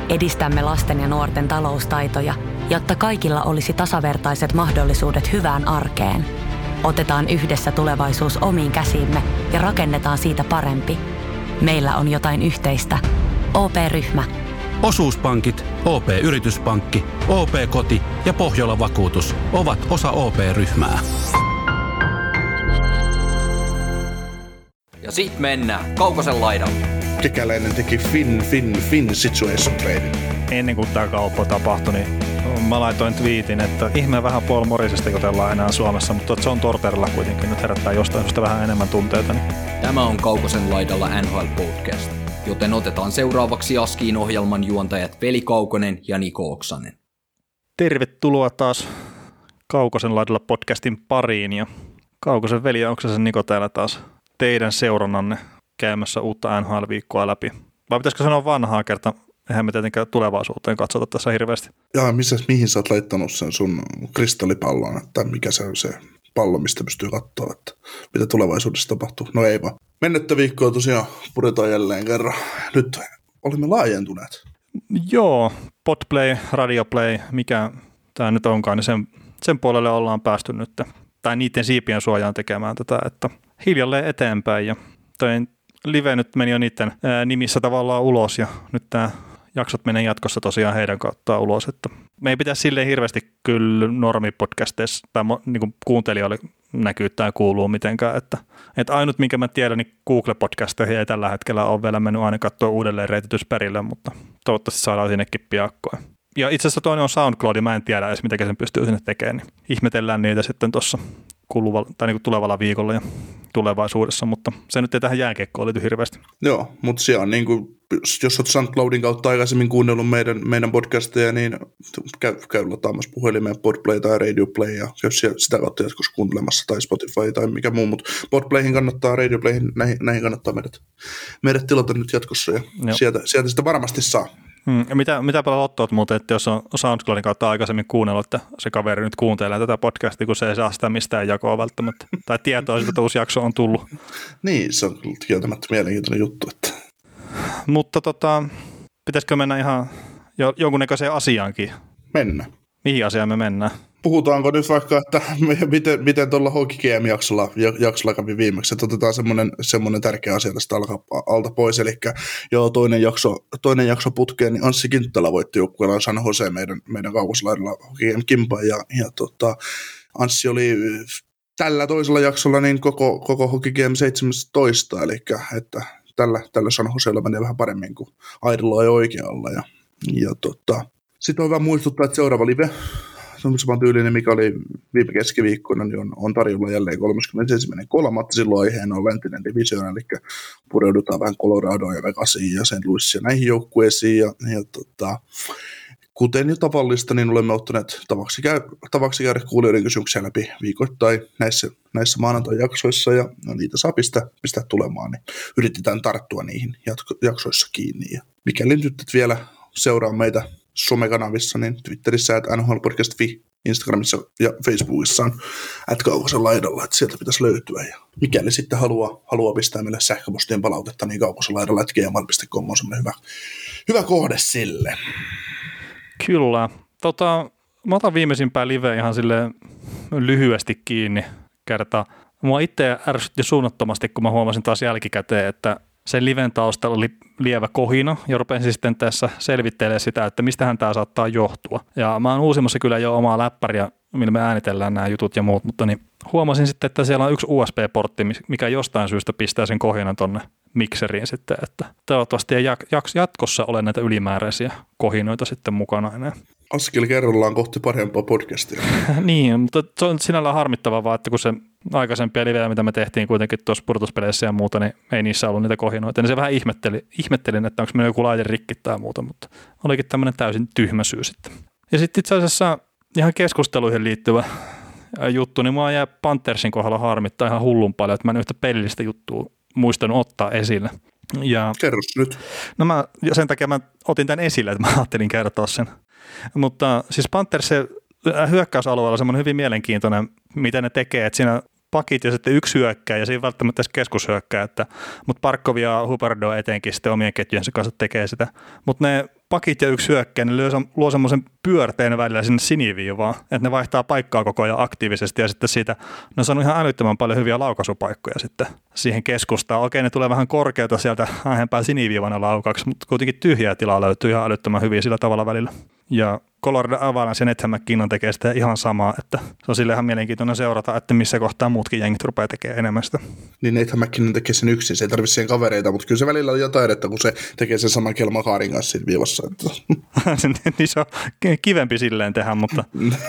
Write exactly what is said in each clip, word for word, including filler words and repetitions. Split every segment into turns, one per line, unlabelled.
Edistämme lasten ja nuorten taloustaitoja, jotta kaikilla olisi tasavertaiset mahdollisuudet hyvään arkeen. Otetaan yhdessä tulevaisuus omiin käsiimme ja rakennetaan siitä parempi. Meillä on jotain yhteistä. O P-ryhmä.
Osuuspankit, O P-yrityspankki, O P-koti ja Pohjola-vakuutus ovat osa O P-ryhmää.
Ja sit mennään Kaukosen laidalle.
Kekäläinen teki Fin, Fin, Fin situation trading.
Ennen kuin tämä kauppa tapahtui, niin mä laitoin twiitin, että ihme vähän Paul Morrisesta jutellaan enää Suomessa, mutta John Tortorella kuitenkin nyt herättää jostain syystä vähän enemmän tunteita. Niin.
Tämä on Kaukosen laidalla N H L Podcast, joten otetaan seuraavaksi Askiin ohjelman juontajat Veli Kaukonen ja Niko Oksanen.
Tervetuloa taas Kaukosen laidalla podcastin pariin ja Kaukosen Veli ja Oksasen Niko täällä taas teidän seurannanne käymässä uutta N H L-viikkoa läpi. Vai pitäisikö sanoa vanhaa kertaa? Eihän me tietenkään tulevaisuuteen katsota tässä hirveästi.
Jaa, missä, mihin sä oot laittanut sen sun kristallipallon, tai mikä se on se pallo, mistä pystyy katsoa, että mitä tulevaisuudessa tapahtuu? No ei vaan. Mennettä viikkoa tosiaan puretaan jälleen kerran. Nyt olimme laajentuneet.
Joo, podplay, radioplay, mikä tämä nyt onkaan, niin sen, sen puolelle ollaan päästy nyt, tai niiden siipien suojaan tekemään tätä, että hiljalleen eteenpäin, ja toi live nyt meni jo niiden ää, nimissä tavallaan ulos, ja nyt tämä jaksot menee jatkossa tosiaan heidän kauttaan ulos, että me ei pitäisi silleen hirveästi kyllä normipodcasteissa tai niin kuin kuuntelijoille näkyy tai kuuluu mitenkään, että, että ainut minkä mä tiedän, niin Google-podcasteihin ei tällä hetkellä ole vielä mennyt aina katsoa uudelleen reititysperille, mutta toivottavasti saadaan sinnekin piakkoin. Ja itse asiassa toinen on SoundCloud, ja mä en tiedä edes, miten sen pystyy sinne tekemään, niin ihmetellään niitä sitten tuossa kuluvalla, tai niin kuin tulevalla viikolla ja tulevaisuudessa, mutta se nyt ei tähän jääkiekkoon liity hirveästi.
Joo, mutta siellä on niin kuin, jos olet SoundCloudin kautta aikaisemmin kuunnellut meidän, meidän podcasteja, niin käy, käy lataamassa puhelimeen Podplay tai Radioplay, ja jos siellä sitä kautta jatkossa kuuntelemassa, tai Spotify tai mikä muu, mutta Podplayhin kannattaa, Radioplayhin, näihin, näihin kannattaa meidät, meidät tilata nyt jatkossa, ja sieltä, sieltä sitä varmasti saa.
Hmm, ja mitä, mitä paljon lottoat muuten, että jos on SoundCloudin kautta aikaisemmin kuunnellut, että se kaveri nyt kuuntelee tätä podcastia, kun se ei saa sitä mistään jakoa välttämättä, tai tietoa, että uusi jakso on tullut.
Niin, se on kieltämättä mielenkiintoinen juttu. Että.
Mutta tota, pitäisikö mennä ihan jo, jonkunnäköiseen asiaankin?
Mennä. Mihin
asiaan me mennään?
Puhutaanko nyt vaikka, että miten, miten tuolla Hockey G M-jaksolla jaksolla kävi viimeksi, että otetaan semmoinen, semmoinen tärkeä asia tästä alka, alta pois, eli joo, toinen jakso, toinen jakso putkeen, niin Anssi Kinttälä voitti joukkueellaan San Jose meidän, meidän kaukoslaidalla Hockey G M-kimpaan, ja, ja tota, Anssi oli tällä toisella jaksolla niin koko, koko Hockey G M seitsemäntoista, eli että tällä, tällä San Josella menee vähän paremmin kuin aidolla ja oikealla, ja, ja tota, sitten on hyvä muistuttaa, että seuraava live, saman tyylinen, mikä oli viime keskiviikkona, niin on, on tarjolla jälleen kolmaskymmenesensimmäinen kolmatta Silloin aiheena on läntinen divisioona, eli pureudutaan vähän Coloradoon ja Vegasiin ja Saint Louisiin ja näihin joukkueisiin. Ja, ja tota, kuten jo tavallista, niin olemme ottaneet tavaksi, käy, tavaksi käydä kuulijoiden kysymyksiä läpi viikoittain näissä, näissä maanantai-jaksoissa, ja no, niitä saa pistää, pistää tulemaan, niin yritetään tarttua niihin jatko, jaksoissa kiinni. Ja mikäli nyt vielä seuraa meitä somekanavissa, niin Twitterissä at N H L Podcast piste fi, Instagramissa ja Facebookissa on at Kaukosen laidalla, että sieltä pitäisi löytyä. Ja mikäli sitten haluaa, haluaa pistää meille sähköpostien palautetta, niin Kaukosen laidalla at gmail piste com on semmoinen hyvä, hyvä kohde sille.
Kyllä. Tota, mä otan viimeisimpää liveä ihan silleen lyhyesti kiinni kertaa. Mua itse ärsytti suunnattomasti, kun mä huomasin taas jälkikäteen, että sen liven taustalla oli lievä kohina, ja rupesin sitten tässä selvittelemään sitä, että mistähän tämä saattaa johtua. Ja mä oon uusimassa kyllä jo omaa läppäriä, millä me äänitellään nämä jutut ja muut, mutta niin huomasin sitten, että siellä on yksi U S B-portti, mikä jostain syystä pistää sen kohinan tonne mikseriin sitten, että toivottavasti ei jatkossa ole näitä ylimääräisiä kohinoita sitten mukana enää.
Askel kerrallaan kohti parempaa podcastia.
Niin, mutta se on sinällään harmittavaa vaan, että kun se aikaisempia livejä, mitä me tehtiin kuitenkin tuossa pudotuspeleissä ja muuta, niin ei niissä ollut niitä kohinoita. Niin se vähän ihmetteli, ihmettelin, että onko mennyt joku laite rikki tai muuta, mutta olikin tämmöinen täysin tyhmä syy sitten. Ja sitten itse asiassa ihan keskusteluihin liittyvä juttu, niin mua jää Panthersin kohdalla harmittaa ihan hullun paljon, että mä en yhtä pelillistä juttua muistanut ottaa esille. Ja,
Kerros nyt.
No mä, ja sen takia mä otin tämän esille, että mä ajattelin kertoa sen. Mutta siis Panthers hyökkäysalueella on semmoinen hyvin mielenkiintoinen, mitä ne tekee, että siinä pakit ja sitten yksi hyökkää ja siinä välttämättä keskushyökkää, että, mutta Parkov ja Huberdeau etenkin sitten omien ketjujensa kanssa tekee sitä. Mutta ne pakit ja yksi hyökkäjä, ne luo, luo semmoisen pyörteen välillä sinne siniviivaan, että ne vaihtaa paikkaa koko ajan aktiivisesti ja sitten siitä ne on saanut ihan älyttömän paljon hyviä laukaisupaikkoja sitten siihen keskustaan. Okei, ne tulee vähän korkeata sieltä lähempää siniviivana laukaksi, mutta kuitenkin tyhjää tilaa löytyy ihan älyttömän hyviä sillä tavalla välillä. Ja Colorado Avalanche ja Nathan MacKinnon tekee sitä ihan samaa, että se on sille ihan mielenkiintoinen seurata, että missä kohtaa muutkin jengit rupeaa tekemään enemmän sitä.
Niin Nathan MacKinnon tekee sen yksin, se ei tarvitse siihen kavereita, mutta kyllä se välillä on jotain, että kun se tekee sen saman Kel Makarin kanssa siinä viivassa.
Niin se on kivempi silleen tehdä, mutta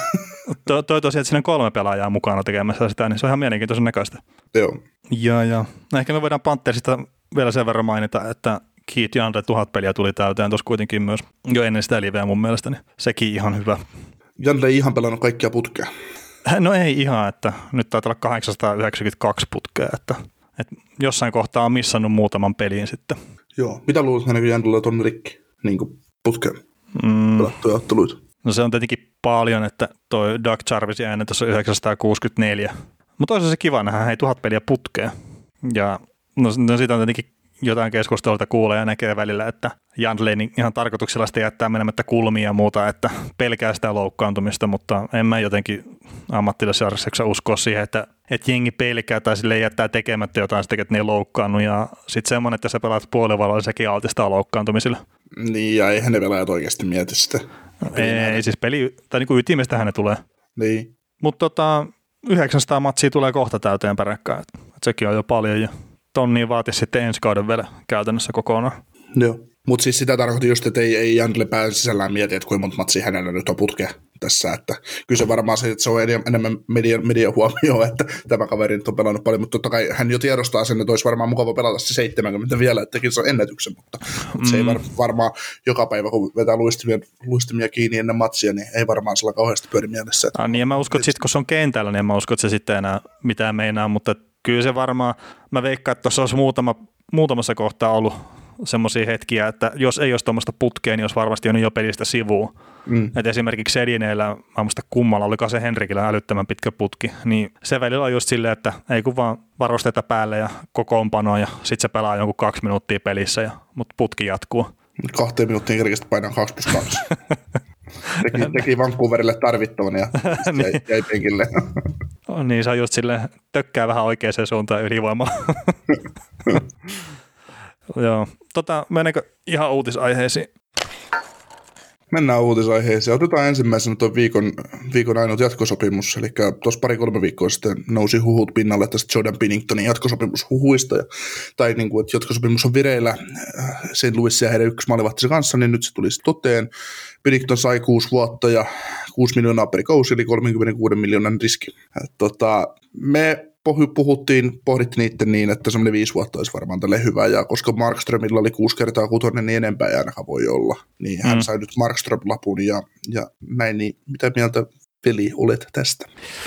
toi, toi tosiaan, että siinä on kolme pelaajaa mukana tekemässä sitä, niin se on ihan mielenkiintoisen näköistä.
Joo.
Ja, ja. No ehkä me voidaan Panthersista vielä sen verran mainita, että Keith Yandle tuhat peliä tuli täyteen tuossa kuitenkin myös jo ennen sitä liveä mun mielestä, niin sekin ihan hyvä.
Yandle ei ihan pelannut kaikkia putkea.
No ei ihan, että nyt taitaa olla kahdeksansataayhdeksänkymmentäkaksi putkea, että, että jossain kohtaa on missannut muutaman pelin sitten.
Joo, mitä luulet, että Yandlella on rikki niin kuin putkeen mm. pelattuja otteluita?
No se on tietenkin paljon, että toi Doug Jarvisin äänen tuossa on yhdeksänsataakuusikymmentäneljä. Mutta toisaalta se kiva nähdä, hei tuhat peliä putkeen. Ja no, no siitä on tietenkin jotain keskustelua kuulee ja näkee välillä, että Yandle niin ihan tarkoituksella sitä jättää menemättä kulmia ja muuta, että pelkää sitä loukkaantumista, mutta en mä jotenkin ammattilaisjärjestöksessä uskoa siihen, että, että jengi pelkää tai sille jättää tekemättä jotain, että ne ei loukkaannut ja sitten semmoinen, että sä pelaat puolivaloilla, sekin altistaa loukkaantumisille.
Niin ja eihän ne pelaajat oikeasti mieti sitä.
Ei, ei siis peli, tai niin kuin ytimestähän ne tulee.
Niin.
Mutta tota, yhdeksänsataa matsia tulee kohta täyteen peräkkäin, että sekin on jo paljon ja tonnia vaatisi sitten ensi kauden vielä käytännössä kokonaan.
Joo, mutta siis sitä tarkoitin just, että ei, ei Yandle pään sisällään mieti, että kuinka monta matsia hänellä nyt on putkea tässä, että kyllä se varmaan se, että se on enemmän median, median huomioon, että tämä kaveri nyt on pelannut paljon, mutta totta kai hän jo tiedostaa sen, että olisi varmaan mukava pelata se seitsemänkymmentä vielä, että tekin se on ennätyksen, mutta mm. se ei var, varmaan joka päivä, kun vetää luistimia, luistimia kiinni ennen matsia, niin ei varmaan sillä kauheasti pyöri mielessä. Että...
Ah, niin, ja mä uskon, että sitten kun se on kentällä, niin en mä usko, että se sitten enää mitään meinaa, mutta kyllä se varmaan, mä veikkaan, että tuossa olisi muutama, muutamassa kohtaa ollut semmoisia hetkiä, että jos ei olisi tuommoista putkea, niin olisi varmasti jo pelistä sivuun. Mm. Et esimerkiksi Sedineillä, mä muista kummalla, oliko se Henrikillä älyttömän pitkä putki, niin se välillä on just silleen, että ei kun vaan varusteita päälle ja kokoonpanoa ja sit se pelaa jonkun kaksi minuuttia pelissä, ja, mutta putki jatkuu.
Kahteen minuuttiin kerkeästi painaa kaksi plus kaksi. Teki, teki Vancouverille tarvittavan ja niin. jäi, jäi penkille.
Oh, niin, se on just silleen, tökkää vähän oikeaan suuntaan ylivoimalla. Joo, tota, mennäänkö ihan uutisaiheisiin?
Mennään uutisaiheeseen. Otetaan ensimmäisenä tuon viikon, viikon ainut jatkosopimus. Eli tuossa pari-kolme viikkoa sitten nousi huhut pinnalle tästä Jordan Binningtonin jatkosopimushuhuista. Ja, tai niin kuin, että jatkosopimus on vireillä Saint Louisin ja heidän yksi maalivahtinsa kanssa, niin nyt se tulisi toteen. Binnington sai kuusi vuotta ja kuusi miljoonaa per kausi, eli kolmekymmentäkuusi miljoonan riski. Tota, me puhuttiin, pohdittiin niiden niin, että semmoinen viisi vuotta olisi varmaan tälle hyvä, ja koska Markströmillä oli kuusi kertaa kutonen, niin enempää ei ainakaan voi olla. Niin hän mm. sai nyt Markström-lapun, ja, ja näin, niin mitä mieltä, Veli, olet tästä?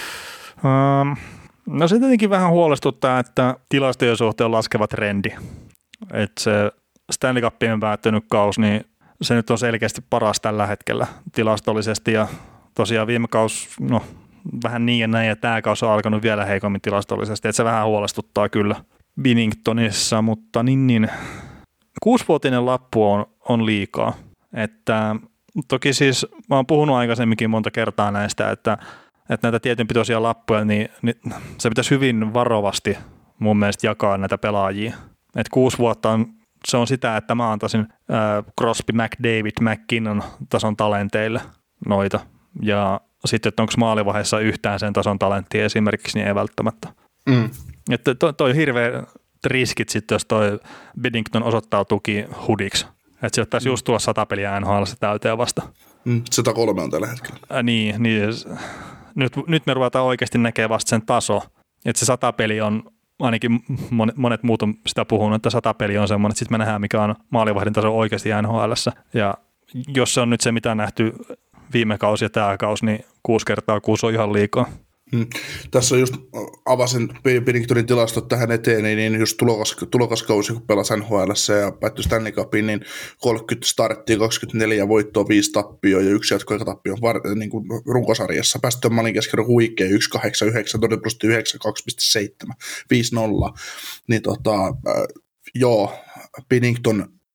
Um, no se tietenkin vähän huolestuttaa, että tilastojen suhteen on laskeva trendi. Että se Stanley Cupien päättynyt kausi, niin se nyt on selkeästi paras tällä hetkellä tilastollisesti, ja tosiaan viime kausi, no vähän niin ja näin, ja tämä kausi on alkanut vielä heikommin tilastollisesti, että se vähän huolestuttaa kyllä Binningtonissa, mutta niin, niin kuusivuotinen lappu on, on liikaa. Että toki siis, mä oon puhunut aikaisemminkin monta kertaa näistä, että, että näitä tietynpitoisia lappuja, niin, niin se pitäisi hyvin varovasti mun mielestä jakaa näitä pelaajia. Että kuusi vuotta on, se on sitä, että mä antaisin äh, Crosby, McDavid, McKinnon tason talenteille noita, ja sitten, että onko maalivaiheessa yhtään sen tason talenttia esimerkiksi, niin ei välttämättä. Mm. Että toi, toi hirveä riskit sitten, jos toi Binnington osoittautuukin hudiksi. Että sieltä taisi mm. just tulla sata peliä N H L:ssä täyteen vasta.
Mm, sata kolme on tällä hetkellä.
Äh, niin, niin nyt, nyt me ruvetaan oikeasti näkemään vasta sen taso. Että se sata peli on, ainakin monet, monet muut on sitä puhunut, että sata peli on semmoinen, että sitten me nähdään, mikä on maalivahdin taso oikeasti N H L:ssä. Ja jos se on nyt se, mitä on nähty viime kausi ja tämä kausi, niin kuusi kertaa kuusi on ihan liikaa.
Hmm. Tässä on just avasin Binningtonin tilastot tähän eteen, niin just tulokas, tulokaskausi, kun pelasi N H L:ssä ja päättyi Stanley Cupin, niin kolmekymmentä starttia, kaksikymmentäneljä voittoa, viisi tappioa ja yksi jatkoaikatappio var, niin kuin runkosarjassa. Päästöön maalin keskerran huikea, yksi kahdeksan yhdeksän, todella prosentti yhdeksän, kaksi pilkku seitsemän, viisi nolla. Niin tota, äh, joo, Binnington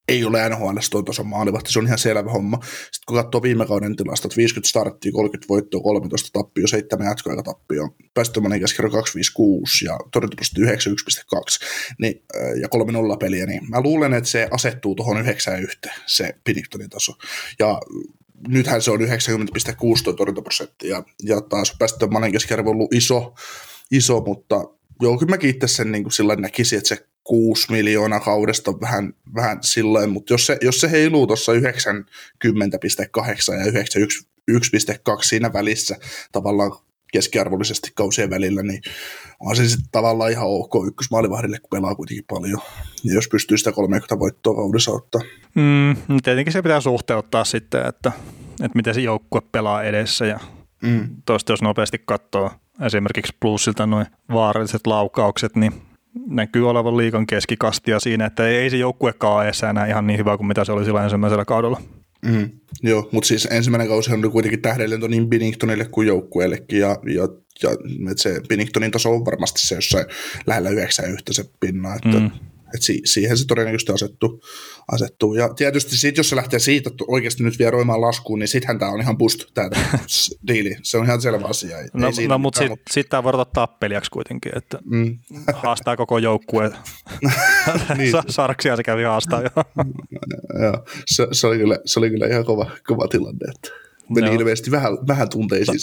ei ole N H L:ssä tuon tason maalivahti, se on ihan selvä homma. Sitten kun katsoo viime kauden tilastot, viisikymmentä starttia, kolmekymmentä voittoa, kolmetoista tappia, seitsemän jatkoaikatappia, päästömainen keskiarvo kaksi pilkku viisikymmentäkuusi ja torjuntaprosentti yhdeksänkymmentäyksi pilkku kaksi niin, ja kolme nolla peliä, niin mä luulen, että se asettuu tuohon yhdeksään yhteen, se Binningtonin taso. Ja nythän se on yhdeksänkymmentä pilkku kuusi tuo torjuntaprosentti ja, ja taas päästömainen keskiarvo on ollut iso, iso mutta joo, kyllä mäkin itse sen niin kuin sillä näkisin, että se kuusi miljoonaa kaudesta on vähän, vähän silloin, mutta jos se, jos se heiluu tuossa yhdeksänkymmentä pilkku kahdeksan ja yhdeksänkymmentäyksi pilkku kaksi siinä välissä tavallaan keskiarvollisesti kausien välillä, niin on se sitten tavallaan ihan ok ykkösmaalivahdille, kun pelaa kuitenkin paljon. Ja jos pystyy sitä kolmekymmentä voittoa kaudessa ottaa.
Mm, tietenkin se pitää suhteuttaa sitten, että, että miten se joukkue pelaa edessä ja mm. tuosta jos nopeasti katsoo esimerkiksi plussilta noin vaaralliset laukaukset, niin näkyy olevan liigan keskikastia siinä, että ei se joukkuekaan ole eessä enää ihan niin hyvä kuin mitä se oli silloin ensimmäisellä kaudella.
Mm, joo, mutta siis ensimmäinen kausi oli kuitenkin tähdellinen niin Binningtonille kuin joukkueellekin, ja, ja, ja se Binningtonin taso on varmasti se jossain lähellä yhdeksän yhtä se pinna, että mm. et si, siihen se todennäköisesti asettuu. asettuu. Ja tietysti sit, jos se lähtee siitä että oikeasti nyt vielä roimaan laskuun, niin sittenhän tämä on ihan boost, tämä diili. Se on ihan selvä asia. Ei,
no,
ei
no mutta sitten sit tämä voi ottaa tappelijaksi kuitenkin, että mm. haastaa koko joukkue. niin. Sarksia se kävi haastaa jo.
Joo, se, se, oli kyllä, se oli kyllä ihan kova, kova tilanne, että meni no. ilmeisesti vähän, vähän tunteisiin.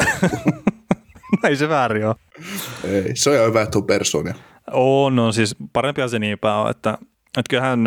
Ei se väärin ole.
Ei, se on ihan hyvä, että on persoonia.
On, no siis parempia se niinpä on, että, että kyllähän,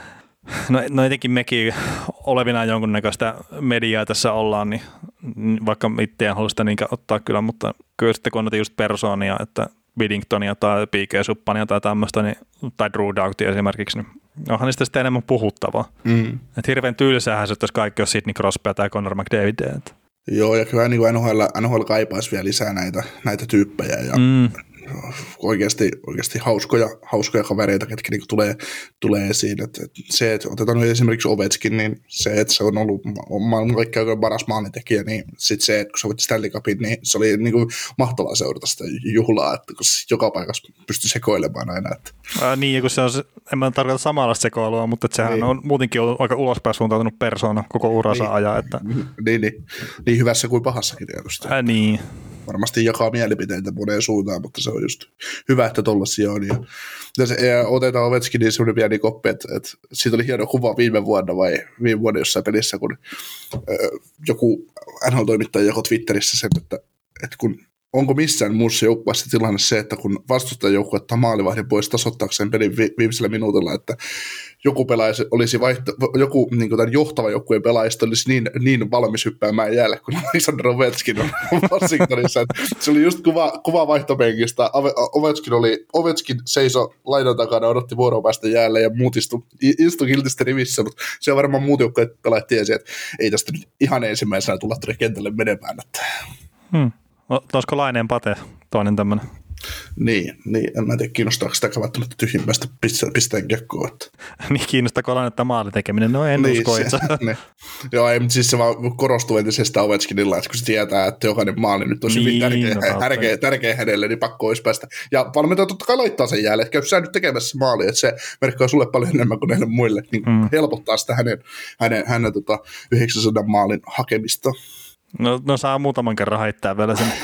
no, no etenkin mekin olevina jonkunnäköistä mediaa tässä ollaan, niin vaikka itse en halua sitä niinkään ottaa kyllä, mutta kyllä sitten kun on just persoonia, että Binningtonia tai P K Suppania tai tämmöistä, niin, tai Drew Doughty esimerkiksi, niin onhan niistä sitten enemmän puhuttavaa. Mm. Että hirveän tylsäähän se, jos kaikki on Sidney Crosby tai Connor McDavid. Että.
Joo, ja kyllä niin kuin N H L, N H L kaipaisi vielä lisää näitä, näitä tyyppejä, ja mm. oikeasti, oikeasti hauskoja, hauskoja kavereita, ketkä niin tulee, tulee esiin. Et, et se, että otetaan nyt esimerkiksi Ovechkin, niin se, että se on ollut maailman kaikkein paras maalintekijä, niin sitten se, että kun se voitti Stanley Cupin, niin se oli niin kuin mahtavaa seurata sitä juhlaa, että kun se joka paikassa pystyi sekoilemaan aina. Että.
Ää, niin, kun se on, en mä tarkoita samanlaista sekoilua, mutta sehän niin. on muutenkin ollut aika ulospäin suuntautunut persoona koko uransa
niin.
ajan. Että.
Niin, niin, niin hyvässä kuin pahassakin tietysti.
Ää, niin.
Varmasti jakaa mielipiteitä moneen suuntaan, mutta se on just hyvä, että tollaisia on. Ja, ja, se, ja otetaan Ovechkin, niin semmoinen pieni koppi, että, että siitä oli hieno kuva viime vuonna vai viime vuonna jossain pelissä, kun äh, joku N H L-toimittaja jako Twitterissä sen, että, että kun onko missään muussa joukkueessa tilanne se, että kun vastustajajoukku ottaa maalivahdin pois tasoittaakseen pelin vi- viimeisellä minuutilla, että joku pelaisi, olisi vaihto, joku niin kuin tämän johtava joukkueen pelaajista olisi niin, niin valmis hyppäämään jäälle, kun Alexander Ovechkin on Washingtonissa. Se oli just kuva, kuva vaihtopenkistä. Ovechkin, oli, Ovechkin seiso laidan takana, odotti vuoroa päästä jäälle ja muut istu, istu kiltisti rivissä, mutta se on varmaan muut joukkueet pelaajat tiesi, että ei tästä nyt ihan ensimmäisenä tulla tuonne kentälle menemään. Että.
Hmm. Olisiko Laineen Pate toinen tämmöinen?
Niin, niin, en mä tiedä, kiinnostaako sitä välttämättä tyhjimmästä pisteen kiekkoa.
Niin, kiinnostaako Lainetta maali tekeminen? No en niin, usko itse. Niin. Joo, ei, mutta siis se vaan korostuu entisestä Ovechkinilla, että kun se tietää, että jokainen maali nyt on niin, hyvin tärkeä, no, tärkeä, tärkeä hänelle, niin pakko olisi päästä. Ja valmentaja totta kai laittaa sen jälleen, että käy sä nyt tekemässä maali, että se merkkaa sulle paljon enemmän kuin näille muille, niin mm. helpottaa sitä hänen, hänen, hänen tota, yhdeksänsadan maalin hakemista. No, no saa muutaman kerran haittaa vielä sen.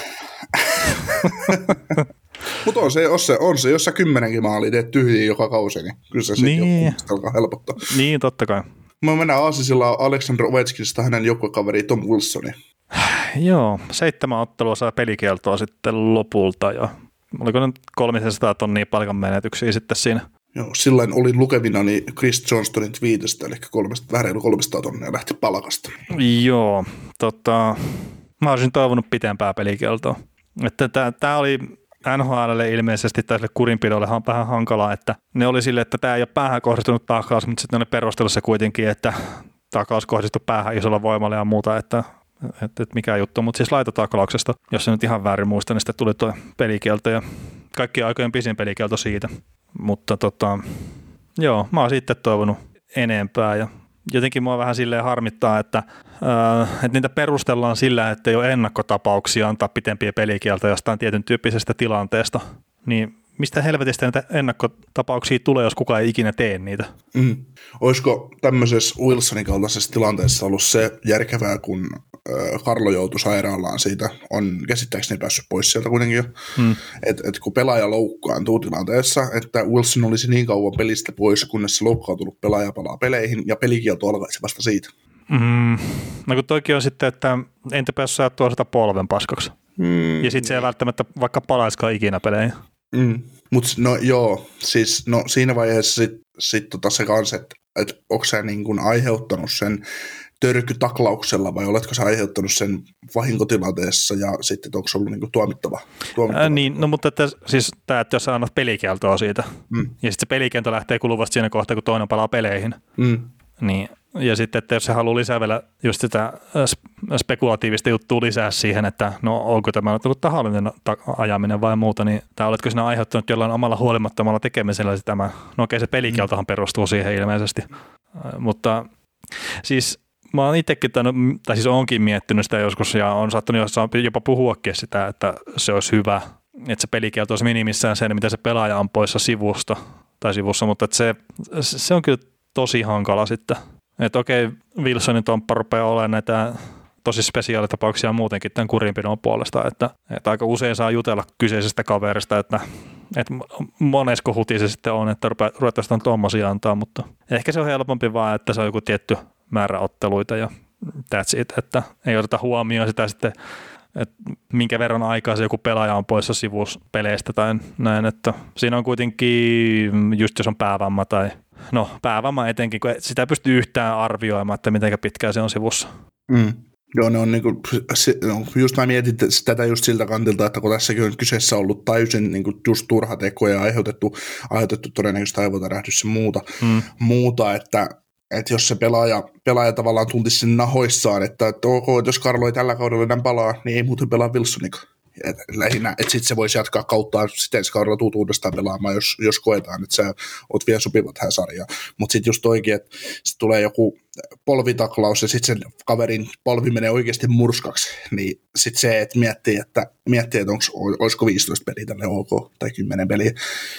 Mutta on se, on se, on se, jos sä kymmenenkin maalia teet tyhjiä joka kausi, niin kyllä se niin. sitten alkaa helpottaa.
Niin, totta kai.
Mä mennään aasisilla Alexander Ovechkinista hänen joukkuekaveri Tom Wilsoni.
Joo, seitsemän ottelua saa pelikieltoa sitten lopulta ja oliko nyt kolmesataa tonnia palkan menetyksiä sitten siinä?
Joo, silloin olin lukevina niin Chris Johnstonin twiitistä, eli kolmesta, vähän reilu kolmesataa tonnia lähti palkasta.
Joo, tota, mä olisin toivonut pitempää pelikieltoa. Että tämä oli N H L:lle ilmeisesti tälle kurinpidolle vähän hankalaa, että ne oli sille, että tämä ei ole päähän kohdistunut taklaus, mutta sitten ne oli perustelussa kuitenkin, että taklaus kohdistui päähän isolla voimalla ja muuta, että, että, että mikä juttu. Mutta siis laitotaklauksesta, jos se nyt ihan väärin muista, niin sitten tuli tuo pelikielto ja kaikki aikojen pisin pelikielto siitä. Mutta tota, joo, mä oon sitten toivonut enempää ja jotenkin mua vähän silleen harmittaa, että, ää, että niitä perustellaan sillä, että ei ole ennakkotapauksia antaa pitempiä pelikieltoja jostain tietyn tyyppisestä tilanteesta. Niin mistä helvetistä näitä ennakkotapauksia tulee, jos kukaan ei ikinä tee niitä?
Mm. Olisiko tämmöisessä Wilsonin kaltaisessa tilanteessa ollut se järkevää, kun Carlo joutui sairaalaan siitä, on käsittääkseni päässyt pois sieltä kuitenkin jo, mm. että et kun pelaaja loukkaantuu tilanteessa, että Wilson olisi niin kauan pelistä pois, kunnes se loukkaantunut pelaaja palaa peleihin, ja pelikielto alkaisi vasta siitä.
Mm. No kun toikin on sitten, että entä päässyt saattua sitä polven paskaksi? Mm. Ja sitten se ei välttämättä vaikka palaisikaan ikinä peleihin.
Mm. Mutta no joo, siis no siinä vaiheessa sitten sit tota se kanssa, että et onko sä niin kun aiheuttanut sen törkytaklauksella vai oletko sä aiheuttanut sen vahinkotilanteessa ja sitten onko se ollut niin kuin tuomittava? tuomittava?
Ää, niin, no mutta että, siis tämä, että jos sä annat pelikieltoa siitä mm. ja sitten se pelikielto lähtee kuluvasti siinä kohtaa, kun toinen palaa peleihin, mm. niin, ja sitten, että jos se haluaa lisää vielä just sitä spekulatiivista juttua lisää siihen, että no onko tämä ollut tahallinen ajaminen vai muuta, niin tai oletko sinä aiheuttanut jollain omalla huolimattomalla tekemisellä tämä, no okei se pelikieltohan perustuu siihen ilmeisesti, mutta siis mä oon itsekin, tai siis oonkin miettinyt sitä joskus ja on saattanut jopa puhuakin sitä, että se olisi hyvä, että se pelikielto olisi minimissään sen, mitä se pelaaja on poissa sivusta tai sivussa, mutta että se, se on kyllä tosi hankala sitten. Että okei, Wilsonin tomppa rupeaa olemaan näitä tosi spesiaalitapauksia muutenkin tämän kurinpidon puolesta, että, että aika usein saa jutella kyseisestä kaverista, että, että monesko huti se sitten on, että ruvetaan tuommoisia antaa, mutta ehkä se on helpompi vaan, että se on joku tietty määrä otteluita ja that's it, että ei oteta huomioon sitä sitten, että minkä verran aikaa se joku pelaaja on poissa sivuspeleistä tai näin, että siinä on kuitenkin, just jos on päävamma tai no päävamma etenkin, kun sitä ei pysty yhtään arvioimaan, että miten pitkään se on sivussa. Mm.
Joo, ne on niinku, no, just mä mietin tätä just siltä kantilta, että kun tässäkin on kyseessä ollut täysin niinku just turha teko ja aiheutettu, aiheutettu todennäköisesti aivotärähdys ja muuta, mm. muuta että että jos se pelaaja, pelaaja tavallaan tuntisi sen nahoissaan, että, että ok, jos Carlo ei tällä kaudella enää palaa, niin ei muuten pelaa Wilsonikaan. Että et sitten se voisi jatkaa kauttaan, sitten ensi kaudella tuut uudestaan pelaamaan, jos, jos koetaan, että sä oot vielä sopiva tähän sarjaan. Mutta sitten just oikein, että sit tulee joku polvitaklaus ja sitten sen kaverin polvi menee oikeasti murskaksi, niin sitten se, että miettii, että, miettii, että onks, olisiko viisitoista peliä tälle ok tai kymmenen peliä.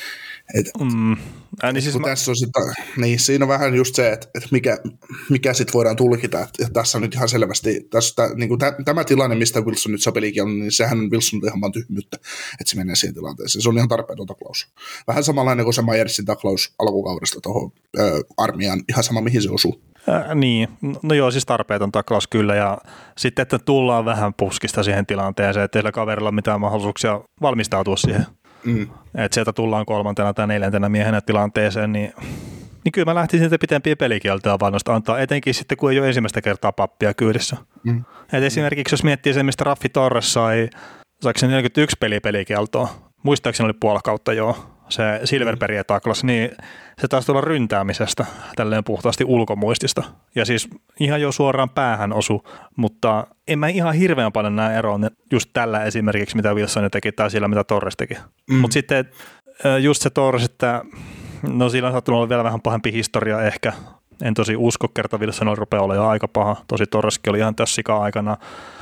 Et, mm. äh, niin siis mä... tässä on sit, niin siinä on vähän just se, että, että mikä, mikä sitten voidaan tulkita, että tässä on nyt ihan selvästi, tässä, niin kuin tä, tämä tilanne, mistä Wilson nyt saa pelikielon, niin sehän on Wilson ihan vaan tyhmyyttä, että se menee siihen tilanteeseen. Se on ihan tarpeeton taklaus. Vähän samanlainen kuin se Myersin taklaus alkukaudesta tuohon armiaan, ihan sama mihin se osuu.
Äh, niin, no joo, siis tarpeeton taklaus kyllä, ja sitten, että tullaan vähän puskista siihen tilanteeseen, että teillä kaverilla on mitään mahdollisuuksia valmistautua siihen. Mm. Että sieltä tullaan kolmantena tai neljäntenä miehenä tilanteeseen, niin, niin kyllä mä lähtisin sitten pitempiä pelikieltoja vaan noista antaa, etenkin sitten kun ei ole ensimmäistä kertaa pappia kyydissä. Mm. Et esimerkiksi jos miettii se, mistä Raffi Torres sai, saiko se neljäkymmentäyksi peliä pelikieltoa, muistaakseni oli puoli kautta joo, se Silverbergia taklas, niin se taisi tulla ryntäämisestä, tälleen puhtaasti ulkomuistista. Ja siis ihan jo suoraan päähän osu, mutta en mä ihan hirveän paljon näe eroon just tällä esimerkiksi, mitä Wilson teki, tai sillä, mitä Torres teki. Mm. Mutta sitten just se Torres, että no sillä on saattanut olla vielä vähän pahempi historia ehkä. En tosi usko, kerta Wilson rupeaa olla jo aika paha. Tosi Torreskin oli ihan tässä sikaa aikana.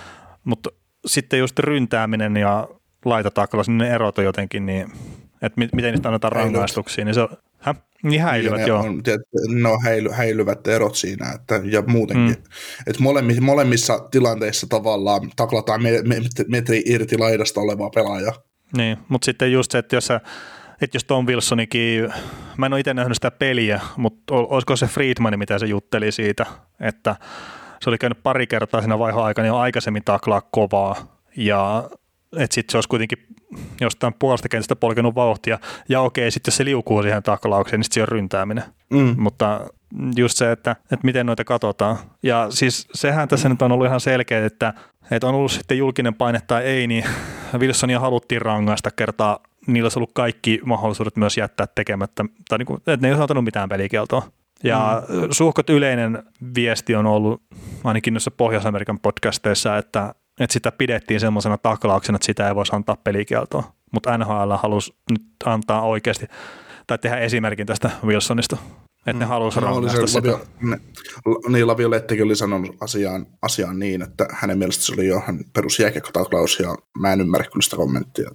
Mutta sitten just ryntääminen ja laitataklas, niin ne erot on jotenkin niin... Että miten niistä annetaan rangaistuksia, niin se on, hä? Niin häilyvät, joo. On,
no häily, häilyvät erot siinä, että, ja muutenkin. Mm. Että molemmissa, molemmissa tilanteissa tavallaan taklataan me, me, metri irti laidasta olevaa pelaajaa.
Niin, mutta sitten just se, että jos, sä, että jos Tom Wilsonikin, mä en ole itse nähnyt sitä peliä, mutta olisiko se Friedman, mitä se jutteli siitä, että se oli käynyt pari kertaa siinä vaihe-aikana jo aikaisemmin taklaa kovaa, ja että sitten se olisi kuitenkin jostain puolesta kentästä polkenut vauhtia, ja okei, sitten jos se liukuu siihen taklaukseen, niin sitten se on ryntääminen. Mm. Mutta just se, että, että miten noita katsotaan. Ja siis sehän tässä nyt on ollut ihan selkeä, että, että on ollut sitten julkinen paine tai ei, niin Wilsonia haluttiin rangaista kertaa. Niillä olisi ollut kaikki mahdollisuudet myös jättää tekemättä, tai niin kuin, että ne ei olisi antanut mitään pelikieltoa. Ja mm. suhkot yleinen viesti on ollut ainakin noissa Pohjois-Amerikan podcasteissa, että että sitä pidettiin semmoisena taklauksena, että sitä ei voisi antaa pelikieltoa. Mutta N H L halusi nyt antaa oikeasti, tai tehdä esimerkin tästä Wilsonista, että mm. ne halusi no, rangaista sitä. Lavio, ne,
niin, Laviolettikin oli sanonut asiaan, asiaan niin, että hänen mielestä se oli jo perus jääkiekkotaklaus, ja mä en ymmärrä kyllä sitä kommenttia. Että.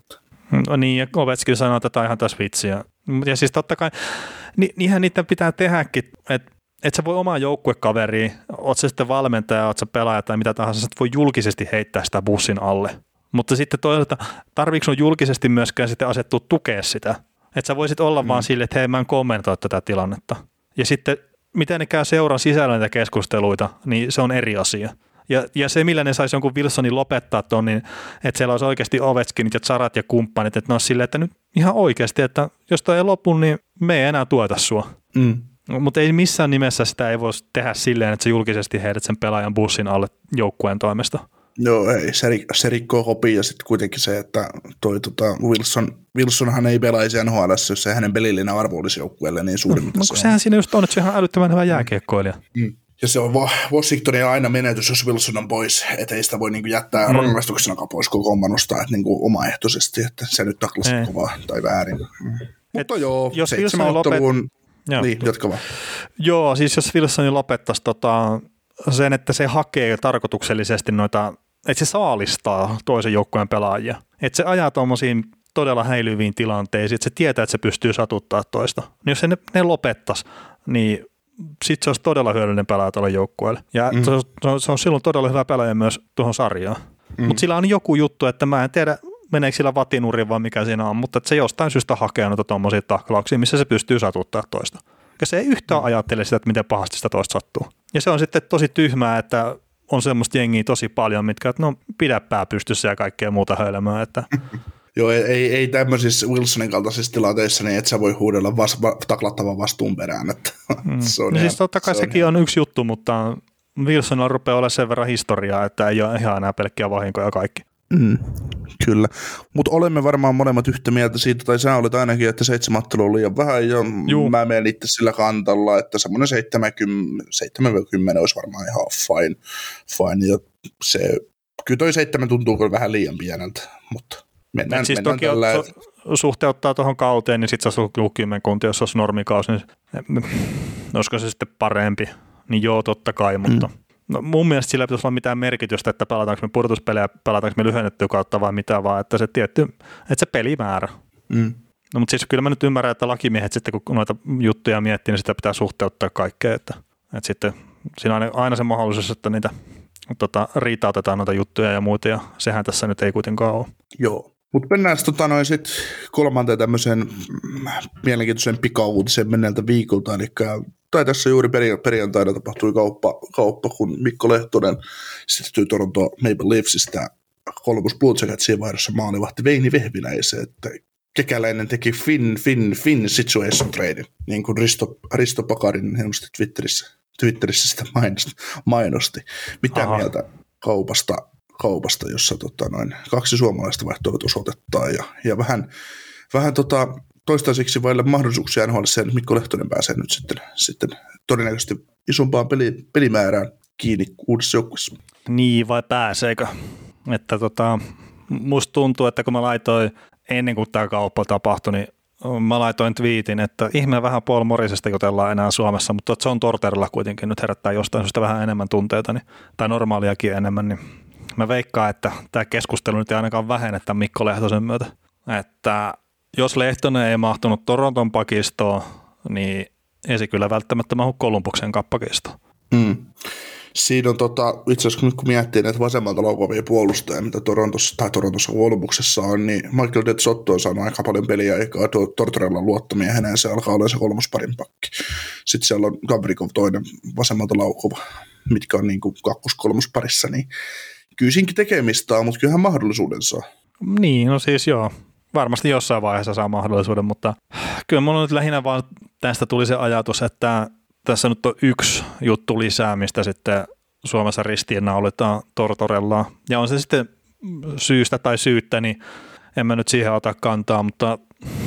No niin, ja Ovechkin sanoo, että tämä on ihan tässä vitsiä. Ja siis totta kai, ni, niinhän niitä pitää tehdäkin, että et sä voi omaa joukkuekaveriin, oot sä sitten valmentaja, oot sä pelaaja tai mitä tahansa, sä voi julkisesti heittää sitä bussin alle. Mutta sitten toisaalta, tarviiko sun julkisesti myöskään sitten asettua tukea sitä? Että sä voisit olla mm. vaan silleen, että hei, mä en kommentoi tätä tilannetta. Ja sitten, miten ne käy seuran sisällä näitä keskusteluita, niin se on eri asia. Ja, ja se, millä ne saisi jonkun Wilsonin lopettaa ton, niin että siellä olisi oikeasti Ovechkinit ja Zarat ja kumppanit, että ne olisi silleen, että nyt ihan oikeasti, että jos toi ei lopu, niin me ei enää tueta sua. Mm. Mutta ei missään nimessä sitä ei voisi tehdä silleen, että sä julkisesti heidät sen pelaajan bussin alle joukkueen toimesta.
Joo, ei, se, se rikkoo hopia ja sitten kuitenkin se, että toi tota, Wilson, Wilsonhan ei pelaisi N H L:ssä, jos se hänen pelillinen arvo olisi joukkueelle niin suuri,
no,
mitä
no,
se
sehän
on.
siinä just on, että se on ihan älyttömän hyvä jääkiekkoilija.
Mm. Ja se on Washingtonin aina menetys, jos Wilson on pois, ettei sitä voi niinku jättää mm. rangaistuksena pois kokoonpanosta, että niinku omaehtoisesti, että se nyt taklasi kovaa tai väärin. Mm. Mutta joo,
jos
seitsemän otteluun,
lopet...
niin, jatka vaan.
Joo, siis jos Wilsoni lopettaisi tota, sen, että se hakee tarkoituksellisesti noita, että se saalistaa toisen joukkueen pelaajia, että se ajaa tuommoisiin todella häilyviin tilanteisiin, että se tietää, että se pystyy satuttaa toista. Niin jos se ne, ne lopettaisi, niin sitten se olisi todella hyödyllinen pelaaja tuolle joukkueelle. Ja mm. se, on, se on silloin todella hyvä pelaaja myös tuohon sarjaan. Mm. Mutta sillä on joku juttu, että mä en tiedä, meneekö sillä vatinuriin vai mikä siinä on, mutta että se jostain syystä hakee noita tuommoisia taklauksia, missä se pystyy satuttaa toista. Ja se ei yhtään mm. ajattele sitä, että miten pahasti sitä toista sattuu. Ja se on sitten tosi tyhmää, että on semmoista jengiä tosi paljon, mitkä, että no pidä pää pystyssä ja kaikkea muuta höylämää. Että
joo, ei, ei tämmöisissä Wilsonin kaltaisissa tilanteissa, niin et sä voi huudella vas, va, taklattavan vastuun perään. Että
mm.
se on
no
ihan,
siis totta kai
se
sekin
on,
on yksi juttu, mutta Wilsonilla rupeaa olemaan sen verran historiaa, että ei ole ihan enää pelkkiä vahinkoja kaikki. Mm,
kyllä, mutta olemme varmaan molemmat yhtä mieltä siitä, tai sä olet ainakin, että seitsemän ottelua on liian vähän, ja Juu. mä menen itse sillä kantalla, että semmoinen seitsemänkymmentä olisi varmaan ihan fine, fine ja se, kyllä toi seitsemän tuntuu kyllä vähän liian pieneltä, mutta mennään,
siis
mennään
toki
tällä.
Su- suhteuttaa tuohon kauteen, niin sitten se olisi ollut kymmenkunta, jos olisi normikausi, niin olisiko se sitten parempi, niin joo, totta kai, mutta mm. no, mun mielestä sillä pitäisi olla mitään merkitystä, että pelataanko me pudotuspelejä, pelataanko me lyhennettyä kautta vai mitä vaan, että se tietty, että se pelimäärä. Mm. No mutta siis kyllä mä nyt ymmärrän, että lakimiehet sitten kun noita juttuja miettii, niin sitä pitää suhteuttaa kaikkea, että, että sitten siinä on aina se mahdollisuus, että niitä tota, riitautetaan noita juttuja ja muita, ja sehän tässä nyt ei kuitenkaan ole.
Joo. Mutta mennään tota noin sitten kolmanteen tämmöiseen mielenkiintoisen pikauutisen menneeltä viikolta, eli tai tässä juuri perjantaina tapahtui kauppa, kauppa kun Mikko Lehtonen siirtyi Toronto Maple Leafsistä Columbus Blue Jacketsiin vaihdossa maalivahti Veini Vehviläiseen, että kekäläinen teki Finn, Finn, Finn situation trade, niin kuin Risto, Risto Pakarin hienosti Twitterissä, Twitterissä sitä mainosti. mainosti. Mitä Aha. mieltä kaupasta, kaupasta jossa tota noin, kaksi suomalaista vaihtoivat osoitettaan ja, ja vähän, vähän tota, toistaiseksi vaille mahdollisuuksia N H L:ssä, että Mikko Lehtonen pääsee nyt sitten, sitten todennäköisesti isompaan peli, pelimäärään kiinni uudessa joukkueessa.
Niin, vai pääseekö? Että tota, musta tuntuu, että kun mä laitoin ennen kuin tämä kauppa tapahtui, niin mä laitoin twiitin, että ihmeen vähän Paul Morrisesta jutellaan enää Suomessa, mutta John Tortorella kuitenkin nyt herättää jostain syystä vähän enemmän tunteita, niin, tai normaaliakin enemmän, niin mä veikkaan, että tämä keskustelu nyt ei ainakaan vähene tämän Mikko Lehtosen myötä. Että jos Lehtonen ei mahtunut Toronton pakistoon, niin ei se kyllä välttämättä mahdu Columbuksen kappakistoon.
Mm. Siinä on tota, itse asiassa nyt kun miettii näitä vasemmalta laukaavia puolustajia, mitä Torontossa tai Torontossa Columbuksessa on, niin Michael Detzotto on saanut aika paljon peliä eikä Tortorella luottamiehenä ja se alkaa olla se kolmosparin pakki. Sitten siellä on Gabrikov toinen vasemmalta laukova, mitkä on niin kuin kakkos-kolmosparissa, niin kyllä siinkin tekemistä on, mutta kyllähän mahdollisuuden saa.
Niin, no siis joo. Varmasti jossain vaiheessa saa mahdollisuuden, mutta kyllä minulla nyt lähinnä vaan tästä tuli se ajatus, että tässä nyt on yksi juttu lisää, mistä sitten Suomessa ristiinnaulitaan Tortorellaan. Ja on se sitten syystä tai syyttä, niin en mä nyt siihen ota kantaa, mutta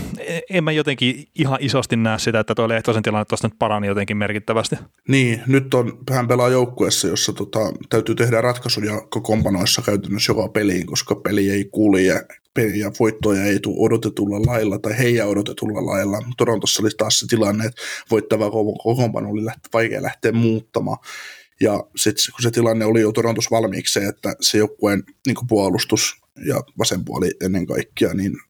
en mä jotenkin ihan isosti näe sitä, että tuo Lehtosen tilanne tuosta nyt parani jotenkin merkittävästi.
Niin, nyt on, hän pelaa joukkueessa, jossa tota, täytyy tehdä ratkaisuja kompanoissa käytännössä joka peliin, koska peli ei kulje ja voittoja ei tule odotetulla lailla tai heidän odotetulla lailla. Torontossa oli taas se tilanne, että voittava kokoonpano oli vaikea lähteä muuttamaan. Ja sitten kun se tilanne oli jo Torontossa valmiiksi, että se joukkueen niin puolustus ja vasen puoli ennen kaikkea, niin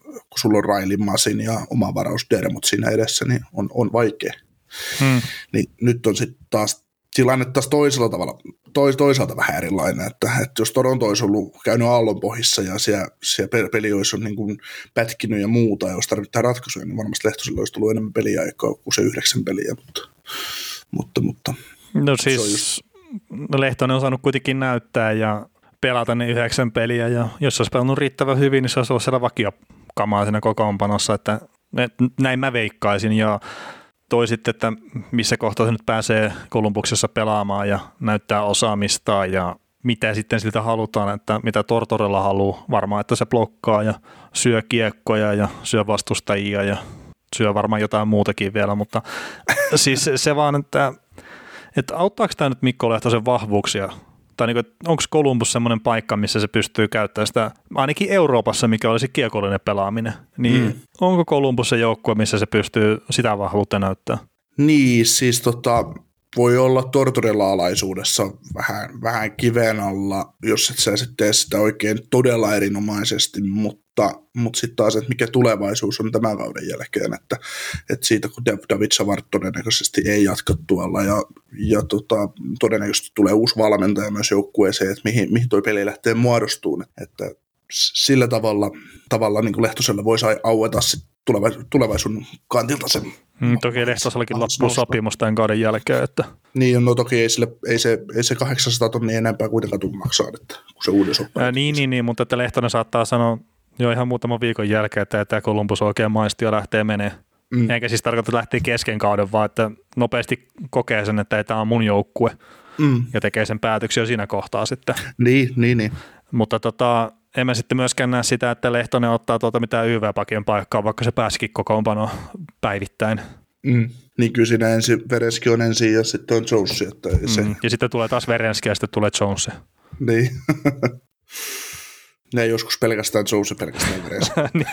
kun sulla on Riley Masin ja oma varaus Dermot siinä edessä, niin on, on vaikea. Hmm. Niin nyt on sitten taas tilanne taas toisella tavalla, tois, toisaalta vähän erilainen, että, että jos Toronto olisi ollut käynyt aallonpohjissa ja siellä, siellä peli olisi niin kuin pätkinyt ja muuta, ja jos tarvitaan ratkaisuja, niin varmasti Lehtosella olisi tullut enemmän peliaikaa kuin se yhdeksän peliä, mutta, mutta, mutta
no siis just... Lehtonen on saanut kuitenkin näyttää ja pelata ne yhdeksän peliä, ja jos olisi pelannut riittävän hyvin, niin se olisi ollut siellä vakiokamaa siinä kokoonpanossa, että näin mä veikkaisin, ja toi sitten, että missä kohtaa se nyt pääsee Columbuksessa pelaamaan ja näyttää osaamistaan ja mitä sitten siltä halutaan, että mitä Tortorella haluaa. Varmaan, että se blokkaa ja syö kiekkoja ja syö vastustajia ja syö varmaan jotain muutakin vielä, mutta siis se vaan, että, että auttaako tämä nyt Mikko Lehtosen vahvuuksia? Tai niin, onko Columbus semmoinen paikka, missä se pystyy käyttämään sitä, ainakin Euroopassa, mikä olisi kiekollinen pelaaminen, niin mm. onko Columbus se joukkue, missä se pystyy sitä vahvuutta näyttämään?
Niin, siis tota, voi olla Tortorella-alaisuudessa vähän, vähän kiven alla, jos et sä sitten tee sitä oikein todella erinomaisesti, mutta, mutta sitten taas, että mikä tulevaisuus on tämän kauden jälkeen, että, että siitä kun David Savard todennäköisesti ei jatka tuolla ja, ja tota, todennäköisesti tulee uusi valmentaja myös joukkueeseen, että mihin, mihin toi peli lähtee muodostumaan, että sillä tavalla, tavalla niin kuin Lehtosella voisi aueta sitten tulevaisuuden kantilta sen.
Mm, toki Lehtosellakin loppuu sopimus tämän kauden jälkeen. Että.
Niin, no toki ei, sille, ei, se, ei se kahdeksansataa tonnia enempää kuitenkaan tule maksaa, että, kun se uuden sopimus.
Ää, niin, niin, niin, mutta että Lehtonen saattaa sanoa jo ihan muutaman viikon jälkeen, että tämä Columbus oikein maisti ja lähtee menee. Mm. Eikä siis tarkoita, että lähtee kesken kauden, vaan että nopeasti kokee sen, että tämä on mun joukkue mm. ja tekee sen päätöksiä siinä kohtaa sitten.
Niin, niin, niin.
Mutta tota, en mä sitten myöskään näe sitä, että Lehtonen ottaa tuota mitään Y V-pakin paikkaa, vaikka se pääsikin kokoonpanoon päivittäin.
Mm. Niin kyllä siinä ensin Verenski on ensin ja sitten on Jones. Että se... mm.
Ja sitten tulee taas Verenski ja sitten tulee Jones.
Niin. Ne ei joskus pelkästään Jones ja pelkästään Verenski.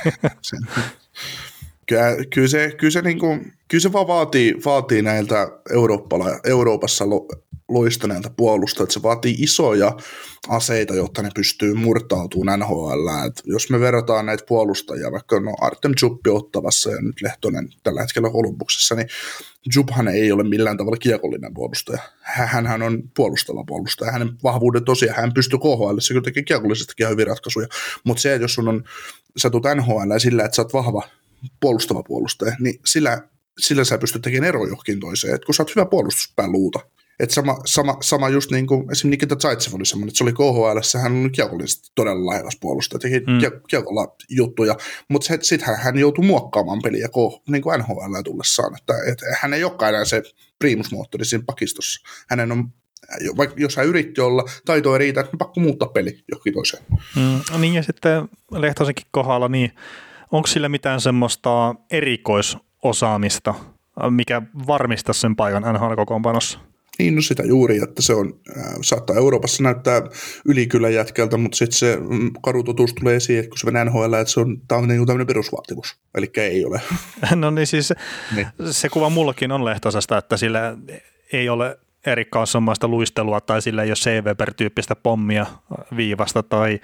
Kyllä, kyllä, se, kyllä, se niin kuin, kyllä se vaan vaatii, vaatii näiltä Euroopassa lo, loistaneilta puolustajilta, että se vaatii isoja aseita, jotta ne pystyy murtautumaan N H L. Et jos me verrataan näitä puolustajia, vaikka no Artem Zubbi Ottavassa ja nyt Lehtonen tällä hetkellä Columbuksessa, niin Zubhan ei ole millään tavalla kiekollinen puolustaja. Hänhän on puolustava puolustaja. Hänen vahvuudet tosiaan, hän pystyy K H L, se kyllä tekee kiekollisestikin hyvin ratkaisuja, mutta se, että jos sun on, sä tulet N H L sillä, että sä oot vahva puolustava puolustaja, niin sillä, sillä sä pystyt tekemään ero johonkin toiseen, että kun sä oot hyvä puolustuspääluuta. Että sama, sama, sama just niin kuin esimerkiksi Nikita Zaitsev oli semmoinen, että se oli K H L:ssä, hän on kiekollisesti todella laikas puolustaja, teki mm. kiekolla juttuja, mutta sitten hän joutui muokkaamaan peliä niin kuin N H L tullessaan, että, että hän ei olekaan enää se primusmoottori siinä pakistossa. Hänen on, vaikka jos hän yritti olla, taito ei riitä, että on pakko muuttaa peli johonkin toiseen.
Mm, niin ja sitten Lehtosenkin kohdalla, niin onko sillä mitään semmoista erikoisosaamista, mikä varmistaa sen paikan N H L-kokoonpanossa?
Niin, no sitä juuri, että se on, äh, saattaa Euroopassa näyttää ylikylän jätkältä, mutta sitten se mm, karutotuus tulee esiin, että kun se menee N H L, että se on, tämä on niin tämmöinen perusvaatimus, eli ei ole.
No niin siis niin. Se kuva mullakin on Lehtosesta, että sillä ei ole erikoisommaista luistelua tai sillä ei ole C V per-tyyppistä pommia viivasta tai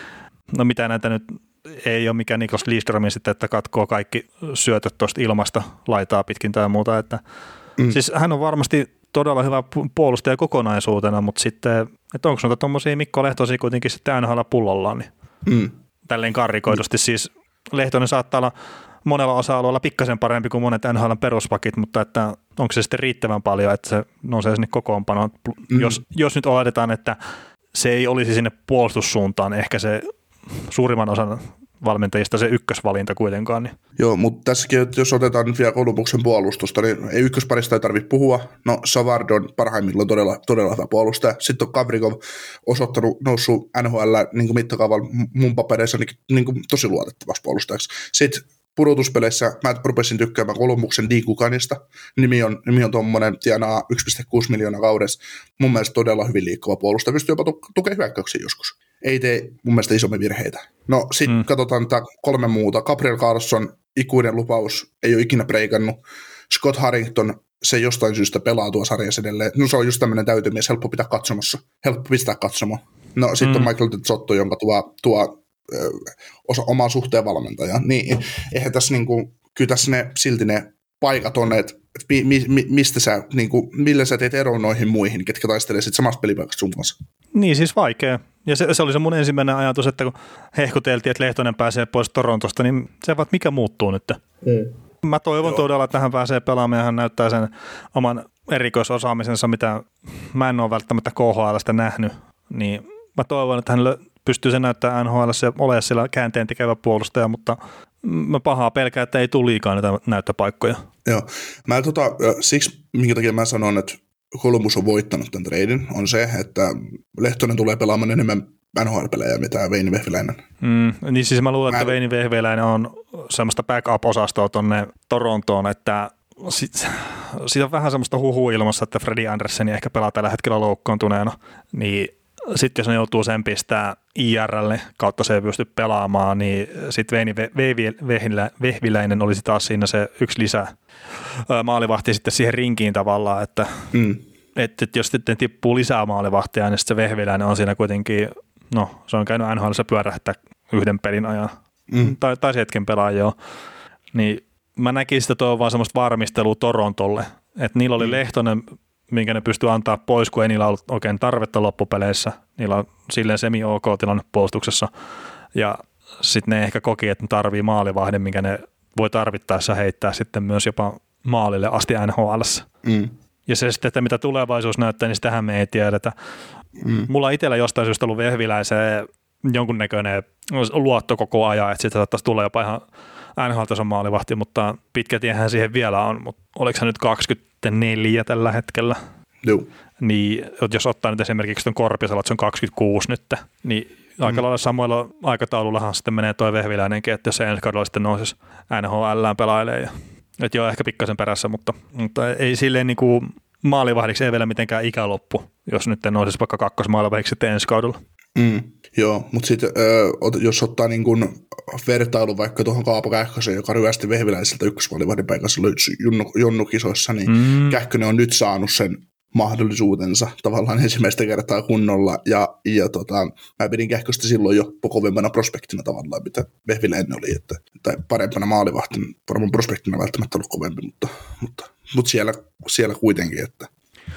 no mitä näitä nyt ei ole mikään Nikos Lidströmin sitten, että katkoo kaikki syötöt tuosta ilmasta, laitaa pitkin tai muuta. Että, mm. Siis hän on varmasti todella hyvä puolustaja kokonaisuutena, mutta sitten, että onko noita tuommoisia Mikko Lehtosia kuitenkin sitten N H L-pullollaan, niin mm. tälleen karrikoidusti. Mm. Siis Lehtonen saattaa olla monella osa-alueella pikkasen parempi kuin monet N H L:n peruspakit, mutta että onko se sitten riittävän paljon, että se nousee sinne kokoonpanoon. Mm. Jos, jos nyt oletetaan, että se ei olisi sinne puolustussuuntaan ehkä se suurimman osan valmentajista se ykkösvalinta kuitenkaan. Niin.
Joo, mutta tässäkin, jos otetaan nyt vielä Columbuksen puolustusta, niin ei ykkösparista ei tarvitse puhua. No Savard on parhaimmillaan todella, todella hyvä puolustaja. Sitten on Gavrikov osoittanut, noussut N H L niin kuin mittakaavalla mun papereissa niin, niin kuin tosi luotettavaksi puolustajaksi. Sitten pudotuspeleissä mä rupesin tykkäämään Columbuksen D. Kukanista. Nimi on, nimi on tuommoinen, tienaa yksi pilkku kuusi miljoonaa kaudessa. Mun mielestä todella hyvin liikkuva puolustaja. Pystyy jopa tu- tukemaan hyökkäyksiä joskus. Ei tee mun mielestä isommin virheitä. No sitten mm. katsotaan tätä kolme muuta. Gabriel Carlson, ikuinen lupaus, ei ole ikinä breikannut. Scott Harrington, se jostain syystä pelaa tuo sarjassa edelleen. No se on just tämmöinen täytömies, helppo pitää katsomassa. Helppo pistää katsomaan. No sitten mm. on Michael Zotto, jonka tuo, tuo osa, oman suhteen valmentajan, niin eihän tässä niin kuin, kyllä tässä ne, silti ne paikat on, että mi, mi, mistä sä, niin kuin, millä sä teet eroon noihin muihin, ketkä taistelee sitten samasta pelipaikasta sun kanssa.
Niin siis vaikea. Ja se, se oli se mun ensimmäinen ajatus, että kun hehkuteltiin, että Lehtonen pääsee pois Torontosta, niin se vaan, mikä muuttuu nyt. Mm. Mä toivon Joo. todella, että hän pääsee pelaamaan ja hän näyttää sen oman erikoisosaamisensa, mitä mä en ole välttämättä K H L:stä nähnyt. Niin mä toivon, että hän pystyy sen näyttämään N H L:ssä ja olemaan siellä käänteen tekevä puolustaja, mutta mä pahaa pelkää, että ei tule liikaa näitä näyttöpaikkoja.
Joo. Mä tota, siksi, minkä takia mä sanon, että Columbus on voittanut tämän treidin, on se, että Lehtonen tulee pelaamaan enemmän N H L-pelejä, mitä Veini Vehviläinen.
Mm, niin siis mä luulen, mä... että Veini Vehviläinen on semmoista backup-osastoa tuonne Torontoon, että siitä sit on vähän semmoista huhua ilmassa, että Freddie Andersen ehkä pelaa tällä hetkellä loukkaantuneena, niin sitten jos ne joutuu sen pistää I R:lle kautta se ei pysty pelaamaan, niin sitten Veini Vehviläinen olisi taas siinä se yksi lisä maalivahti sitten siihen rinkiin tavallaan, että mm. et, et jos sitten tippuu lisää maalivahtia, niin sitten se Vehviläinen on siinä kuitenkin, no se on käynyt N H L:ssä pyörähtää yhden pelin ajan, mm. tai, tai hetken pelaa jo, niin mä näkisin, että tuo on vaan semmoista varmistelua Torontolle, että niillä oli mm. Lehtonen, minkä ne pystyy antaa pois, kun ei niillä ollut oikein tarvetta loppupeleissä. Niillä on silleen semi-ok tilanne puolustuksessa. Ja sitten ne ehkä koki, että ne tarvii maalivahden, minkä ne voi tarvittaessa heittää sitten myös jopa maalille asti N H L:ssä. Mm. Ja se sitten, että mitä tulevaisuus näyttää, niin sitähän me ei tiedetä. Mm. Mulla itsellä jostain syystä ollut Vehviläiseen jonkunnäköinen luotto koko ajan, että sitten saattaisi tulla jopa ihan N H L-tason maalivahti, mutta pitkä tiehän siihen vielä on, mutta oliko se nyt kaksikymmentäneljä tällä hetkellä? Joo. Niin jos ottaa nyt esimerkiksi tuon Korpisella, että se on kaksikymmentäkuusi nyt, niin aika lailla samoilla aikataulullahan sitten menee toi Vehviläinenkin, että jos se ensi kaudella sitten nousisi N H L:ään pelailee. Ja, että joo, ehkä pikkasen perässä, mutta, mutta ei silleen niin kuin maalivahdiksi ei vielä mitenkään ikäloppu, jos nyt nousisi vaikka kakkosmaalivahdiksi sitten ensi kaudella. Mm, joo, mutta sitten äh, jos ottaa niin kun vertailu vaikka tuohon Kaapo Kähkösen, joka ryösti Vehviläiseltä ykkösmaalivahdin paikassa Jonnu, Jonnu-kisoissa, niin mm. Kähkönen on nyt saanut sen mahdollisuutensa tavallaan ensimmäistä kertaa kunnolla, ja, ja tota, mä pidin Kähköstä silloin jo kovempana prospektina tavallaan, mitä Vehviläinen oli, että, tai parempana maalivahtina, paremman prospektina välttämättä ollut kovempi, mutta, mutta, mutta siellä, siellä kuitenkin, että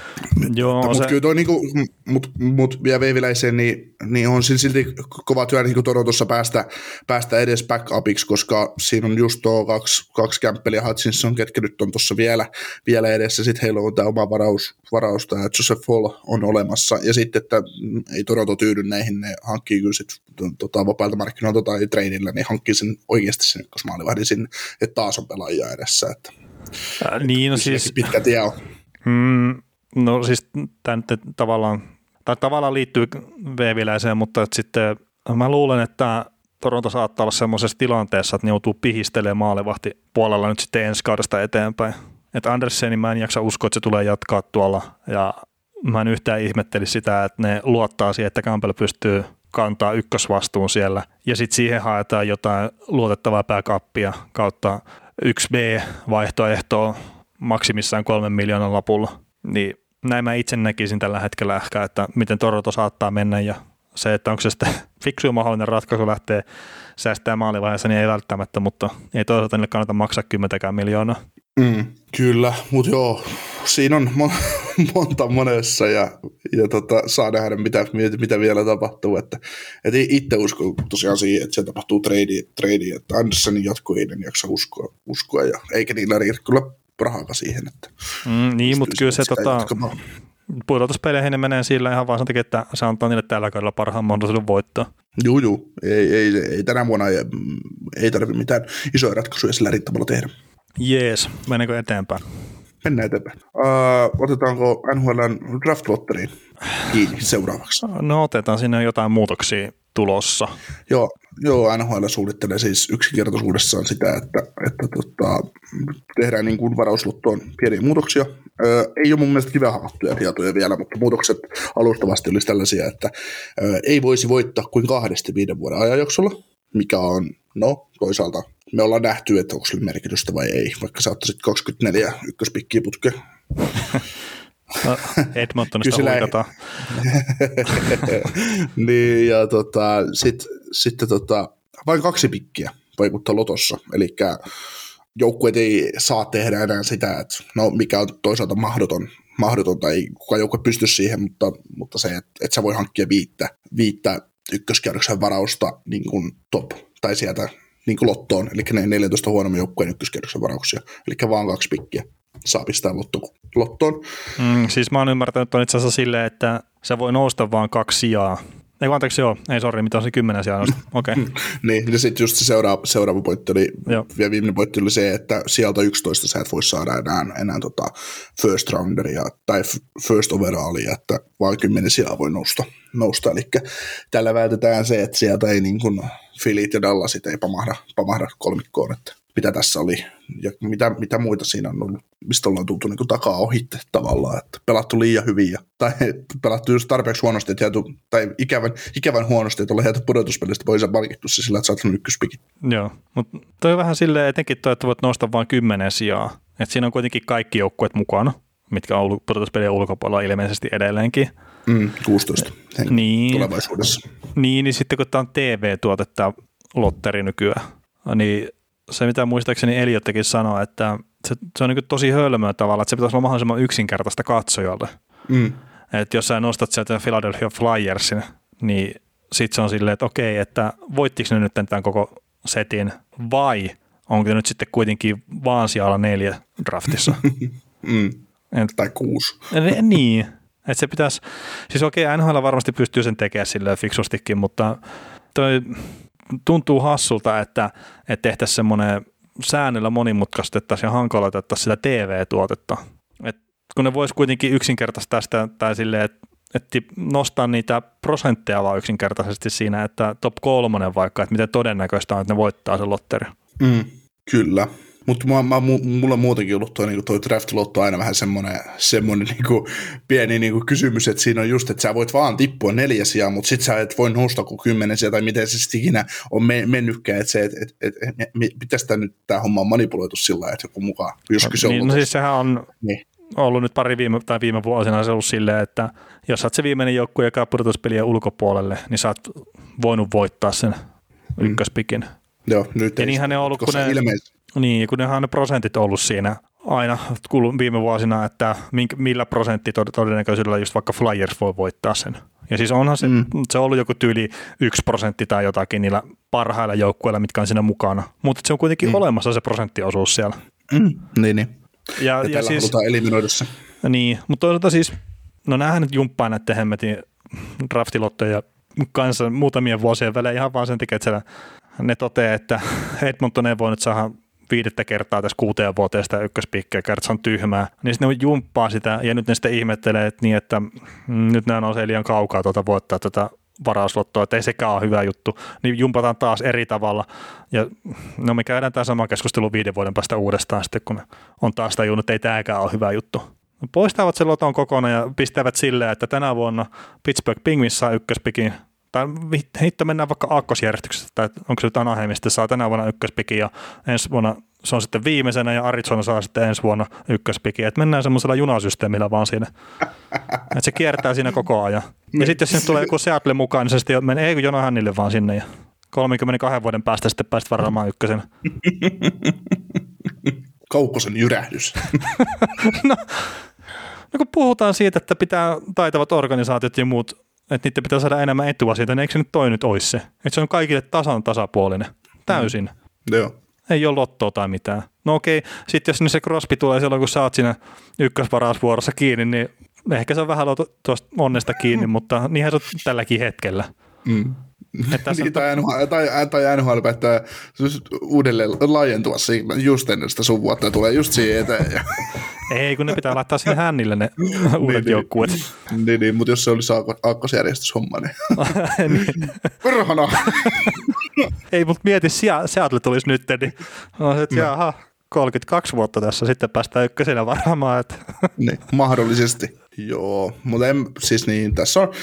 Joo, mutta se... kyllä toi niinku, mut, mut vielä Vehviläiseen, niin, niin on silti kova työ niin Torontossa päästä, päästä edes backupiksi, koska siinä on just tuo kaksi, kaksi kämppeliä Hutchinson, ketkä nyt on tuossa vielä, vielä edessä, sitten heillä on tämä oma varaus, varaus tämä Joseph Fall on olemassa, ja sitten, että ei Toronto tyydy näihin, ne hankkii kyllä sitten tota, vapailta markkinoilta tai treidillä, niin hankkii sen oikeasti sen ykkösmaalivahdin sinne, että taas on pelaajia edessä, että, äh, niin, no siis...
pitkä tie on.
Mm. No siis tämä nyt tavallaan, tai tavallaan liittyy Vehviläiseen, mutta sitten mä luulen, että Toronto saattaa olla semmoisessa tilanteessa, että ne joutuu pihistelemään maalivahti puolella nyt sitten ensi kaudesta eteenpäin. Että Andersenin mä en jaksa uskoa, että se tulee jatkaa tuolla, ja mä en yhtään ihmetteli sitä, että ne luottaa siihen, että Campbell pystyy kantaa ykkösvastuun siellä, ja sitten siihen haetaan jotain luotettavaa backupia kautta yksi B-vaihtoehtoa maksimissaan kolmen miljoonan lapulla. Niin näin mä itse näkisin tällä hetkellä ehkä, että miten Toronto saattaa mennä, ja se, että onko se sitten fiksu mahdollinen ratkaisu lähtee säästämään maalivaiheessa, niin ei välttämättä, mutta ei toisaalta niille kannata maksaa kymmentäkään miljoonaa. Mm,
kyllä, mutta joo, siinä on mon- monta monessa, ja, ja tota, saa nähdä, mitä, mitä vielä tapahtuu. Että, et itse uskon tosiaan siihen, että se tapahtuu trade, trade että Andersenin jatko ei jaksa uskoa, uskoa ja eikä niillä riitä kyllä rahaka siihen, että
mm, niin, mutta kyllä se tota, pudotuspeleihin ne menee sillä ihan vaan sen takia, että se antaa niille tällä kaudella parhaan mahdollisuuden voittaa.
Juu, juu. Ei, ei, ei tänä vuonna ei, ei tarvitse mitään isoja ratkaisuja sillä rintamalla tehdä.
Jees, mennäänkö eteenpäin?
Mennään eteenpäin. Uh, otetaanko N H L:n draft-lotteriin kiinni seuraavaksi?
No otetaan, sinne jotain muutoksia tulossa.
Joo, joo, N H L suunnittelee siis yksinkertaisuudessaan sitä, että, että tota, tehdään niin kuin varauslottoon pieniä muutoksia. Öö, ei ole mun mielestä kiveä hahmottuja tietoja vielä, mutta muutokset alustavasti olisi tällaisia, että öö, ei voisi voittaa kuin kahdesti viiden vuoden ajanjaksolla, mikä on, no toisaalta me ollaan nähty, että onko sillä merkitystä vai ei, vaikka sä ottaisit kaksikymmentäneljä ykköspikkiä putkeen.
No, Edmontonista huikataan.
Niin, ja tota, sitten sitten tota, vain kaksi pikkiä vaikuttaa lotossa, eli joukkueet ei saa tehdä enää sitä, että no mikä on toisaalta mahdoton, mahdotonta, ei kukaan joukkue pysty siihen, mutta, mutta se, että et sä voi hankkia viittä, viittä ykköskierroksen varausta niin kuin top, tai sieltä niin kuin lottoon, eli ne neljätoista huonomman joukkueen ykköskierroksen varauksia, eli vaan kaksi pikkiä saa pistää lotto, lottoon.
Mm, siis mä oon ymmärtänyt on itse asiassa silleen, että se voi nousta vaan kaksi sijaa. Ei anteeksi, joo. Ei sori, mitä on se kymmenen sijaa nousta. Okei. Okay.
Niin, ja sitten just se seuraava, seuraava pointti oli, ja viimeinen pointti oli se, että sieltä yksitoista sä et voi saada enää, enää tota first rounderia tai first overallia, että vaan kymmenen sijaa voi nousta. nousta. Eli tällä vältetään se, että sieltä ei niin kuin Philit ja Dallasit ei pamahda, pamahda kolmikkoon, että mitä tässä oli ja mitä, mitä muita siinä on ollut, mistä ollaan tultu niin kuin takaa ohitte tavallaan, että pelattu liian hyvin ja, tai pelattu just tarpeeksi huonosti, että jääty, tai ikävän, ikävän huonosti, että ollaan jääty pudotuspelistä pois ja palkittu se sillä, että sä oot ykköspikin.
Joo, mutta toi on vähän silleen etenkin toi, että voit nousta vain kymmenen sijaa, että siinä on kuitenkin kaikki joukkueet mukana, mitkä on ollut pudotuspelien ulkopuolella ilmeisesti edelleenkin.
Mm, kuusitoista
niin,
tulevaisuudessa.
Niin, niin sitten kun tämä on T V-tuote, tämä lotteri nykyään, niin se mitä muistaakseni Eliottekin sanoi, että se, se on niin tosi hölmöä tavalla, että se pitäisi olla mahdollisimman yksinkertaista katsojalle. Mm. Että jos sä nostat sieltä Philadelphia Flyersin, niin sitten se on silleen, että okei, että voittiko ne nyt tämän koko setin vai onko ne nyt sitten kuitenkin vaan siellä neljä draftissa?
mm. Et, tai kuusi.
Niin, että se pitäisi, siis okei, N H L varmasti pystyy sen tekemään silleen fiksustikin, mutta toi tuntuu hassulta, että, että tehtäisiin semmoinen säännöllä monimutkaistettaisiin ja hankaloitettaisiin sitä T V-tuotetta. Et kun ne vois kuitenkin yksinkertaistaa sitä tai silleen, että, että nostaa niitä prosentteja vaan yksinkertaisesti siinä, että top kolmonen vaikka, että miten todennäköistä on, että ne voittaa sen lotteri.
Mm, kyllä. Mutta mulla on muutenkin ollut tuo niinku draft-lotto aina vähän semmoinen, semmoinen niinku pieni niinku kysymys, että siinä on just, että sä voit vaan tippua neljä sijaa, mutta sit sä et voi nousta kuin kymmenen sijaa, tai miten se sitten ikinä on mennytkään, että se, että et, et, et, et, pitäisi tämä nyt tämä homma on manipuloitu sillä lailla, että joku mukaan, jos kyse on
niin, no siis sehän on
niin.
ollut nyt pari viime, tai viime vuosina se ollut silleen, että jos sä oot se viimeinen joukkue, joka pudotuspelien ulkopuolelle, niin sä oot voinut voittaa sen mm. ykköspikin.
Joo, nyt
ja niinhän ne on ollut, kun ne, niin, kun nehan on ne prosentit ollut siinä aina viime vuosina, että millä prosentti todennäköisyydellä just vaikka Flyers voi voittaa sen. Ja siis onhan se, mm. se on ollut joku tyyli yksi prosentti tai jotakin niillä parhailla joukkueilla, mitkä on siinä mukana. Mutta se on kuitenkin mm. olemassa se prosenttiosuus siellä.
Mm. Niin, niin.
Ja,
ja,
ja
tällä
siis,
halutaan eliminoida se.
Niin, mutta toisaalta siis, no näähän nyt jumppaa näiden hemmetin draftilottoja kanssa muutamien vuosien välein ihan vaan sen takia, että siellä ne toteaa, että Edmonton ei voi nyt saada viidettä kertaa tässä kuuteen vuoteen sitä ykköspiikkiä, kertaa se on tyhmää, niin sitten ne jumppaa sitä ja nyt ne sitten ihmettelee, että, niin, että mm, nyt nämä nousee liian kaukaa tuota voittaa tätä varauslottoa, että ei sekään ole hyvä juttu, niin jumpataan taas eri tavalla ja no me käydään tämä sama keskustelu viiden vuoden päästä uudestaan sitten, kun on taas tajunnut, että ei tämäkään ole hyvä juttu. Poistavat sen loton kokonaan ja pistävät silleen, että tänä vuonna Pittsburgh Penguins saa ykköspikin, tai hitto mennään vaikka aakkosjärjestyksessä, tai onko se nyt Anaheimista saa tänä vuonna ykköspikin ja ensi vuonna se on sitten viimeisenä ja Arizona saa sitten ensi vuonna ykköspikin, että mennään semmoisella junasysteemillä vaan siinä, että se kiertää siinä koko ajan. Ja sitten jos sinne tulee joku Seattle mukaan, niin se sitten menee ei kun Jono Hännille vaan sinne ja kolmenkymmenenkahden vuoden päästä sitten päästä varaamaan ykkösen.
Kaukkosen jyrähdys.
no, no kun puhutaan siitä, että pitää taitavat organisaatiot ja muut, että niiden pitää saada enemmän etua siitä, niin eikö se nyt toi nyt ois se? Että se on kaikille tasan tasapuolinen. Täysin.
Mm. Joo.
Ei ole lottoa tai mitään. No okei, sitten jos se Crosby tulee silloin, kun sä oot siinä ykkösvarausvuorossa kiinni, niin ehkä se on vähän tuosta onnesta kiinni, mm. mutta niinhän se on tälläkin hetkellä.
Mm. Niin, tai, N H L, tai, tai N H L päättää uudelleen laajentua siinä just ennen sitä sun vuotta ja tulee just siihen eteen. Ja.
Ei, kun ne pitää laittaa sinne Hännille ne uudet
niin,
joukkueet.
Niin, niin, niin, mutta jos se olisi aakkosjärjestyshomma, niin
niin.
Perhana!
Ei, mutta mieti, Seattle tulisi nyt, niin no, että no. Jaha, kolmekymmentäkaksi vuotta tässä, sitten päästään ykkösenä varaamaan. Että.
Niin, mahdollisesti. Joo, mutta en, siis niin, tässä on,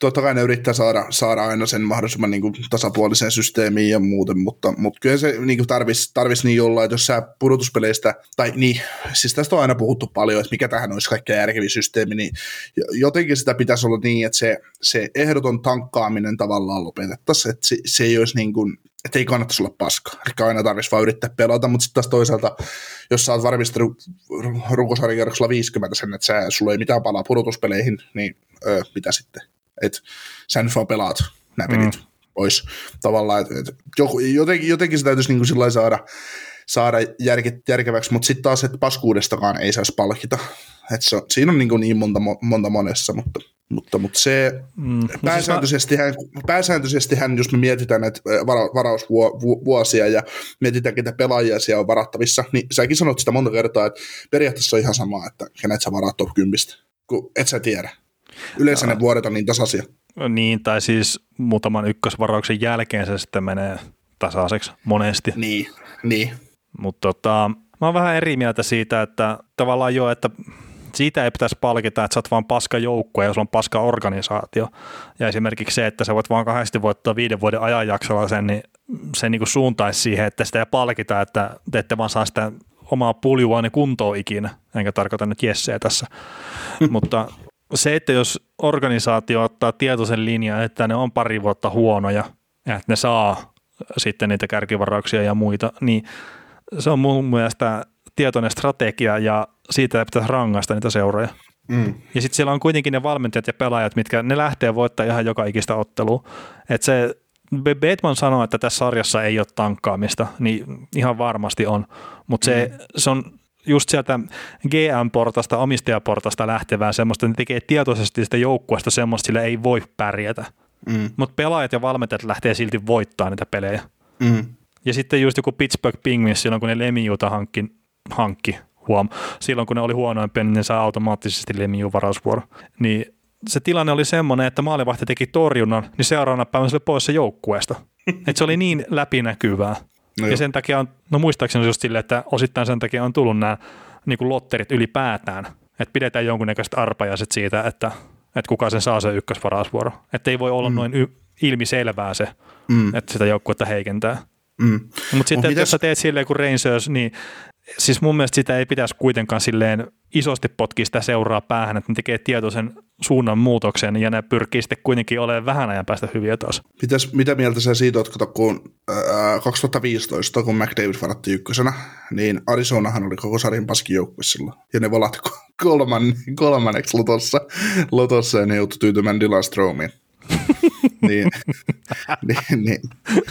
totta kai ne yrittää saada, saada aina sen mahdollisimman niin kuin tasapuoliseen systeemiin ja muuten, mutta, mutta kyllä se niin tarvitsisi tarvis niin jollain, että jos sä pudotuspeleistä, tai niin, siis tästä on aina puhuttu paljon, että mikä tähän olisi kaikkein järkevin systeemi, niin jotenkin sitä pitäisi olla niin, että se, se ehdoton tankkaaminen tavallaan lopetettaisiin, että se, se ei olisi niin kuin, että ei kannattaisi olla paska, eli aina tarvitsisi vaan yrittää pelata, mutta sitten taas toisaalta, jos sä oot varmistanut runkosarjakierroksella viisikymmentä sen, että sä, sulla ei mitään palaa pudotuspeleihin, niin öö, mitä sitten? Että sä nyt vaan pelaat nämä pelit mm. pois tavallaan, että et, jotenkin, jotenkin se täytyisi niin kuin saada, saada järke, järkeväksi, mutta sitten taas, että paskuudestakaan ei saisi palkita. Et se on, siinä on niin, niin monta, monta monessa, mutta, mutta, mutta se mm. pääsääntöisestihän, pääsääntöisestihän, jos me mietitään näitä vara, varausvuosia ja mietitään, ketä pelaajia siellä on varattavissa, niin säkin sanot sitä monta kertaa, että periaatteessa on ihan sama, että kenet sä varaat top kymmenen, kun et sä tiedä. Yleensä ne vuodet on niin tasaisia.
Niin, tai siis muutaman ykkösvarauksen jälkeen se sitten menee tasaiseksi monesti.
Niin, niin.
Mutta tota, mä oon vähän eri mieltä siitä, että tavallaan jo, että siitä ei pitäisi palkita, että sä oot vaan paska joukkue ja sulla on paska organisaatio. Ja esimerkiksi se, että sä voit vaan kahdesti voittaa viiden vuoden ajanjaksolla sen, niin se niin kuin suuntaisi siihen, että sitä ei palkita, että te ette vaan saa sitä omaa puljuaanne kuntoon ikinä. Enkä tarkoita nyt Jesseä tässä. Mutta se, että jos organisaatio ottaa tietoisen linjan, että ne on pari vuotta huonoja ja että ne saa sitten niitä kärkivarauksia ja muita, niin se on mun mielestä tietoinen strategia ja siitä ei pitäisi rangaista niitä seuroja. Mm. Ja sitten siellä on kuitenkin ne valmentajat ja pelaajat, mitkä ne lähtee voittaa ihan joka ikistä ottelua. Että se Bateman sanoo, että tässä sarjassa ei ole tankkaamista, niin ihan varmasti on, mutta se, mm. se on just sieltä G M-portasta, omistajaportasta lähtevää semmoista, ne tekee tietoisesti sitä joukkueesta semmoista, sillä ei voi pärjätä. Mm. Mutta pelaajat ja valmentajat lähtee silti voittaa niitä pelejä. Mm. Ja sitten just joku Pittsburgh Penguins, silloin kun ne Lemiuta hankki, hankki huom, silloin kun ne oli huonoimpia, niin ne saa automaattisesti Lemiu varausvuoro. Niin se tilanne oli semmoinen, että maalivahti teki torjunnan, niin seuraavana päivänä se oli pois se joukkueesta. Että se oli niin läpinäkyvää. No ja sen takia on, no muistaakseni just silleen, että osittain sen takia on tullut nämä niin kuin lotterit ylipäätään, että pidetään jonkunnäköiset arpajaiset siitä, että, että kuka sen saa se ykkösvarausvuoro. Että ei voi olla mm. noin y- ilmiselvää se, mm. että sitä joukkuetta heikentää. Mm. Mutta sitten, oh, jos sä teet silleen kuin Rangers, niin siis mun mielestä sitä ei pitäisi kuitenkaan silleen isosti potkia sitä seuraa päähän, että ne tekee tietoisen suunnan muutoksen ja ne pyrkii sitten kuitenkin olemaan vähän ajan päästä hyviä taas.
Mitäs, mitä mieltä sä siitä oot, kun ää, kaksituhattaviisitoista, kun McDavid varattiin ykkösenä, niin Arizonahan oli koko sarjan paskin joukkue silloin. Ja ne valahti kolman, kolmanneksi lotossa, lotossa ja ne joutui tyytymään Dylan Stromiin. niin, niin, niin.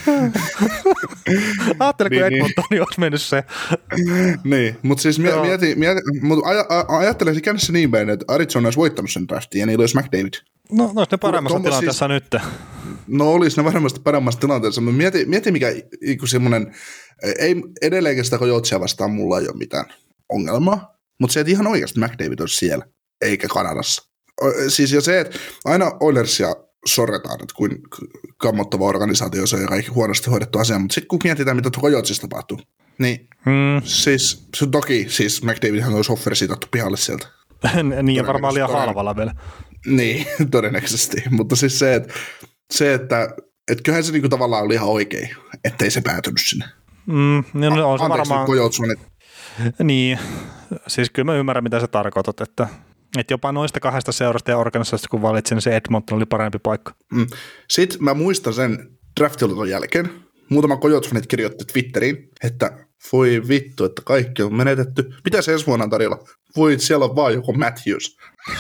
Ajattele, kun niin, Edmontoni niin. olisi mennyt se.
niin, mutta siis mieti, mieti, mieti, mut aj, aj, ajattele se käännössä niin päin, että Arizona olisi voittanut sen draftin ja niillä olisi McDavid.
No, no olisi ne paremmassa Tom, tilanteessa siis, nyt.
No olisi ne varmasti paremmassa tilanteessa, mutta mieti, mieti mikä semmoinen, ei edelleenkin sitä Coyotsia vastaan mulla ei ole mitään ongelmaa, mutta se, että ihan oikeasti McDavid olisi siellä, eikä Kanadassa. Siis jo se, että aina Oilersia sorretaan, että kuin kammottava organisaatio se on kaikki huonosti hoidettu asia, mutta sitten kun mietitään, mitä Coyotsissa tapahtuu, niin mm. siis se toki, siis McDavidhan olisi offerisiitattu pihalle sieltä.
niin ja varmaan liian halvalla vielä.
Niin, todennäköisesti, mutta siis se, että, se, että et kyllähän se niinku tavallaan oli ihan oikein, ettei se päätynyt sinne.
Mm, niin no, on se
Anteeksi
varmaan...
Coyotsman, että...
Niin, siis kyllä mä ymmärrän, mitä sä tarkoitat, että Että jopa noista kahdesta seurasta ja organisaatiosta, kun valitsin, niin se Edmonton oli parempi paikka. Mm.
Sitten mä muistan sen draftiluton jälkeen. Muutama Coyotes-fanit kirjoitti Twitteriin, että voi vittu, että kaikki on menetetty. Mitä se ensi vuonna on tarjolla? Voi, siellä on vaan joku Matthews.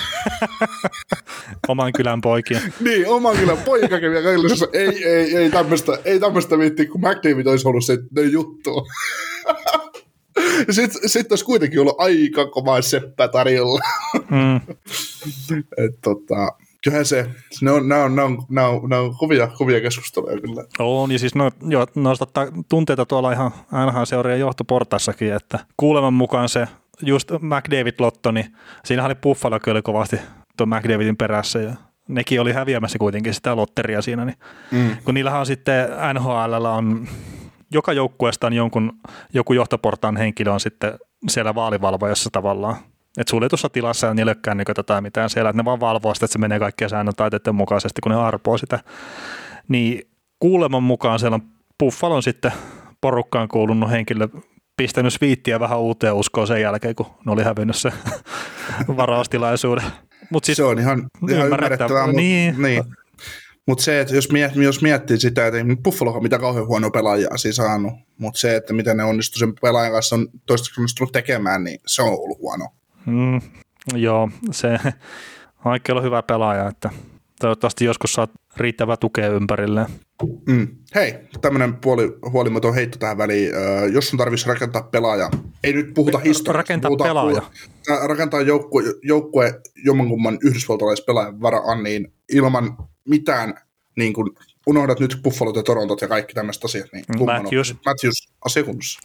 Oman kylän poikia.
niin, oman kylän poika kävi kaikille. Ei, ei, ei tämmöistä, ei tämmöistä viittiä, kun McDavid olisi ollut se juttu. Sitten sit olisi kuitenkin ollut aika kova seppä tarjolla. Mm. Et, tota, kyllähän se, ne on, nämä on, nämä on, nämä on, nämä on kovia, kovia keskusteluja kyllä.
On, ja siis no, jo, nostaa tunteita tuolla ihan N H L-seurien johtoportaissakin, että kuuleman mukaan se just McDavid-lotto, niin siinä oli Buffalo kyllä kovasti tuon McDavidin perässä, ja nekin oli häviämässä kuitenkin sitä lotteria siinä, niin mm. kun niillähän on sitten N H L:llä on joka joukkueesta on jonkun, joku johtoportaan henkilö on sitten siellä vaalivalvojassa tavallaan. että suljetussa tilassa ja niillä ei ole kännyköitä tai mitään siellä, että ne vaan valvoo sitä, että se menee kaikkien säännön taiteiden mukaisesti, kun ne arpoo sitä. Niin kuuleman mukaan siellä on Buffalon sitten porukkaan kuulunut henkilö pistänyt sviittiä vähän uuteen uskoon sen jälkeen, kun ne oli hävinnyt se varaustilaisuuden. Mut siis,
se on ihan, ihan ymmärrettävää, mutta niin. niin. Mut se, että jos, miet, jos miettii sitä, että ei Buffalohan mitä kauhean huono pelaajaa siinä saanut, mutta se, että miten ne onnistu sen pelaajan kanssa on toistaiseksi onnistunut tekemään, niin se on ollut huono.
Mm, joo, se Michael on hyvä pelaaja, että toivottavasti joskus saat riittävää tukea ympärilleen.
Mm. Hei, tämmöinen puoli, huolimaton heitto tähän väliin. Öö, jos sun tarvitsisi rakentaa pelaaja, ei nyt puhuta historiasta.
Rakentaa
puhuta,
pelaaja.
Puhuta, rakentaa joukkue, joukkue jommankumman yhdysvaltalaispelaajan varaan, niin ilman mitään, niin kun unohdat nyt Buffalot ja Torontot ja kaikki tämmöiset asiat, niin
Matthews.
Matthews asiakunnassa.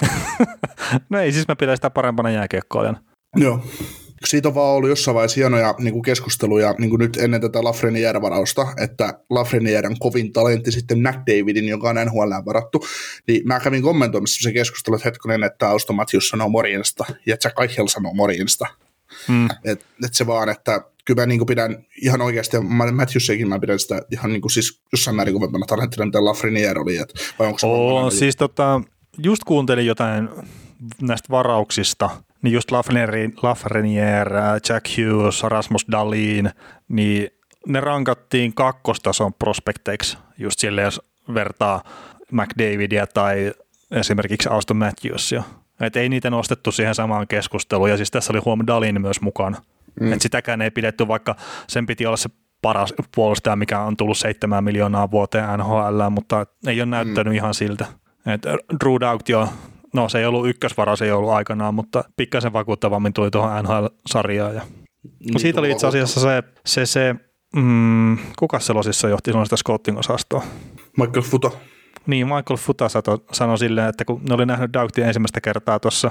No ei, siis mä pidän sitä parempana jääkiekkoilijana.
Joo. Siitä on vaan ollut jossain vaiheessa hienoja niin kuin keskusteluja niin kuin nyt ennen tätä Lafreniere-varausta, että Lafrenieren kovin talentti sitten McDavidin, joka on N H L:ään varattu, niin mä kävin kommentoimassa se keskustelu, että hetkonen, että Auston Matthews sanoo morjensta ja Jack Eichel sanoo morjensta. Hmm. Että et se vaan, että kyllä mä niin kuin pidän ihan oikeasti, Matthewsiakin mä pidän sitä ihan niin kuin siis jossain määrin kovempana talenttina, mitä Lafreniere oli. Et, vai onko se
Oo, siis tota, just kuuntelin jotain näistä varauksista, niin just Lafreniere, Jack Hughes, Rasmus Dahlin, niin ne rankattiin kakkostason prospekteiksi, just silleen, jos vertaa McDavidia tai esimerkiksi Auston Matthewsia. Että ei niitä nostettu siihen samaan keskusteluun, ja siis tässä oli huom Dahlin myös mukana. Mm. Että sitäkään ei pidetty, vaikka sen piti olla se paras puolustaja, mikä on tullut seitsemän miljoonaa vuoteen N H L, mutta ei ole näyttänyt mm. ihan siltä. Että Drew Doughty, no se ei ollut ykkösvara, se ei ollut aikanaan, mutta pikkasen vakuuttavammin tuli tuohon N H L-sarjaan. Ja niin, siitä oli itse asiassa se, se, se mm, kuka Selosissa johti silloin sitä scouting-osastoa?
Michael Futa.
Niin, Michael Futa sanoi silleen, että kun ne oli nähnyt Doughty ensimmäistä kertaa tuossa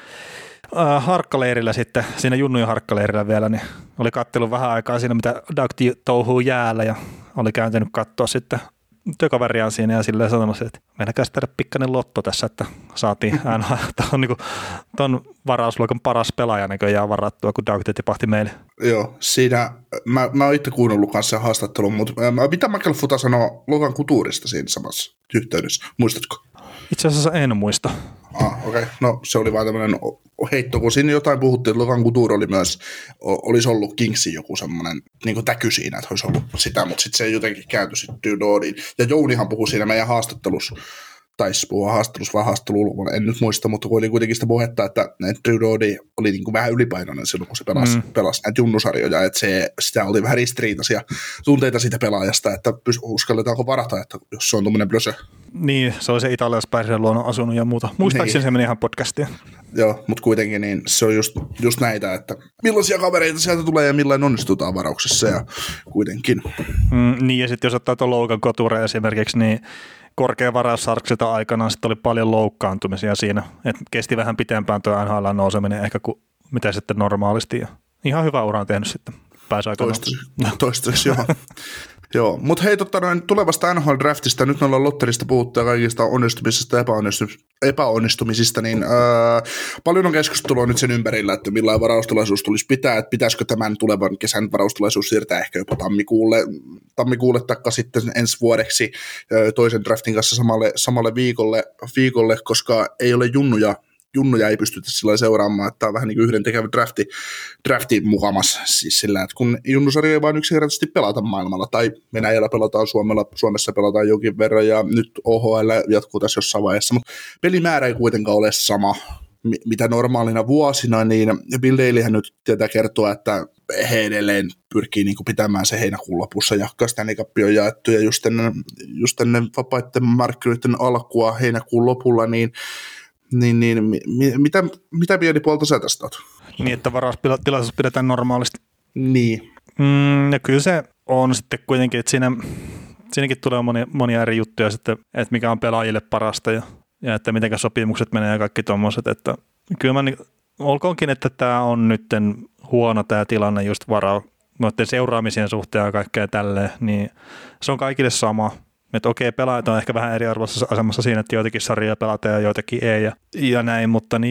äh, harkkaleirillä sitten, siinä junnujen harkkaleirillä vielä, niin oli katsellut vähän aikaa siinä, mitä Doughty touhuu jäällä ja oli kääntynyt katsoa sitten työkaveriaan siinä ja silleen sanonut, että meidänkään tehdä pikkainen lotto tässä, että saatiin N H L. Tämä on niin tuon varausluokan paras pelaaja näköjään varattua, kun Doughty tipahti meille.
Joo, siinä, mä, mä oon itse kuunnellut kanssa sen haastattelun, mutta mitä Michael Futa sanoo Logan Couturesta siinä samassa yhteydessä, muistatko?
Itse asiassa en muista.
Ah, okei. Okay. No se oli vaan tämmöinen heitto, kun siinä jotain puhuttiin, että Logan Couture oli myös, olisi ollut Kingsin joku semmoinen niin kuin täky siinä, että olisi ollut sitä, mutta sitten se jotenkin kääntyi sitten Dudodiin. Ja Jounihan puhui siinä meidän haastattelussa, taisi puhua haastattelussa vai haastattelulla, en nyt muista, mutta oli kuitenkin sitä puhetta, että Dudodi oli niin kuin vähän ylipainoinen silloin, kun se pelasi, mm. pelasi näitä junnusarjoja, että se, sitä oli vähän ristiriitaisia tunteita siitä pelaajasta, että uskalletaanko varata, että jos se on tuommoinen blösö.
Niin, se oli se italialaispäärinen luonnon asunut ja muuta. Muistaakseni niin. Se meni ihan podcastiin.
Joo, mutta kuitenkin niin se on just, just näitä, että millaisia kavereita sieltä tulee ja millainen onnistutaan varauksessa ja kuitenkin.
Mm, niin ja sitten jos ottaa tuon Logan Couture esimerkiksi, niin korkea varaussarksilta aikanaan sitten oli paljon loukkaantumisia siinä, että kesti vähän pitempään tuo N H L nouseminen ehkä kuin mitä sitten normaalisti. Ja ihan hyvä ura on tehnyt sitten pääsaikanaan.
Toistaiseksi, toistaiseksi joo. Joo, mutta hei, totta noin tulevasta N H L-draftista, nyt me ollaan lotterista puhuttu ja kaikista onnistumisista ja epäonnistumisista, niin öö, paljon on keskustelua nyt sen ympärillä, että millainen varaustulaisuus tulisi pitää, että pitäisikö tämän tulevan kesän varaustulaisuus siirtää ehkä jopa tammikuulle, tammikuulle taikka sitten ensi vuodeksi öö, toisen draftin kanssa samalle, samalle viikolle, viikolle, koska ei ole junnuja, junnuja ei pystytä sillä seuraamaan, että tämä on vähän niin kuin yhden tekevä drafti, drafti mukamas, siis sillä, että kun junnusarja ei vain yksinkertaisesti pelata maailmalla, tai Venäjällä pelataan Suomella, Suomessa pelataan jonkin verran, ja nyt O H L jatkuu tässä jossain vaiheessa, mutta pelimäärä ei kuitenkaan ole sama, mitä normaalina vuosina, niin Bill Dalyhän nyt tietää kertoa, että he edelleen pyrkii niin kuin pitämään se heinäkuun lopussa, ja Stanley Cup on jaettu, ja just ennen, just ennen vapaiden markkinoiden alkua heinäkuun lopulla, niin Niin, niin mi, mitä, mitä pienipuolta sä tästä oot?
Niin, että varaustilaisuus pidetään normaalisti.
Niin.
Mm, ja kyllä se on sitten kuitenkin, että siinä, siinäkin tulee monia, monia eri juttuja sitten, että mikä on pelaajille parasta ja, ja että miten sopimukset menee ja kaikki tommoset, että kyllä mä, olkoonkin, että tämä on nyt huono tämä tilanne just varau, noiden seuraamisien suhteen ja kaikkea tälleen, niin se on kaikille sama. Että okei, pelaajat on ehkä vähän eriarvoisessa asemassa siinä, että joitakin sarjoja pelataan ja joitakin ei ja, ja näin, mutta niin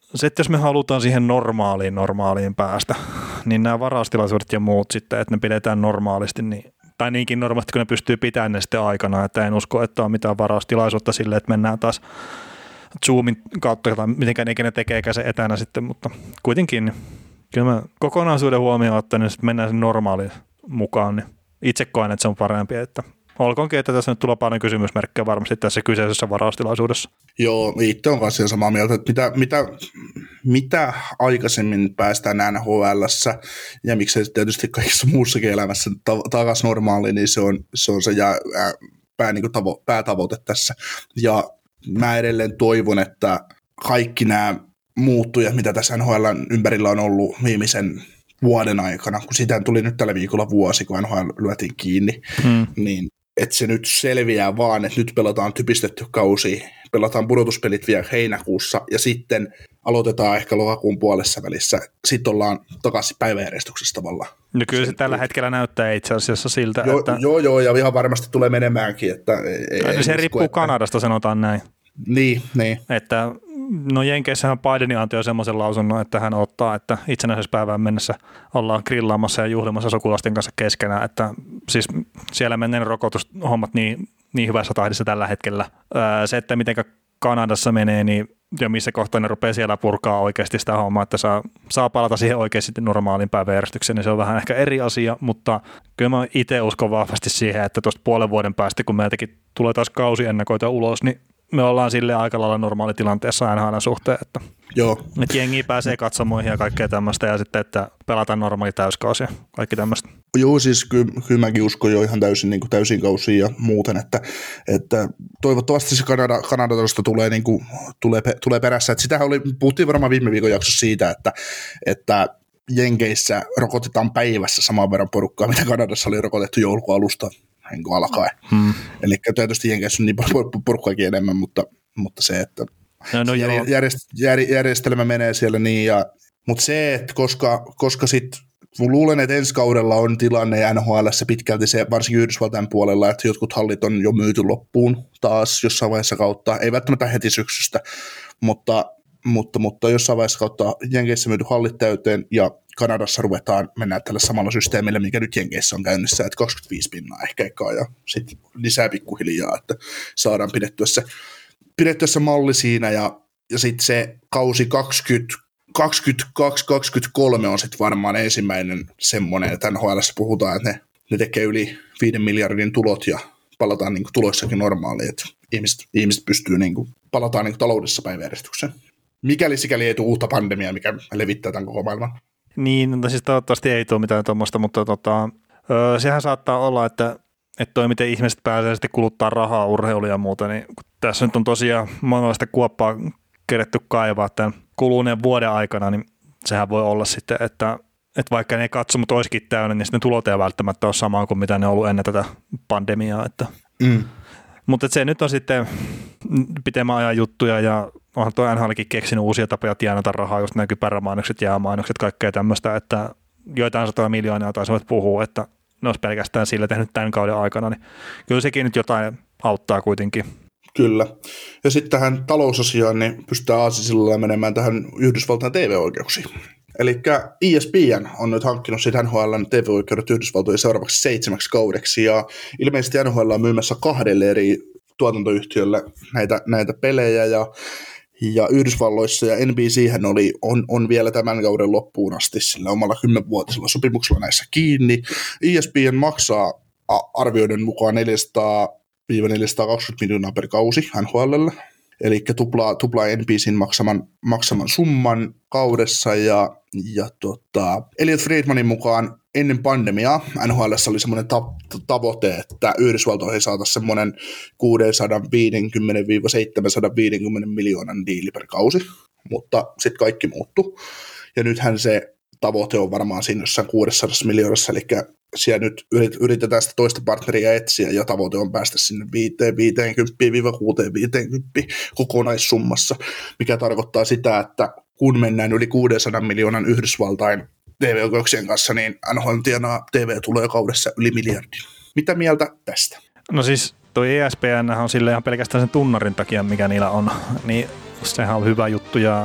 se, että jos me halutaan siihen normaaliin normaaliin päästä, niin nämä varaustilaisuudet ja muut sitten, että ne pidetään normaalisti, niin, tai niinkin normaalisti, kun ne pystyy pitämään ne sitten aikana, että en usko, että on mitään varaustilaisuutta sille, että mennään taas Zoomin kautta, tai mitenkään ikinä tekeekään se etänä sitten, mutta kuitenkin kyllä mä kokonaisuuden huomioon ottaen, niin mennään sen normaaliin mukaan, niin itse koen, että se on parempi, että olkoonkin, että tässä nyt tulee paljon kysymysmerkkejä varmasti tässä kyseisessä varaustilaisuudessa.
Joo, itse on kanssa samaa mieltä, että mitä, mitä, mitä aikaisemmin päästään N H L:ssä ja miksei tietysti kaikessa muussakin elämässä takaisin normaaliin, niin se on se, on se jää, pää, niin kuin tavo, päätavoite tässä. Ja mä edelleen toivon, että kaikki nämä muuttujat, mitä tässä N H L:n ympärillä on ollut viimeisen vuoden aikana, kun sitä tuli nyt tällä viikolla vuosi, kun N H L lyötiin kiinni, hmm. niin että se nyt selviää vaan, että nyt pelataan typistetty kausi, pelataan pudotuspelit vielä heinäkuussa ja sitten aloitetaan ehkä lokakuun puolessa välissä. Sitten ollaan takaisin päiväjärjestyksessä tavallaan.
No kyllä se tällä hetkellä näyttää itse asiassa siltä,
joo,
että...
Joo, joo, ja ihan varmasti tulee menemäänkin. Että ei,
no,
ei
se riippuu että... Kanadasta, sanotaan näin.
Niin, niin.
Että no Jenkeissähän Biden antoi jo semmoisen lausunnon, että hän ottaa, että itsenäisyyspäivään mennessä ollaan grillaamassa ja juhlimassa sukulaisten kanssa keskenään, että siis siellä menee rokotushommat niin, niin hyvässä tahdissa tällä hetkellä. Se, että miten Kanadassa menee, niin ja missä kohtaa ne rupeaa siellä purkaa oikeasti sitä hommaa, että saa, saa palata siihen oikeasti normaaliin päiväjärjestykseen, niin se on vähän ehkä eri asia, mutta kyllä mä itse uskon vahvasti siihen, että tuosta puolen vuoden päästä, kun meiltäkin tulee taas kausiennakoita ulos, niin me ollaan silleen aika lailla normaalitilanteessa N H L:n suhteen, että,
Joo.
että jengi pääsee katsomoihin ja kaikkea tämmöistä ja sitten, että pelataan normaali täyskausi ja kaikki tämmöistä.
Joo, siis kyllä, kyllä mäkin uskon jo ihan täysin, niin kuin täysin kausiin ja muuten, että, että toivottavasti se Kanada, Kanadasta tulee, niin kuin, tulee, tulee perässä. Että sitähän oli, puhuttiin varmaan viime viikon jaksossa siitä, että, että Jenkeissä rokotetaan päivässä saman verran porukkaa, mitä Kanadassa oli rokotettu joulukuun alusta niin kuin alkaen. Hmm. Eli tietysti Jenkeissä on niin paljon porukkaakin enemmän, mutta, mutta se, että
no, no,
järjest, jär, järjestelmä menee siellä niin, ja, mutta se, että koska, koska sitten luulen, että ensi kaudella on tilanne N H L:ssä pitkälti se, varsinkin Yhdysvaltain puolella, että jotkut hallit on jo myyty loppuun taas jossain vaiheessa kautta, ei välttämättä heti syksystä, mutta, mutta, mutta jossain vaiheessa kautta Jenkeissä myyty hallit täyteen ja Kanadassa ruvetaan mennä tällä samalla systeemillä, mikä nyt Jenkeissä on käynnissä, että kaksikymmentäviisi pinnaa ehkä ekaa ja sitten lisää pikkuhiljaa, että saadaan pidettyä se, pidettyä se malli siinä ja, ja sitten se kausi kaksikymmentäkaksi kaksikymmentäkolme on sitten varmaan ensimmäinen semmoinen, että N H L:ssä puhutaan, että ne, ne tekee yli viiden miljardin tulot ja palataan niin kuin tuloissakin normaaliin, että ihmiset, ihmiset pystyy niin kuin, palataan niin kuin taloudessa päiväjärjestykseen. Mikäli sikäli ei tule uutta pandemiaa, mikä levittää tämän koko maailman.
Niin, no siis toivottavasti ei tule mitään tuommoista, mutta tota, öö, sehän saattaa olla, että, että toi miten ihmiset pääsee sitten kuluttaa rahaa, urheiluja ja muuta, niin tässä nyt on tosiaan monenlaista kuoppaa keretty kaivaa tämän kuluneen vuoden aikana, niin sehän voi olla sitten, että, että vaikka ne katsomut olisikin täynnä, niin sitten tulot ei välttämättä ole samaa kuin mitä ne on ollut ennen tätä pandemiaa. Että. Mm. Mutta se nyt on sitten pitemmän ajan juttuja ja onhan tuo N H L:kin keksinyt uusia tapoja tienata rahaa, just nämä kypärämainokset, jäämainokset, kaikkea tämmöistä, että joitain satoja miljoonia taisivat puhua, että ne olisi pelkästään sillä tehnyt tämän kauden aikana, niin kyllä sekin nyt jotain auttaa kuitenkin.
Kyllä. Ja sitten tähän talousasiaan niin pystytään aasisilla menemään tähän Yhdysvaltain T V-oikeuksiin. Eli E S P N on nyt hankkinut sitten N H L:n T V-oikeudet Yhdysvaltojen seuraavaksi seitsemäksi kaudeksi, ja ilmeisesti N H L on myymässä kahdelle eri tuotantoyhtiölle näitä, näitä pelejä, ja, ja Yhdysvalloissa ja N B C:hän oli, on, on vielä tämän kauden loppuun asti sillä omalla kymmenvuotisella sopimuksella näissä kiinni. E S P N maksaa arvioiden mukaan neljäsataa neljäsataakaksikymmentä miljoonaa per kausi N H L:lle, eli tuplaa, tuplaa N B C:n maksaman, maksaman summan kaudessa, ja, ja tota, Elliot Friedmanin mukaan ennen pandemiaa N H L:ssä oli semmoinen ta- tavoite, että Yhdysvaltoihin saataisiin semmoinen kuusisataaviisikymmentä seitsemänsataaviisikymmentä miljoonan diili per kausi, mutta sitten kaikki muuttui, ja nythän se tavoite on varmaan siinä jossain kuusisataa miljoonassa, eli siellä nyt yritetään sitä toista partneria etsiä, ja tavoite on päästä sinne viisikymmentä kuusikymmentä kokonaissummassa, mikä tarkoittaa sitä, että kun mennään yli kuusisataa miljoonan Yhdysvaltain T V-oikeuksien kanssa, niin N H L tienaa T V-tuloja kaudessa yli miljardin. Mitä mieltä tästä?
No siis toi E S P N on sille ihan pelkästään sen tunnarin takia, mikä niillä on, niin sehän on hyvä juttu, ja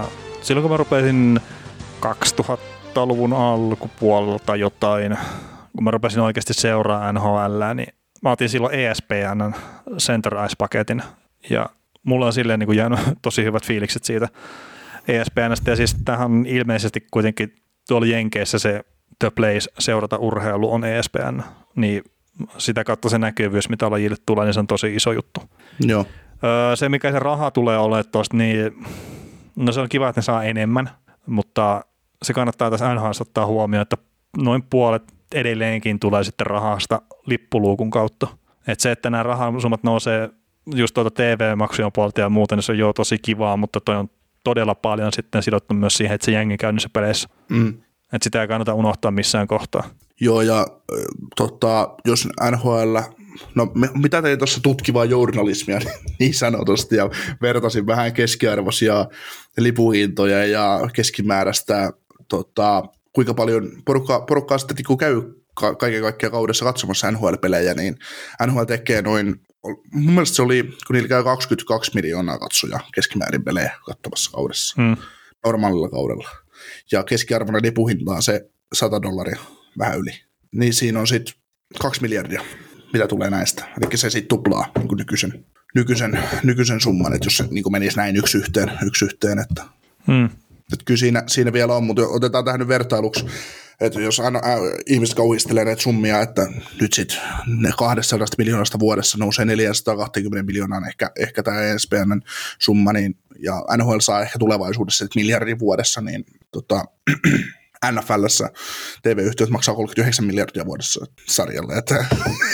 silloin kun mä rupesin kaksituhattaluvun alkupuolella tai jotain, kun mä rupesin oikeasti seuraamaan N H L, niin mä otin silloin E S P N:n Center Ice-paketin ja mulla on silleen niin kuin jäänyt tosi hyvät fiilikset siitä E S P N:stä ja siis tämähän on ilmeisesti kuitenkin tuolla Jenkeissä se The Place seurata urheilu on E S P N, niin sitä kautta se näkyvyys, mitä lajille tulee, niin se on tosi iso juttu.
Joo.
Öö, se, mikä se raha tulee olemaan tuosta, niin no se on kiva, että ne saa enemmän, mutta se kannattaa tässä N H L:ssä ottaa huomioon, että noin puolet edelleenkin tulee sitten rahasta lippuluukun kautta. Että se, että nämä rahasummat nousee just tuota T V-maksujen puolta ja muuten, niin se on jo tosi kivaa, mutta toi on todella paljon sitten sidottu myös siihen, että se jengi käy niissä peleissä. Mm. Että sitä ei kannata unohtaa missään kohtaa.
Joo, ja tota, jos N H L, no me, mitä tein tuossa tutkivaa journalismia niin sanotusti, ja vertasin vähän keskiarvoisia lipuhintoja ja keskimääräistä, tota, kuinka paljon porukkaa, porukkaa sitten kun käy ka- kaiken kaikkiaan kaudessa katsomassa N H L-pelejä, niin N H L tekee noin, mun mielestä se oli, kun niillä käy kaksikymmentäkaksi miljoonaa katsoja keskimäärin pelejä katsomassa kaudessa, hmm. normaalilla kaudella. Ja keskiarvona lipuhinta on se sata dollaria, vähän yli. Niin siinä on sitten kaksi miljardia, mitä tulee näistä. Eli se sitten tuplaa niin kuin nykyisen, nykyisen, nykyisen summan, että jos se niin kuin menisi näin yksi yhteen. Yksi yhteen että, hmm. että kyllä siinä, siinä vielä on, mutta otetaan tähän nyt vertailuksi, että jos aina äh, ihmiset kauhistelee näitä summia, että nyt sitten ne kaksisataa miljoonasta vuodessa nousee neljäsataakaksikymmentä miljoonaa ehkä, ehkä tämä E S P N:n summa, niin, ja N H L saa ehkä tulevaisuudessa miljardin vuodessa, niin tota, N F L:ssä T V-yhtiöt maksaa kolmekymmentäyhdeksän miljardia vuodessa sarjalle, että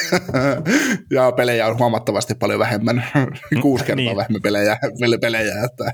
ja pelejä on huomattavasti paljon vähemmän, kuusi kertaa niin. vähemmän pelejä, pelejä että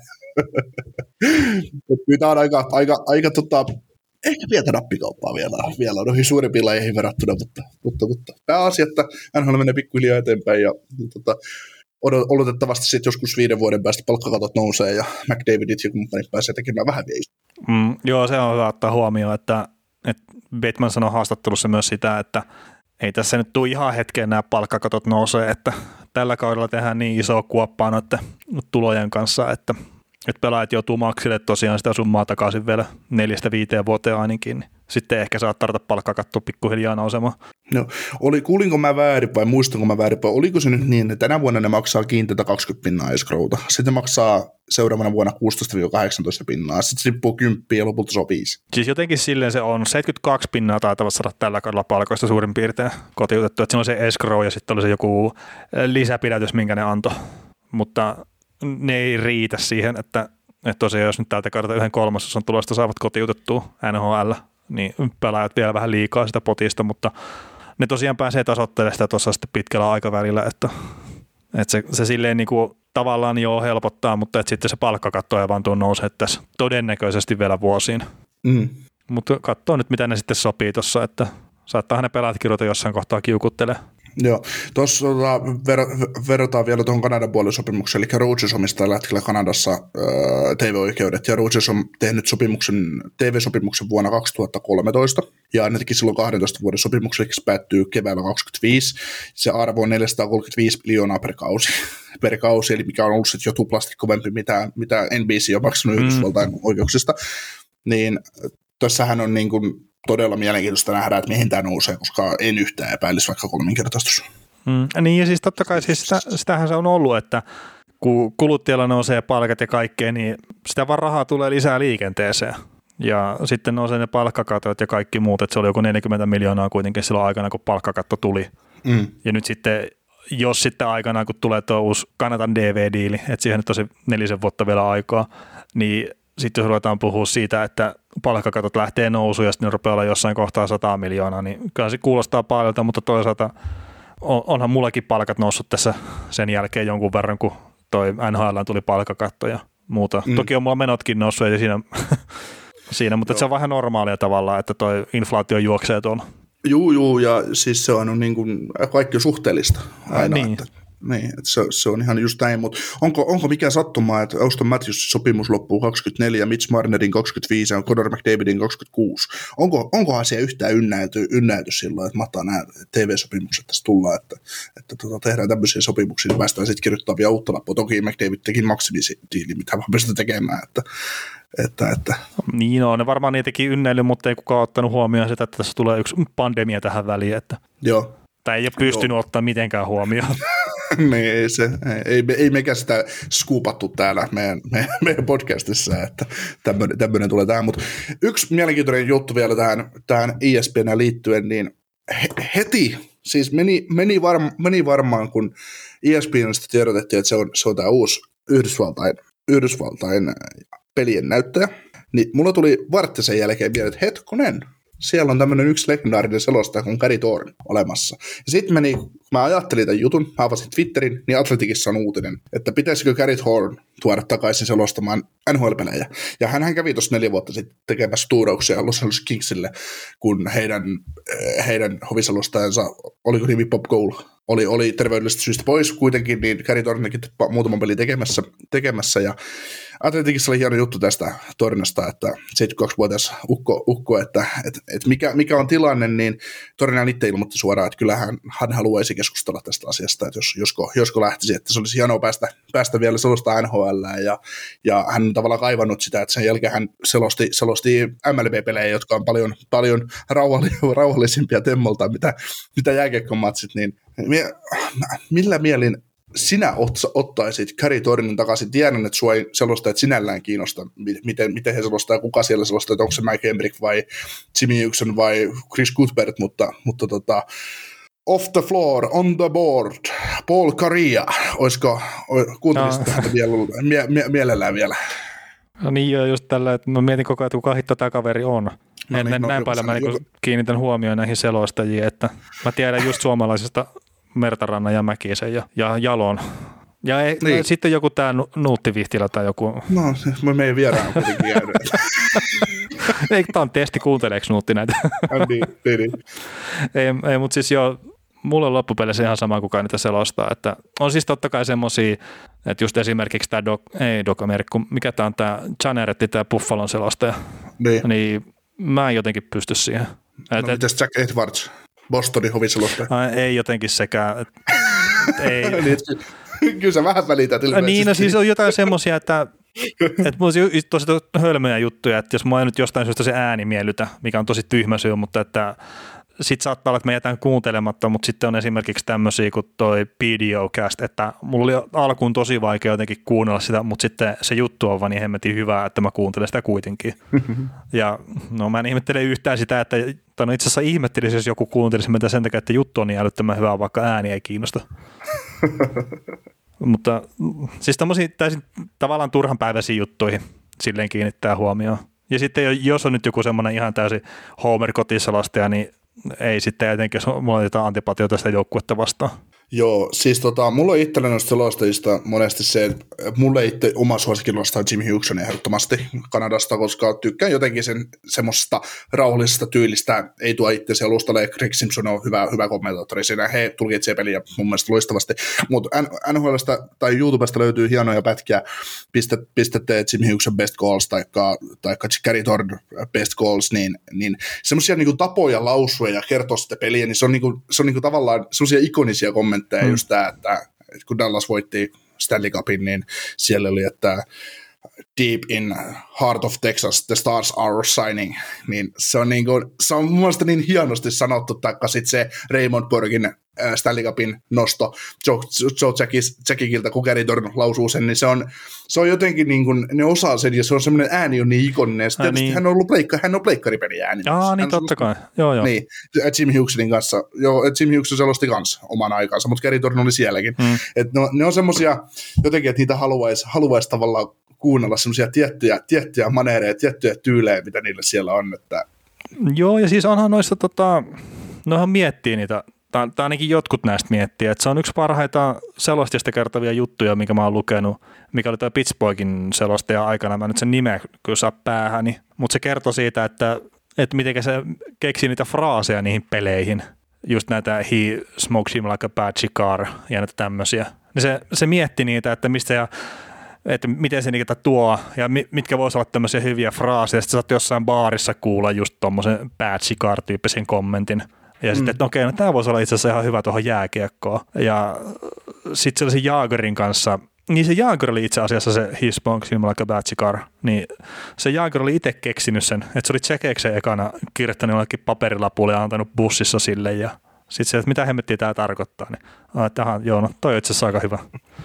kyllä tämä on aika, aika, aika tota, ehkä pientä nappikauppaa vielä, vielä noihin suurempiin lajeihin verrattuna, mutta, mutta, mutta pääasia, että N H L menee pikkuhiljaa eteenpäin ja, ja tota, odotettavasti sitten joskus viiden vuoden päästä palkkakatot nousee ja McDavidit ja kumppanit pääsee tekemään vähän vielä.
Mm, joo, se on hyvä ottaa huomioon, että, että Bateman sanoi haastattelussa myös sitä, että ei tässä nyt tule ihan hetkeen nämä palkkakatot nousee, että tällä kaudella tehdään niin isoa kuoppaa noiden tulojen kanssa, että, että pelaajat joutuu maksille tosiaan sitä summaa takaisin vielä neljästä viiteen vuoteen ainakin, niin sitten ehkä saat tarvita palkkakattoa pikkuhiljaa nousemaan. No,
oli, kuulinko mä väärin vai muistanko mä väärin vai oliko se nyt niin, että tänä vuonna ne maksaa kiinteätä kaksikymmentä pinnaa escrowta, sitten maksaa seuraavana vuonna kuusitoista kahdeksantoista pinnaa, sitten se riippuu kymppiä ja lopulta se on viisi.
Siis jotenkin silleen se on seitsemänkymmentäkaksi pinnaa taitavat saada tällä kaudella palkoista suurin piirtein kotiutettu, että siinä on se escrow ja sitten oli se joku lisäpidätys, minkä ne antoi, mutta ne ei riitä siihen, että, että tosiaan jos nyt tältä kaudelta yhden kolmasosan tulosta saavat kotiutettua N H L, niin pelaajat vielä vähän liikaa sitä potista, mutta ne tosiaan pääsee tasoittelemaan sitä tuossa sitten pitkällä aikavälillä, että, että se, se silleen niin kuin tavallaan jo helpottaa, mutta että sitten se palkkakatto ei vaan tuon nousee tässä todennäköisesti vielä vuosiin. Mm. Mutta katsoo nyt, mitä ne sitten sopii tuossa, että saattaa ne pelaajatkin ruveta jossain kohtaa kiukuttelemaan.
Joo, tuossa tota, ver, verrataan vielä tuohon Kanadan puolen sopimukseen, eli Rogers omistaa tällä hetkellä Kanadassa äh, T V-oikeudet, ja Rogers on tehnyt sopimuksen, T V-sopimuksen vuonna kaksituhattakolmetoista, ja ne teki silloin kahdentoista vuoden sopimuksen, eli se päättyy keväällä kaksikymmentäviisi, se arvo on neljäsataakolmekymmentäviisi miljoonaa per kausi, per kausi, eli mikä on ollut sitten jo tuplasti kovempi, mitä, mitä N B C on maksanut mm. Yhdysvaltain oikeuksista, niin tässähän on niin kuin todella mielenkiintoista nähdä, että mihin tämä nousee, koska en yhtään epäilisi vaikka kolminkertaistus.
Mm, niin ja siis totta kai siis sitä, sitähän se on ollut, että kun kuluttajalla nousee palkat ja kaikkea, niin sitä vaan rahaa tulee lisää liikenteeseen. Ja sitten nousee ne palkkakatot ja kaikki muut, että se oli joku neljäkymmentä miljoonaa kuitenkin silloin aikana, kun palkkakatto tuli. Mm. Ja nyt sitten, jos sitten aikana, kun tulee tuo uusi Kanadan D V-diili, että siihen nyt on se nelisen vuotta vielä aikaa, niin sitten jos ruvetaan puhua siitä, että palkkakatot lähtee nousuun ja sitten ne rupeaa olla jossain kohtaa sata miljoonaa, niin kyllä se kuulostaa paljolta, mutta toisaalta onhan mullakin palkat noussut tässä sen jälkeen jonkun verran, kun toi N H L tuli palkkakatto ja muuta. Mm. Toki on mulla menotkin noussut ei siinä, siinä mutta se on vähän normaalia tavallaan, että toi inflaatio juoksee tuolla.
Juu, juu, ja siis se on niin kuin, kaikki on suhteellista aina. Niin. Että, Niin, että se, se on ihan just näin, mutta onko, onko mikään sattumaa, että Auston Matthewsin sopimus loppuu kaksikymmentäneljä, Mitch Marnerin kaksikymmentäviisi ja Connor McDavidin kaksikymmentäkuusi. Onko, onkohan siellä yhtään ynnäyty, ynnäyty silloin, että mahtaa nämä T V-sopimukset tässä tulla, että, että tuota, tehdään tämmöisiä sopimuksia, niin päästään sitten kirjoittaa vielä uutta lappua. Toki McDavid teki maksimisiili, mitä vaan pystyy tekemään, että Että, että.
Niin on, ne varmaan niitäkin ynnäily, mutta ei kukaan ottanut huomioon sitä, että tässä tulee yksi pandemia tähän väliin. Että.
Joo.
Tai ei ole pystynyt Joo. ottaa mitenkään huomioon.
niin, ei, se, ei, ei mekään sitä skuupattu täällä meidän, meidän, meidän podcastissa, että tämmöinen, tämmöinen tulee tähän. Mutta yksi mielenkiintoinen juttu vielä tähän, tähän E S P N:ään liittyen, niin he, heti, siis meni, meni, varma, meni varmaan, kun E S P N:stä tiedotettiin, että se on, se on tämä uusi Yhdysvaltain, Yhdysvaltain pelien näyttäjä, niin mulla tuli vartti sen jälkeen vielä, että hetkonen, siellä on tämmöinen yksi legendaarinen selostaja kuin Gary Thorne olemassa. Ja sitten meni, kun mä ajattelin tämän jutun, mä avasin Twitterin, niin Atleticissa on uutinen, että pitäisikö Gary Thorne tuoda takaisin selostamaan N H L-pelejä. Ja hänhän kävi tuossa neljä vuotta sitten tekemässä tuurauksia Los Angeles Kingsille, kun heidän, heidän hoviselostajansa, oliko nimi Bob Cole, oli, oli terveydellisistä syistä pois kuitenkin, niin Gary Thornekin muutaman pelin tekemässä, tekemässä ja Atleticissa oli hieno juttu tästä Tornasta, että seitsemänkymmentäkaksivuotias ukko, ukko että, että, että mikä, mikä on tilanne, niin Torina itse ilmoitti suoraan, että kyllähän hän haluaisi keskustella tästä asiasta, että jos, josko, josko lähtisi, että se olisi hienoa päästä, päästä vielä selostaa N H L, ja, ja hän on tavallaan kaivannut sitä, että sen jälkeen hän selosti, selosti M L B-pelejä, jotka on paljon, paljon rauhallisimpia temmolta, mitä, mitä jääkiekkomatsit, niin millä mielin sinä ottaisit Gary Thornen takaisin? Tiedän, että sua ei selostajat sinällään kiinnosta, miten, miten he selostaa ja kuka siellä selostaa, onko se Mike Emrick vai Jimmy Hugson vai Chris Cuthbert, mutta, mutta tota, off the floor, on the board, Paul Kariya, olisiko, kuuntelisit no. tästä vielä, mie, mie, mielellään vielä?
No niin joo, just tällä, että mä mietin koko ajan, että kuka hitto tämä kaveri on. No niin, en, no, näin paljon mä niin kiinnitän huomioon näihin selostajiin, että mä tiedän just suomalaisista Mertarannan ja Mäkisen ja, ja Jalon. Ja ei, niin. sitten joku tämä Nuutti Vihtilä tai joku.
No, siis meidän vieraan kuitenkin jäänyt.
Ei, tämä on testi, kuunteleeko Nuutti näitä?
niin, niin, niin.
Ei, ei mutta siis joo, mulla on loppupeleissä ihan sama, kuka niitä selostaa. Että on siis totta kai semmosia, että just esimerkiksi tämä, Doc, ei Doc Amerikku, mikä tämä on tämä Chaneretti, tämä Buffalon selostaja, niin. niin mä en jotenkin pysty siihen.
No et, mitäs Jack Edwards? Bostonin hoviselostaja.
Ei jotenkin sekään. Ei.
Kyllä sä vähän välität ilmeisesti.
Niin, no siis on jotain semmoisia, että, että mulla on tosi hölmöjä juttuja, että jos mä nyt jostain syystä se ääni miellytä, mikä on tosi tyhmä syy, mutta että sitten saattaa olla, että mä jätän kuuntelematta, mutta sitten on esimerkiksi tämmöisiä kuin toi P D O-cast, että mulla oli alkuun tosi vaikea jotenkin kuunnella sitä, mutta sitten se juttu on vaan niin hemmetin hyvää, että mä kuuntelen sitä kuitenkin. Ja no mä en ihmettele yhtään sitä, että no itse asiassa ihmettelisi, jos joku kuuntelisi meitä sen takia, että juttu on niin älyttömän hyvää, vaikka ääni ei kiinnosta. Mutta siis tämmöisiä täysin tavallaan turhanpäiväisiä juttuihin silleen kiinnittää huomioon. Ja sitten jos on nyt joku semmoinen ihan täysin Homer-kotisalastaja, niin ei sitten etenkin, jos mulla on jotain antipatioita sitä joukkuetta vastaan.
Joo, siis tota, mulla on itsellä noista selostajista monesti se, että mulle itse oma suosikin nostaa Jimmy Hugson ehdottomasti Kanadasta, koska tykkään jotenkin sen semmoista rauhallisesta tyylistä, ei tuo itse alustalle, ja Greg Simpson on hyvä, hyvä kommentaattori siinä, he tulkitsee peliä mun mielestä loistavasti, mutta N H L:stä tai YouTubesta löytyy hienoja pätkiä, pistet, pistätte Jimmy Hugson best goals tai Gary Thorne best goals, niin, niin semmoisia niinku tapoja lausua ja kertoa sitä peliä, niin se on, niinku, se on niinku tavallaan semmoisia ikonisia kommentteja, Mm. just tämä, että kun Dallas voitti Stanley Cupin, niin siellä oli, että deep in heart of Texas, the stars are signing, niin se on, niin kuin, se on mun mielestä niin hienosti sanottu, taikka sitten se Raymond Borgin Stanley Cupin nosto Joe, Joe Jackikilta, kun Gary Thorne lausuu sen, niin se on, se on jotenkin niin kuin, ne osaa sen, ja se on semmoinen ääni on niin ikoninen, ja sitten niin. hän on ollut pleikka, hän on pleikkaripeli ääni.
Aa, niin totta kai, joo joo.
Niin, Jim Hugsonin kanssa, joo, Jim Hugson selosti kanssa oman aikansa, mutta Gary Thorne oli sielläkin. Mm. Et no, ne on semmoisia jotenkin, että niitä haluaisi haluais tavallaan kuunnella semmoisia tiettyjä, tiettyjä maneereja, tiettyjä tyylejä, mitä niillä siellä on. Että.
Joo, ja siis onhan noissa, tota, noihan miettii niitä, tai ainakin jotkut näistä miettii, että se on yksi parhaita selostista kertovia juttuja, mikä mä oon lukenut, mikä oli tuo Pittsburghin selostaja aikana, mä nyt sen nimeä kyllä saa päähäni, mutta se kertoi siitä, että, että miten se keksi niitä fraaseja niihin peleihin. just näitä he smokes him like a bad cigar ja näitä tämmöisiä. Niin se, se mietti niitä, että mistä ja että miten se niitä tuo ja mitkä voisi olla tämmöisiä hyviä fraaseja. Sitten sä saat jossain baarissa kuulla just tommosen bad cigar-tyyppisen kommentin. Ja mm. sitten, että okei, no tämä voisi olla itse asiassa ihan hyvä tuohon jääkiekkoon. Ja sitten sellaisen Jaagerin kanssa, niin se Jaager oli itse asiassa se he smokes him like a bad cigar, niin se Jaager oli itse keksinyt sen, että se oli tsekeiksen ekana kirjoittanut jollekin paperilapulle ja antanut bussissa sille ja sitten se, että mitä hemmettiä tämä tarkoittaa, niin tähän, joo, no toi on itse asiassa aika hyvä.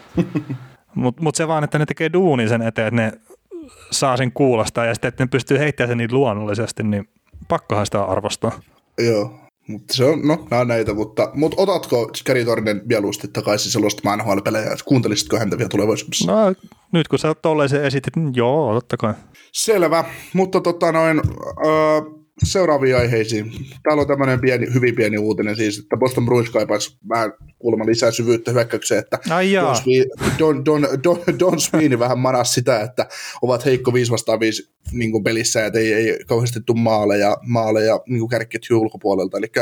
Mutta mut se vaan, että ne tekee duunin sen eteen, että ne saa sen kuulostaa ja sitten, että ne pystyy heittämään sen niin luonnollisesti, niin pakkohan sitä arvostaa.
Joo. Mutta se on, no, nämä näitä, mutta, mutta otatko Kari Torinen mieluusti takaisin selostamaan N H L-pelejä, kuuntelisitko häntä vielä tulevaisuudessa?
No, nyt kun sä tolleisen esitit, niin joo, totta kai.
Selvä, mutta tota noin, öö, seuraaviin aiheisiin. Täällä on tämmöinen pieni, hyvin pieni uutinen siis, että Boston Bruins kaipaisi vähän kuulemma lisää syvyyttä hyökkäykseen, että Don, Don, Don, Don, Don Sweeney vähän manasi sitä, että ovat heikko viisi vastaan viisi niin pelissä, että ei, ei kauheasti tule maaleja, maaleja niin kärkketjy ulkopuolelta, eli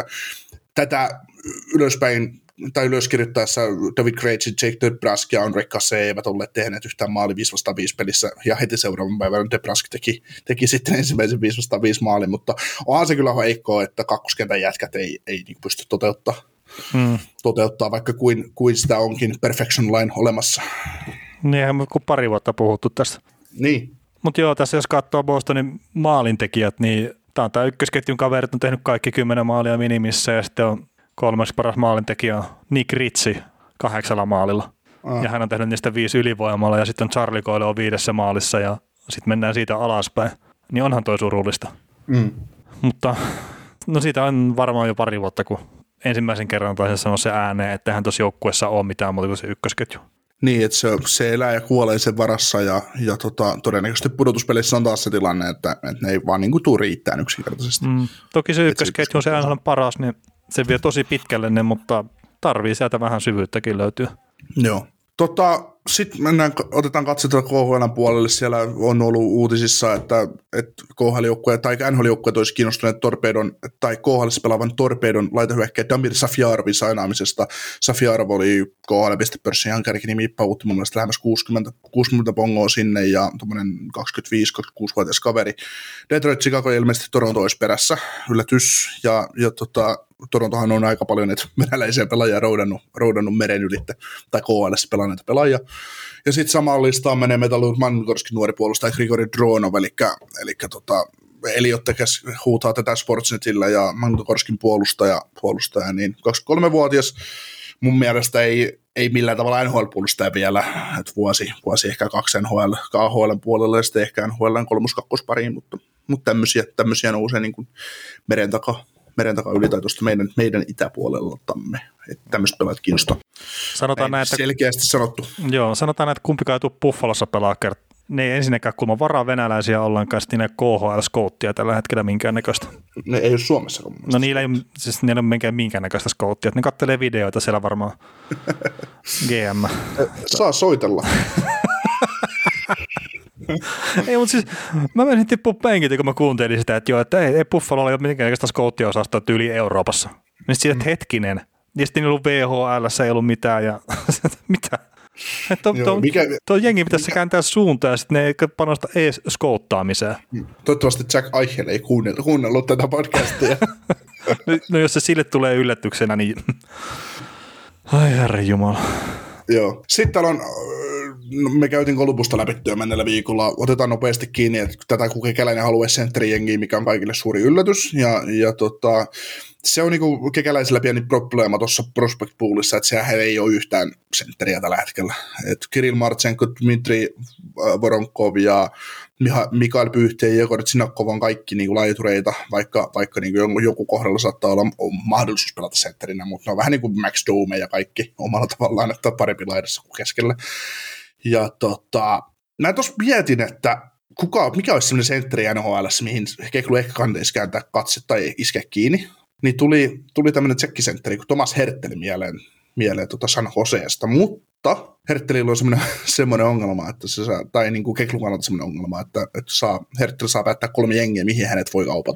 tätä ylöspäin tai ylöskirjoittaessa David Krejci, Jake DeBrusk ja Andre Casse eivät olleet tehneet yhtään maali viisi vastaan viisi pelissä, ja heti seuraavan päivänä DeBrusk teki, teki sitten ensimmäisen viisi vastaan viisi maalin, mutta onhan se kyllä heikkoa, että kakkoskentän jätkät ei, ei niin pysty toteuttaa, hmm. toteuttaa, vaikka kuin, kuin sitä onkin perfection line olemassa.
Niinhän me kun pari vuotta puhuttu tästä.
Niin.
Mutta joo, tässä jos katsoo Bostonin maalintekijät, niin tämä on tämä ykkösketjun kaverit on tehnyt kaikki kymmenen maalia minimissä, ja sitten on kolmas paras maalintekijä on Nick Ritchie kahdeksalla maalilla. Ah. Ja hän on tehnyt niistä viisi ylivoimalla ja sitten Charlie Coyle on viidessä maalissa ja sitten mennään siitä alaspäin. Niin onhan toi surullista. Mm. Mutta no siitä on varmaan jo pari vuotta, kun ensimmäisen kerran taisin sanoa se ääneen, että hän tuossa joukkueessa ole mitään muuta kuin se ykkösketju.
Niin, että se, se elää ja kuolee sen varassa ja, ja tota, todennäköisesti pudotuspelissä on taas se tilanne, että, että ne ei vaan niin kuin tuu riittään yksinkertaisesti.
Mm. Toki se ykkösketju on se aina paras, niin se vie tosi pitkälle ne, mutta tarvii sieltä vähän syvyyttäkin löytyä. Joo.
Tota, sitten mennään, otetaan katsota K H L:n puolelle. Siellä on ollut uutisissa, että, että K H L-joukkue tai N H L-joukkueet olisi kiinnostuneet Torpedon tai K H L:ssä pelaavan Torpedon laitahyökkäjä Damir Safjarovin sainaamisesta. Safjarov oli K H L-pistepörssin ihan kärkinimi, pautti mun mielestä lähemmäs kuusikymmentä, kuusikymmentä pongoa sinne ja tuommoinen kaksikymmentäviisi kaksikymmentäkuusi-vuotias kaveri. Detroit, Chicago ja ilmeisesti Toronto olisi perässä, yllätys. Ja, ja tota, Torontohan on aika paljon näitä venäläisiä pelaajia roudannut, roudannut meren ylitte, tai K H L:ssä pelanneita pelaajia. Ja sitten samaan listaan menee Metalurg Magnorskin nuori puolustaja Grigori Dronov, eli, eli tota, Eliot Tekes huutaa tätä Sportsnetillä ja Magnorskin puolustaja, puolustaja, niin kaksikymmentäkolmevuotias mun mielestä ei, ei millään tavalla N H L-puolustaja vielä, että vuosi, vuosi ehkä kaksi N H L, K H L:n puolella ja sitten ehkä N H L:n kolmos-kakkospariin, mutta, mutta tämmöisiä, tämmöisiä nousee niin kuin meren takaa. meren takaa ylitaitosta meidän, meidän itäpuoleltamme, että tämmöistä pelaat kiinnostaa.
Sanotaan näin, että,
selkeästi sanottu.
Joo, sanotaan näin, että kumpikaan ei tule Buffalossa pelaa kertaa. Ne ei ensinnäkään kulman varaa venäläisiä ollenkaan, sitten ne K H L-skouttia tällä hetkellä minkäännäköistä.
Ne ei ole Suomessa.
No niillä ei, siis niillä ei ole minkään minkäännäköistä skouttia, ne kattelee videoita siellä varmaan G M.
Saa soitella.
Ei, mutta siis mä menin tippua penkiltä, kun mä kuuntelin sitä, että joo, että ei, ei Buffalo ole minkään skouttiosastoa tyyli Euroopassa. Niin sitten mm. hetkinen. Ja sitten ei ollut V H L, ei ollut mitään ja mitä? Tuo to, jengi pitäisi kääntää suuntaan ja sitten ne ei panosta ees skouttaamiseen.
Toivottavasti Jack Eichel ei kuunnellut, kuunnellut tätä podcastia.
no, no jos se sille tulee yllätyksenä, niin ai herra jumala.
Joo. Sitten täällä on, me käytiin Kolumbusta läpi menneellä viikolla, otetaan nopeasti kiinni, että tätä kekäläinen haluaisi sentteri-jengiä, mikä on kaikille suuri yllätys, ja, ja tota, se on niinku kekäläisellä pieni probleema tuossa prospect poolissa, että sehän ei ole yhtään sentteriä tällä hetkellä. Et Kirill Martsenko, Dmitri Voronkov ja Mikael Pyhte ja Jegor Tsinakov on kaikki niinku laitureita, vaikka, vaikka niinku joku kohdalla saattaa olla mahdollisuus pelata sentterinä, mutta ne on vähän niin kuin Max Doome ja kaikki omalla tavallaan, että parempi laidassa kuin keskellä. Ja tota, mä tuossa mietin, että kuka, mikä olisi sellainen sentteri N H L:ssä, mihin Keklu ehkä kannattaisi kääntää katse tai iskeä kiinni, niin tuli, tuli tämmöinen tsekkisentteri kuin Thomas Hertteli mieleen, mieleen tuota San Joseesta, mutta Herttelillä on semmoinen, semmoinen ongelma, että se saa, tai niin kuin Keklun kannalta semmoinen ongelma, että, että saa, Hertteli saa päättää kolme jengiä, mihin hänet voi kaupata.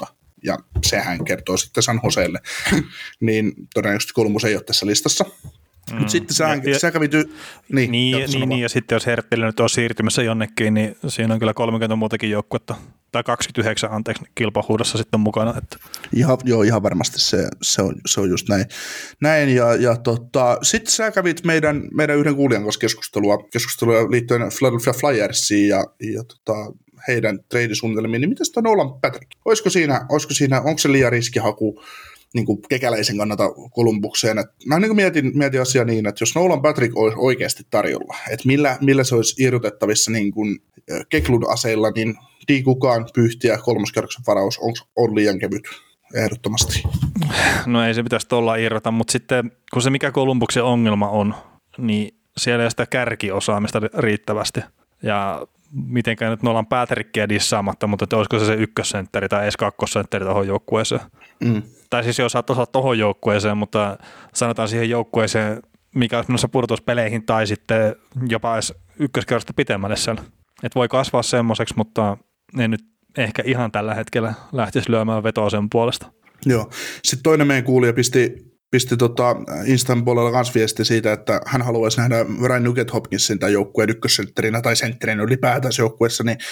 ja sehän kertoo sitten San Joselle, niin todennäköisesti Columbus ei ole tässä listassa. Mm. Mutta sitten sä, ja, sä kävit... Y- niin,
niin, niin, niin, ja sitten jos Herttilä nyt on siirtymässä jonnekin, niin siinä on kyllä kolmekymmentä muutakin joukkuetta, tai kaksikymmentäyhdeksän anteeksi, kilpahuudossa sitten mukana. Että.
Ihan, joo, ihan varmasti se, se, on, se on just näin. näin ja, ja tota, sitten sä kävit meidän, meidän yhden kuulijan kanssa keskustelua, keskustelua liittyen Philadelphia Flyersiin ja, ja tota, heidän treidisuunnitelmiin, niin miten sitä Nolan Patrick? Olisiko siinä, olisiko siinä, onko se liian riskihaku niin kuin kekäläisen kannalta Columbukseen? Et mä niin kuin mietin, mietin asiaa niin, että jos Nolan Patrick olisi oikeasti tarjolla, että millä, millä se olisi irrotettavissa niin kuin Keklun aseilla, niin Di Kukaan pyyhtiä kolmoskerroksen varaus on, on liian kevyt ehdottomasti.
No ei se pitäisi tuolla irrota, mutta sitten kun se mikä Columbuksen ongelma on, niin siellä ei ole sitä kärkiosaamista riittävästi. Ja mitenkään nyt Nolan Patrickia dissaamatta, mutta että olisiko se se ykkössentteri tai edes kakkosentteri tuohon joukkueeseen. Mm. Tai siis jos osaa tuohon joukkueeseen, mutta sanotaan siihen joukkueeseen, mikä olisi menossa pudotuspeleihin tai sitten jopa edes ykköskerrosta pitemmälle sen. Että voi kasvaa semmoiseksi, mutta ei nyt ehkä ihan tällä hetkellä lähtisi lyömään vetoa sen puolesta. Joo.
Sitten toinen meidän kuulija pisti, pisti tota Instan puolella kans viesti siitä, että hän haluaisi nähdä Ryan Nugent-Hopkinsin tai joukkueen ykkössentterinä tai sentterinä ylipäätään joukkueessa, niin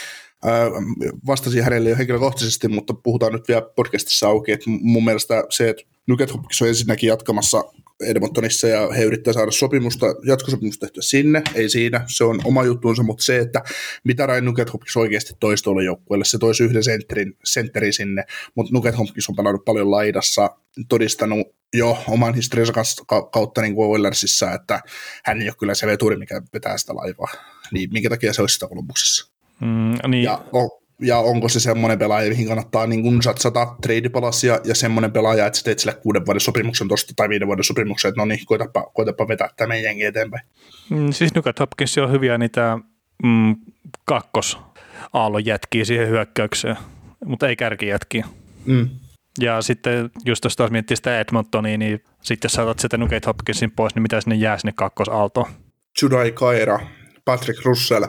vastasin hänelle jo henkilökohtaisesti, mutta puhutaan nyt vielä podcastissa auki, että mun mielestä se, että Nugent-Hopkins on ensinnäkin jatkamassa Edmontonissa ja he yrittää saada sopimusta, jatkosopimusta tehtyä sinne, ei siinä, se on oma juttuunsa, mutta se, että mitä Ryan Nugent-Hopkins oikeasti toisi tuolle joukkueelle, se toisi yhden sentterin, sentteri sinne, mutta Nugent-Hopkins on pelannut paljon laidassa, todistanut jo oman historiansa kautta niin kuin Oilersissa, että hän ei ole kyllä se veturi, mikä vetää sitä laivaa, niin minkä takia se olisi sitä Columbuksessa.
Mm, niin.
ja, on, ja onko se semmoinen pelaaja, mihin kannattaa niin kuin satsata treidipalasia ja semmoinen pelaaja, että sä teet sille kuuden vuoden sopimuksen tosta tai viiden vuoden sopimuksen, että no niin, koitapa, koitapa vetää tämä meidän jengi eteenpäin.
Mm, siis Nugent-Hopkins on hyviä niitä mm, kakkosaallon jätkiä siihen hyökkäykseen, mutta ei kärkijätkiä. Mm. Ja sitten just jos taas miettii sitä Edmontonia, niin sitten jos saatat sitä Nugent-Hopkinsin pois, niin mitä sinne jää sinne kakkosaaltoon?
Judai Kaira, Patrick Russell.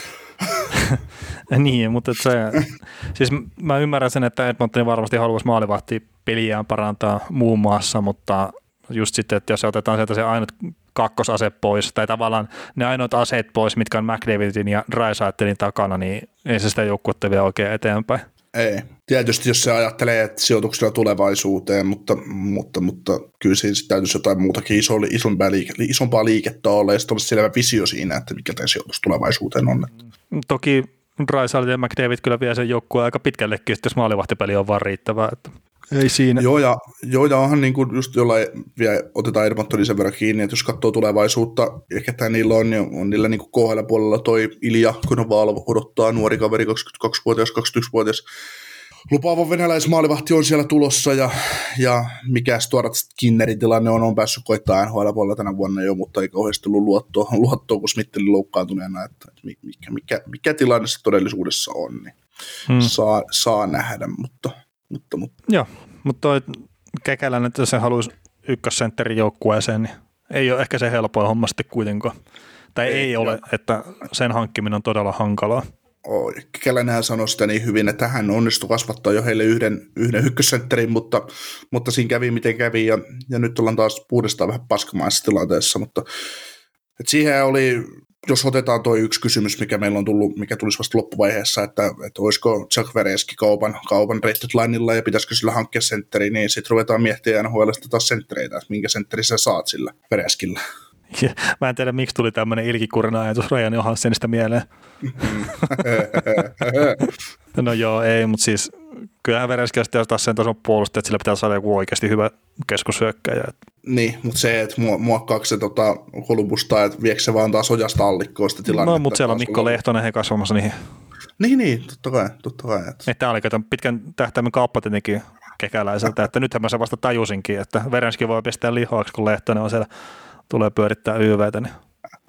Niin, mutta se, siis mä ymmärrän sen, että Edmonton varmasti haluaisi maalivahtia peliään parantaa muun muassa, mutta just sitten, että jos otetaan sieltä se ainut kakkosase pois, tai tavallaan ne ainoat aseet pois, mitkä on McDavidin ja Draisaitlin takana, niin ei se sitä joukkuetta vielä oikein eteenpäin.
Ei. Tietysti jos se ajattelee, että sijoituksella tulevaisuuteen, mutta, mutta, mutta kyllä siinä täytyisi jotain muutakin iso, isompaa, liike, isompaa liikettä olla, ja sitten olisi selvä visio siinä, että mikä tämä sijoitus tulevaisuuteen on.
Toki Draisaitl ja McDavid kyllä vie sen joukkueen aika pitkällekin, jos maalivahtipeli on vaan riittävää. Että ei siinä.
Joo, ja, joo, ja onhan niin kuin just jollain vielä otetaan Edmontonin sen verran kiinni, että jos katsoo tulevaisuutta, ja ketä niillä on, niin on niillä niin kuin K H L-puolella toi Ilja Konoval odottaa nuori kaveri, kaksikymmentäkaksivuotias, kaksikymmentäyksivuotias. Lupaava venäläismaalivahti on siellä tulossa, ja, ja mikä Stuart Skinnerin tilanne on, on päässyt koittaa N H L-puolella tänä vuonna jo, mutta ei kauheasti ollut luottoa, luottoa kun Smithille loukkaantuneena, että, että mikä, mikä, mikä tilanne se todellisuudessa on, niin hmm. saa, saa nähdä, mutta... mutta, mutta.
Joo, mutta toi Kekäläinen, että se haluaisi ykkössentterin joukkueeseen, niin ei ole ehkä se helpoin homma sitten kuitenkaan. Tai ei, ei ole, että sen hankkiminen on todella hankalaa.
Oh, Kekäläinenhän sanoi sitä niin hyvin, että hän onnistui kasvattaa jo heille yhden, yhden ykkössentterin, mutta, mutta siinä kävi miten kävi, ja, ja nyt ollaan taas uudestaan vähän paskamaisessa tilanteessa, mutta et siihen oli, jos otetaan tuo yksi kysymys, mikä meillä on tullut, mikä tulisi vasta loppuvaiheessa, että, että olisiko Jack Vereski kaupan, kaupan rated lineilla ja pitäisikö sillä hankkia sentteri, niin sitten ruvetaan miettimään N H L:stä taas senttereitä, että minkä sentteri sä saat sillä Vereskillä.
Ja, mä en tiedä, miksi tuli tämmöinen ilkikurina ajatus Ryan Johansenista mieleen. No joo, ei, mutta siis kyllähän Vereski on taas sen tason puolustaja, että sillä pitää saada joku oikeasti hyvä keskushyökkäjä.
Niin, mutta se, että muokkaako se tota, Columbusta, että viekö se vaan taas ojasta allikkoon sitä tilannetta.
No, mutta siellä on Mikko Lehtonen, he kasvamassa niihin.
Niin, niin, totta kai. Totta kai että.
Tämä oli pitkän tähtäimen kauppa tietenkin Kekäläiseltä, että nythän mä sen vasta tajusinkin, että Vereski voi pistää lihoaksi, kun Lehtonen on siellä, tulee pyörittää Y V:tä. Niin.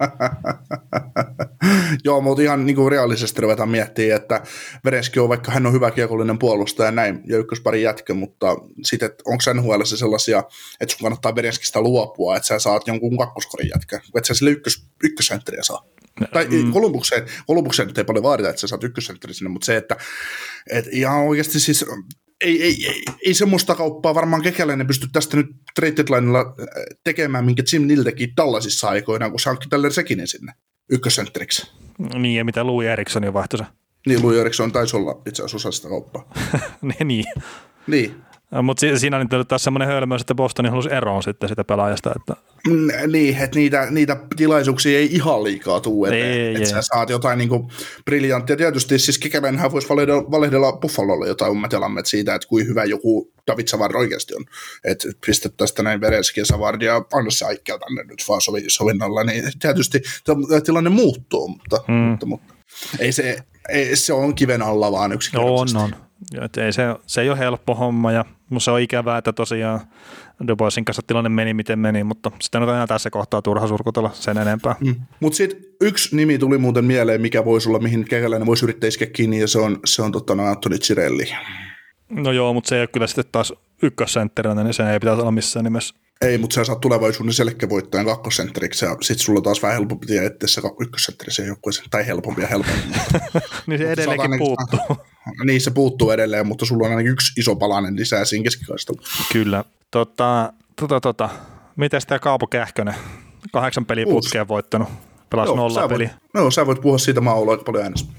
Joo, mutta ihan niin kuin reaalisesti ruvetaan miettimään, että Vereski on, vaikka hän on hyvä kiekollinen puolustaja ja näin, ja ykköspari jätkö, mutta sitten onko N H L:ssä sellaisia, että sun kannattaa Vereskistä luopua, että sä saat jonkun kakkoskorin jätkä, että sä sille ykkös, ykkössentteriä saa. Tai mm. Kolumbukseen, Kolumbukseen nyt ei paljon vaadita, että sä saat ykkössentteri sinne, mutta se, että et ihan oikeasti siis ei, ei, ei, ei semmoista kauppaa varmaan Kekäläinen pysty tästä nyt trade deadlinella tekemään, minkä Jim Nill teki Dallasissa aikoinaan, kun se hankki tälle Sekinen sinne ykkössentteriksi.
Niin, ja mitä Louis Eriksson jo vaihtoi se.
Niin, Louis Eriksson taisi olla itse asiassa osa sitä kauppaa.
niin.
Niin.
Mutta siinä on nyt taas semmoinen hölmöys, että Bostoni halusi eroon sitten sitä pelaajasta. Että...
Mm, niin, että niitä, niitä tilaisuuksia ei ihan liikaa tule, että sä saat jotain niinku briljanttia. Tietysti siis Kekäläinenhän voisi valehdella, valehdella Buffalolle jotain ummetelamme siitä, että kuin hyvä joku David Savard oikeasti on. Että pistettäisiin tänään Vereski ja Savard ja anna se Aikkia tänne nyt vaan sovi, sovinnalla. Niin tietysti tilanne muuttuu, mutta, hmm. mutta, mutta ei se, ei, se on kiven alla vaan yksinkertaisesti.
On, on. Et ei se, se ei ole helppo homma ja se on ikävää, että tosiaan Du Boisin kanssa tilanne meni miten meni, mutta sitten on enää tässä kohtaa turha surkutella sen enempää. Mm.
Mutta sitten yksi nimi tuli muuten mieleen, mikä voisi olla, mihin Kekäläinen voisi yrittää iskeä kiinni, ja se on, se on totta, Anthony Cirelli.
No joo, mutta se ei ole kyllä sitten taas ykkössentterinä, niin se ei pitäisi olla missään nimessä.
Ei, mutta sä saat tulevaisuuden selkeävoittajan kakkosentteriksi, ja sitten sulla on taas vähän helpompi tie etsiä se ykkössentterisen joukkueeseen, tai helpompi ja helpompi.
niin se edelleenkin puuttuu.
Niin, se puuttuu edelleen, mutta sulla on ainakin yksi iso palanen lisää siinä keskikaistalla.
Kyllä. Tota, tota, tota. Miten tämä Kaapo Kähkönen? Kahdeksan peliä putkeen voittanut. Pelasi nolla peliä.
Joo, sä voit puhua siitä, mä oon ollut aika paljon äänessä.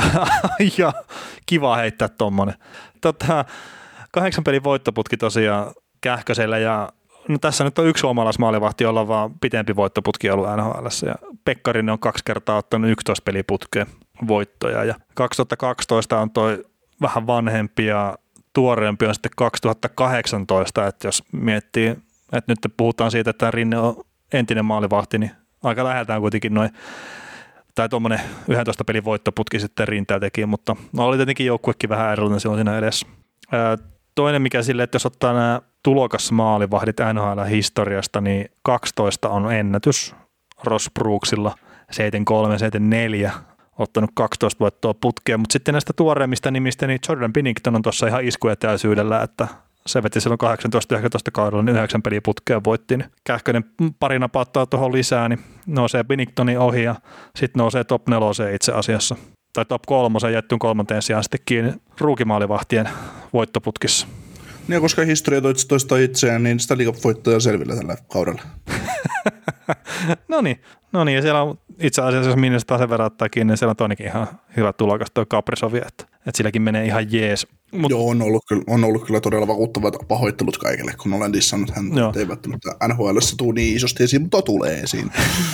ja kiva heittää tommonen. Tota, kahdeksan pelin voittoputki tosiaan Kähkösellä ja no tässä nyt on yksi suomalaismaalivahti, jolla on vaan pitempi voittoputki ollut N H L:ssä ja Pekkarinen on kaksi kertaa ottanut yksitoista peliä putkeen voittoja ja kaksituhattakaksitoista on toi vähän vanhempi ja tuoreempi on sitten kaksituhattakahdeksantoista, että jos miettii, että nyt puhutaan siitä, että Rinne on entinen maalivahti, niin aika läheltään kuitenkin noin tai tuommoinen yksitoista pelin voittoputki sitten Rinteä teki, mutta no oli tietenkin joukkuekin vähän erilainen silloin siinä edessä. Ää, toinen mikä sille, että jos ottaa nämä tulokasmaalivahdit N H L-historiasta, niin kaksitoista on ennätys Ross Brooksilla, seitsemänkymmentäkolme seitsemänkymmentäneljä ottanut kaksitoista voittoa putkeen, mutta sitten näistä tuoreimmista nimistä, niin Jordan Binnington on tuossa ihan iskuetäisyydellä, että se veti silloin kahdeksantoista yhdeksäntoista kaudella, niin yhdeksän peliä putkeen voitti, niin Kähkönen pari napauttaa tuohon lisää, niin nousee Binningtonin ohi ja sitten nousee top neloseen itse asiassa, tai top kolmoseen jättyyn kolmanteen sijaan sitten kiinni ruukimaalivahtien voittoputkissa.
Niin, koska historia toistaa itseään, niin sitä liiga-voittoja selvillä tällä kaudella.
no niin, no niin, ja siellä on itse asiassa, jos Minnesota sen verran ottaa kiinni, niin siellä on toinenkin ihan hyvä tulokas, toi Kaprizov, että, että silläkin menee ihan jees. Mut,
Joo, on ollut, kyllä, on ollut kyllä todella vakuuttavat pahoittelut kaikille, kun olen dissannut häntä, että ei välttämättä N H L:ssä tule niin isosti esiin, mutta tulee esiin.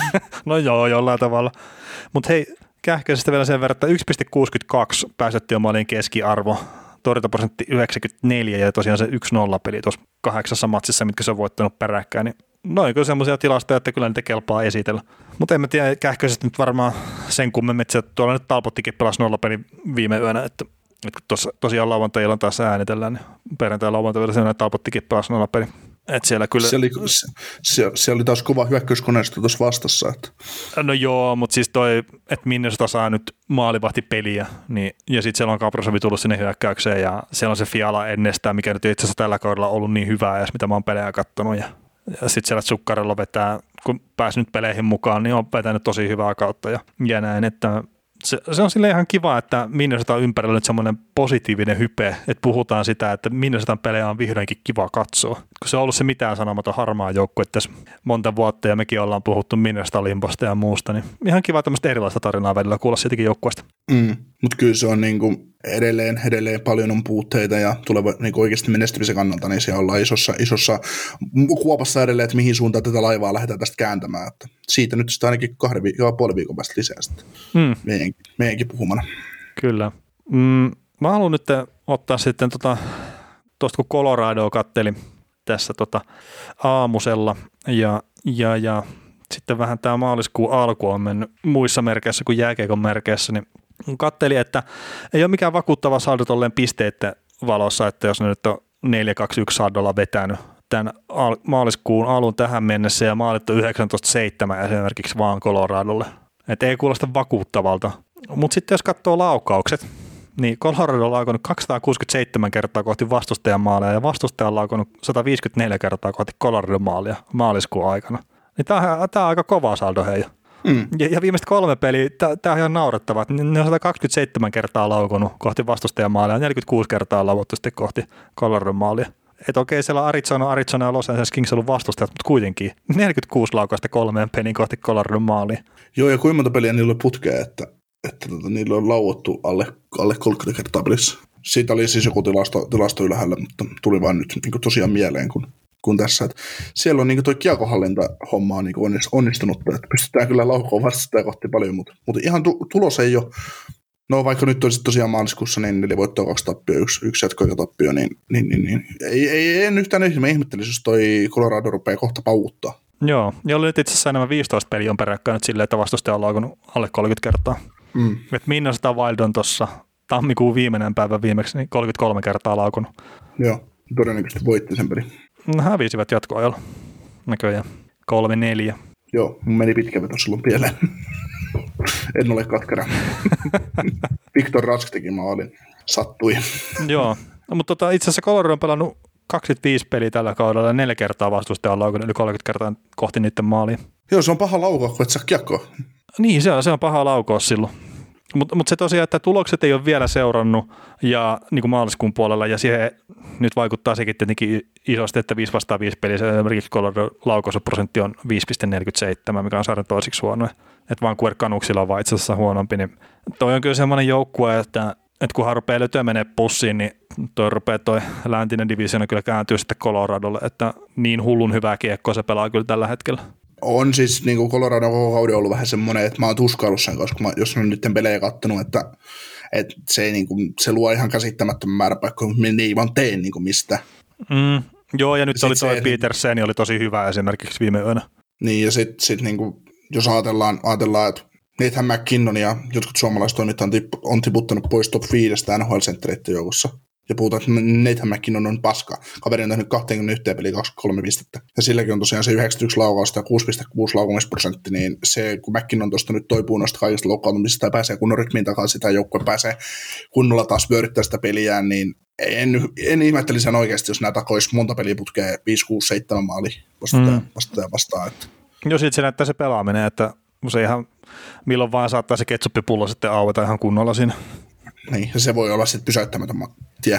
no joo, jollain tavalla. Mutta hei, Kähköisestä vielä sen verran, että yksi pilkku kuusikymmentäkaksi päästettyömaalien keskiarvo, torjuntaprosentti yhdeksänkymmentäneljä ja tosiaan se yksi nolla peli tuossa kahdeksassa matsissa, mitkä se on voittanut peräkkäin, niin noin kyllä semmoisia tilastoja, että kyllä niitä kelpaa esitellä. Mutta en mä tiedä, Kähköisestä nyt varmaan sen kummemmin, että tuolla nyt Talbottikin pelasi nolla peli viime yönä, että, että tuossa tosiaan lauantai-illan taas äänitellään, niin perjantai lauantai-illan sen Talbottikin pelasi nolla peli. Että siellä kyllä...
Se oli, se, se oli taas kova hyökkäyskoneisto tuossa vastassa. Että...
No joo, mutta siis toi, että Minnesota saa nyt maalivahtipeliä, niin, ja sitten siellä on Kaprasovi tullut sinne hyökkäykseen, ja siellä on se Fiala ennestään, mikä nyt itse asiassa tällä kaudella ollut niin hyvää, ja mitä mä oon pelejä kattonut, ja, ja sitten siellä Zuccarello vetää, kun pääsi nyt peleihin mukaan, niin on vetänyt tosi hyvää kautta, ja, ja näin, että se, se on silleen ihan kiva, että Minnesota on ympärillä nyt semmoinen positiivinen hype, että puhutaan sitä, että Minnesotan pelejä on vihdoinkin kiva katsoa. Kun se on ollut se mitään sanomaton harmaa joukkue tässä monta vuotta ja mekin ollaan puhuttu Minnesota limposta ja muusta, niin ihan kiva tämmöistä erilaista tarinaa välillä kuulla siitäkin joukkueesta.
Mm, mutta kyllä se on niinku edelleen, edelleen paljon on puutteita ja tuleva niinku oikeasti menestymisen kannalta, niin siellä ollaan isossa, isossa kuopassa edelleen, että mihin suuntaan tätä laivaa lähdetään tästä kääntämään. Että siitä nyt sitä ainakin kahden viikon, puolen viikon päästä lisää sitten mm. meidänkin, meidänkin puhumana.
Kyllä. Mm, mä haluan nyt ottaa sitten tuosta, tota, kun Coloradoa katteli tässä tota, aamusella ja, ja, ja sitten vähän tämä maaliskuun alku on mennyt muissa merkeissä kuin jääkiekon merkeissä, niin katteli, että ei ole mikään vakuuttava saldo tolleen pisteiden valossa, että jos ne nyt on neljä kaksi yksi saldolla vetänyt tämän maaliskuun alun tähän mennessä ja maalit on yhdeksäntoista seitsemän esimerkiksi vaan Coloradolle. Että ei kuulosta vakuuttavalta. Mutta sitten jos katsoo laukaukset, niin Colorado on laukonut kaksisataakuusikymmentäseitsemän kertaa kohti vastustajan maaleja ja vastustaja on laukonut sata viisikymmentäneljä kertaa kohti Colorado maalia maaliskuun aikana. Niin tämä on, on aika kova saldo, hei. Mm. Ja, ja viimeiset kolme peliä, tämä on ihan naurettavaa. Ne on sata kaksikymmentäseitsemän kertaa laukonut kohti vastustajamaalia ja neljäkymmentäkuusi kertaa lauvuttu sitten kohti Coloradon maalia. Että okei, siellä on Arizona, Arizona ja Los Angeles Kings ollut vastustajat, mutta kuitenkin neljäkymmentäkuusi laukausta kolmeen peliin kohti Coloradon maalia.
Joo, ja kuinka monta peliä niillä oli putkea, että, että tota, niillä on lauottu alle, alle kolmekymmentä kertaa pelissä. Siitä oli siis joku tilasto, tilasto ylhäällä, mutta tuli vaan nyt niin tosiaan mieleen, kun, kun tässä. Että siellä on niin tuo kiekohallinta-homma niin onnistunut, että pystytään kyllä laukoon vastustajaa kohti paljon, mutta, mutta ihan tu, tulos ei ole. No vaikka nyt olisi tosiaan maaliskuussa niin neljä voittoa, kaksi tappio, yksi, yksi jatkoaikatappio, niin, niin, niin, niin ei, ei, en yhtään ihme ihmettelisi, jos toi Colorado rupeaa kohta pauuttaa.
Joo, ja oli nyt itse asiassa enemmän viisitoista peliä on peräkkäin silleen, että vastustaja on laukunut alle kolmekymmentä kertaa. Mm. Että Minnesota Wild on tuossa tammikuun viimeinen päivä viimeksi, niin kolmekymmentäkolme kertaa laukunut.
Joo, todennäköisesti voitti sen pelin.
No, hävisivät jatkoajalla näköjään. kolme neljä.
Joo, mun meni pitkä veto silloin pieleen. En ole katkera. Viktor Rask teki maalin. Sattui. Joo,
no, mutta tota, itse asiassa Colorado on pelannut kaksikymmentäviisi peliä tällä kaudella ja neljä kertaa vastustaja on laukunut yli kolmekymmentä kertaa kohti niiden maaliin.
Joo, se on paha laukaus, kun et saa kiekkoa.
Niin, se on, se on paha laukaus silloin. Mutta mut se tosiaan, että tulokset ei ole vielä seurannut ja niin kuin maaliskuun puolella ja siihen nyt vaikuttaa sekin tietenkin isosti, että viisi vastaan viisi peliä. Se esimerkiksi Colorado laukausprosentti on viisi pilkku neljäkymmentäseitsemän, mikä on sarjan toisiksi huono. Että Vancouver Canucksilla on vaan itse asiassa huonompi. Niin toi on kyllä semmoinen joukkue, että, että kunhan rupeaa löytyä menee pussiin, niin toi rupeaa toi läntinen divisioona kyllä kääntyy sitten Coloradolle, että niin hullun hyvää kiekkoa se pelaa kyllä tällä hetkellä.
On siis niin kuin Colorado koko kauden ollut vähän semmoinen, että mä oon tuskaillut sen, koska mä, jos on nyt pelejä kattonut, että, että se, ei, niin kuin, se luo ihan käsittämättömän määrä paikkoja, mutta ne ei vaan tee niin kuin mistä.
Mm, joo, ja nyt ja oli toi Petersen, oli tosi hyvä esimerkiksi viime yönä.
Niin, ja sitten sit, niin kuin, jos ajatellaan, ajatellaan, että Nathan McKinnon ja jotkut suomalaiset toimittajat on tiputtanut pois top viidestä N H L-senttereiden joukossa. Ja puhutaan, että Nathan McKinnon on paska. Kaveri on tehnyt kaksikymmentäyksi peliä kaksikymmentäkolme pistettä. Ja silläkin on tosiaan se yhdeksänkymmentäyksi laukausta ja kuusi pilkku kuusi laukumisprosentti, niin se, kun McKinnon tuosta nyt toipuu noista kaikista loukkaantumisista ja pääsee kunnon rytmiin takaisin, sitä joukkue pääsee kunnolla taas vyöryttää sitä peliään, niin en, en ihmettelisi oikeasti, jos nämä takoisi monta peliä putkee viisi, kuusi, seitsemän maali vastuuteen mm. vastaan. Että.
Joo, sitten se näyttää se pelaaminen, että se ihan milloin vaan saattaa se ketsuppipullo sitten aueta ihan kunnolla siinä.
Niin, ja se voi olla sitten pysäyttämätön tie.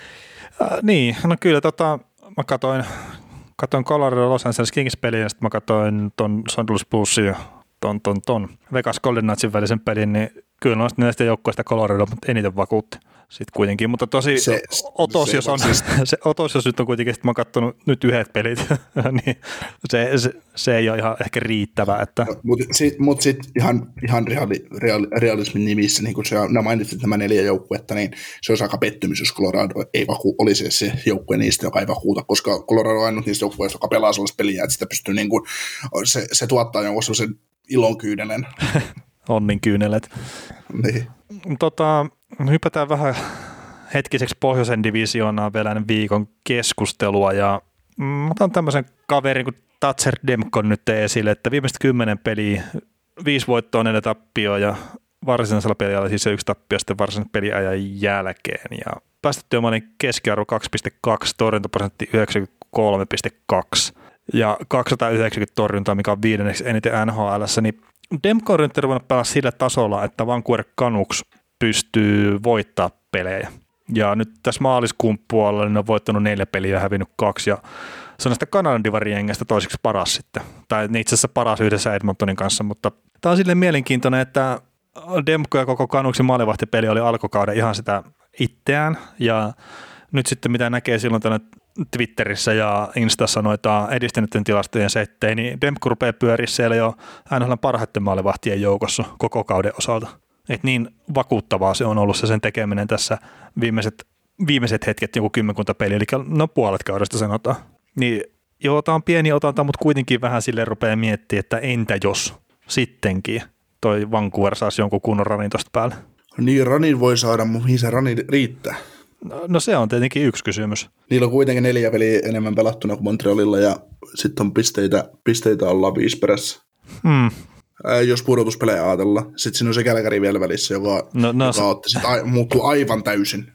Äh, niin, no kyllä tota, mä katoin, katoin Colorado Los Angeles Kings peliä ja sitten mä katoin ton Saint Louis Bluesin ja ton, ton, ton Vegas Golden Knightsin välisen pelin, niin kyllä noista näistä joukkoista Colorado eniten vakuutti sitten kuitenkin, mutta tosi se, otos, se, jos on, siis. se otos, jos nyt on kuitenkin, että mä oon katsonut nyt yhdet pelit, niin se, se, se ei ole ihan ehkä riittävä. Että.
Mutta sitten mut sit ihan, ihan reali, real, realismin nimissä, niin kun se, nämä mainitsit nämä neljä joukkuetta, niin se olisi aika pettymys, jos Colorado ei vaku, olisi se joukkue niistä, joka ei vakuuta, koska Colorado on ainut niistä joukkueista, joka pelaa sellaista peliä, että sitä pystyy, niin kuin, se, se tuottaa jonkun sellaisen ilonkyynelen.
Onninkyynelet.
Niin.
Tota, hypätään vähän hetkiseksi pohjoisen divisioonaan vielä ennen viikon keskustelua ja mä otan tämmöisen kaverin kuin Thatcher Demko nyt esille, että viimeiset kymmenen peliä, viisi voittoa, neljä tappioa ja varsinaisella peliajalla siis se yksi tappio sitten varsinaisen peliajan jälkeen ja päästettyä maali keskiarvo kaksi pilkku kaksi, torjuntaprosentti yhdeksänkymmentäkolme pilkku kaksi ja kaksisataayhdeksänkymmentä torjuntaa, mikä on viidenneksi eniten N H L:ssä, niin Demko on nyt ruvennut pelaa sillä tasolla, että Vancouver Canucks pystyy voittaa pelejä. Ja nyt tässä maaliskuun puolella ne on voittanut neljä peliä ja hävinnyt kaksi. Ja se on näistä Kanadan divarijengestä toiseksi paras sitten. Tai itse asiassa paras yhdessä Edmontonin kanssa, mutta tämä on silleen mielenkiintoinen, että Demko ja koko Canucksin maalivahtipeli oli alkukauden ihan sitä itseään. Ja nyt sitten mitä näkee silloin tänne Twitterissä ja Instassa noita edistyneiden tilastojen settejä, niin Demko rupeaa pyöriä siellä jo N H L:n parhaiten maalivahtien joukossa koko kauden osalta. Et niin vakuuttavaa se on ollut se sen tekeminen tässä viimeiset, viimeiset hetket, joku kymmenkunta peliä, eli no puolet kaudesta sanotaan. Niin joo, tämä on pieni otanta, mutta kuitenkin vähän sille rupeaa miettimään, että entä jos sittenkin toi Vancouver saisi jonkun kunnon ranin tuosta päälle.
Niin, ranin voi saada, mutta mihin se rani riittää?
No, no se on tietenkin yksi kysymys.
Niillä on kuitenkin neljä peliä enemmän pelattuna kuin Montrealilla ja sitten on pisteitä, pisteitä ollaan viisi perässä.
Hmm.
Ää, jos pudotuspelejä ajatellaan. Sitten siinä on se Kälkäri vielä välissä, joka, no, no, joka se otti sit a, muuttuu aivan täysin.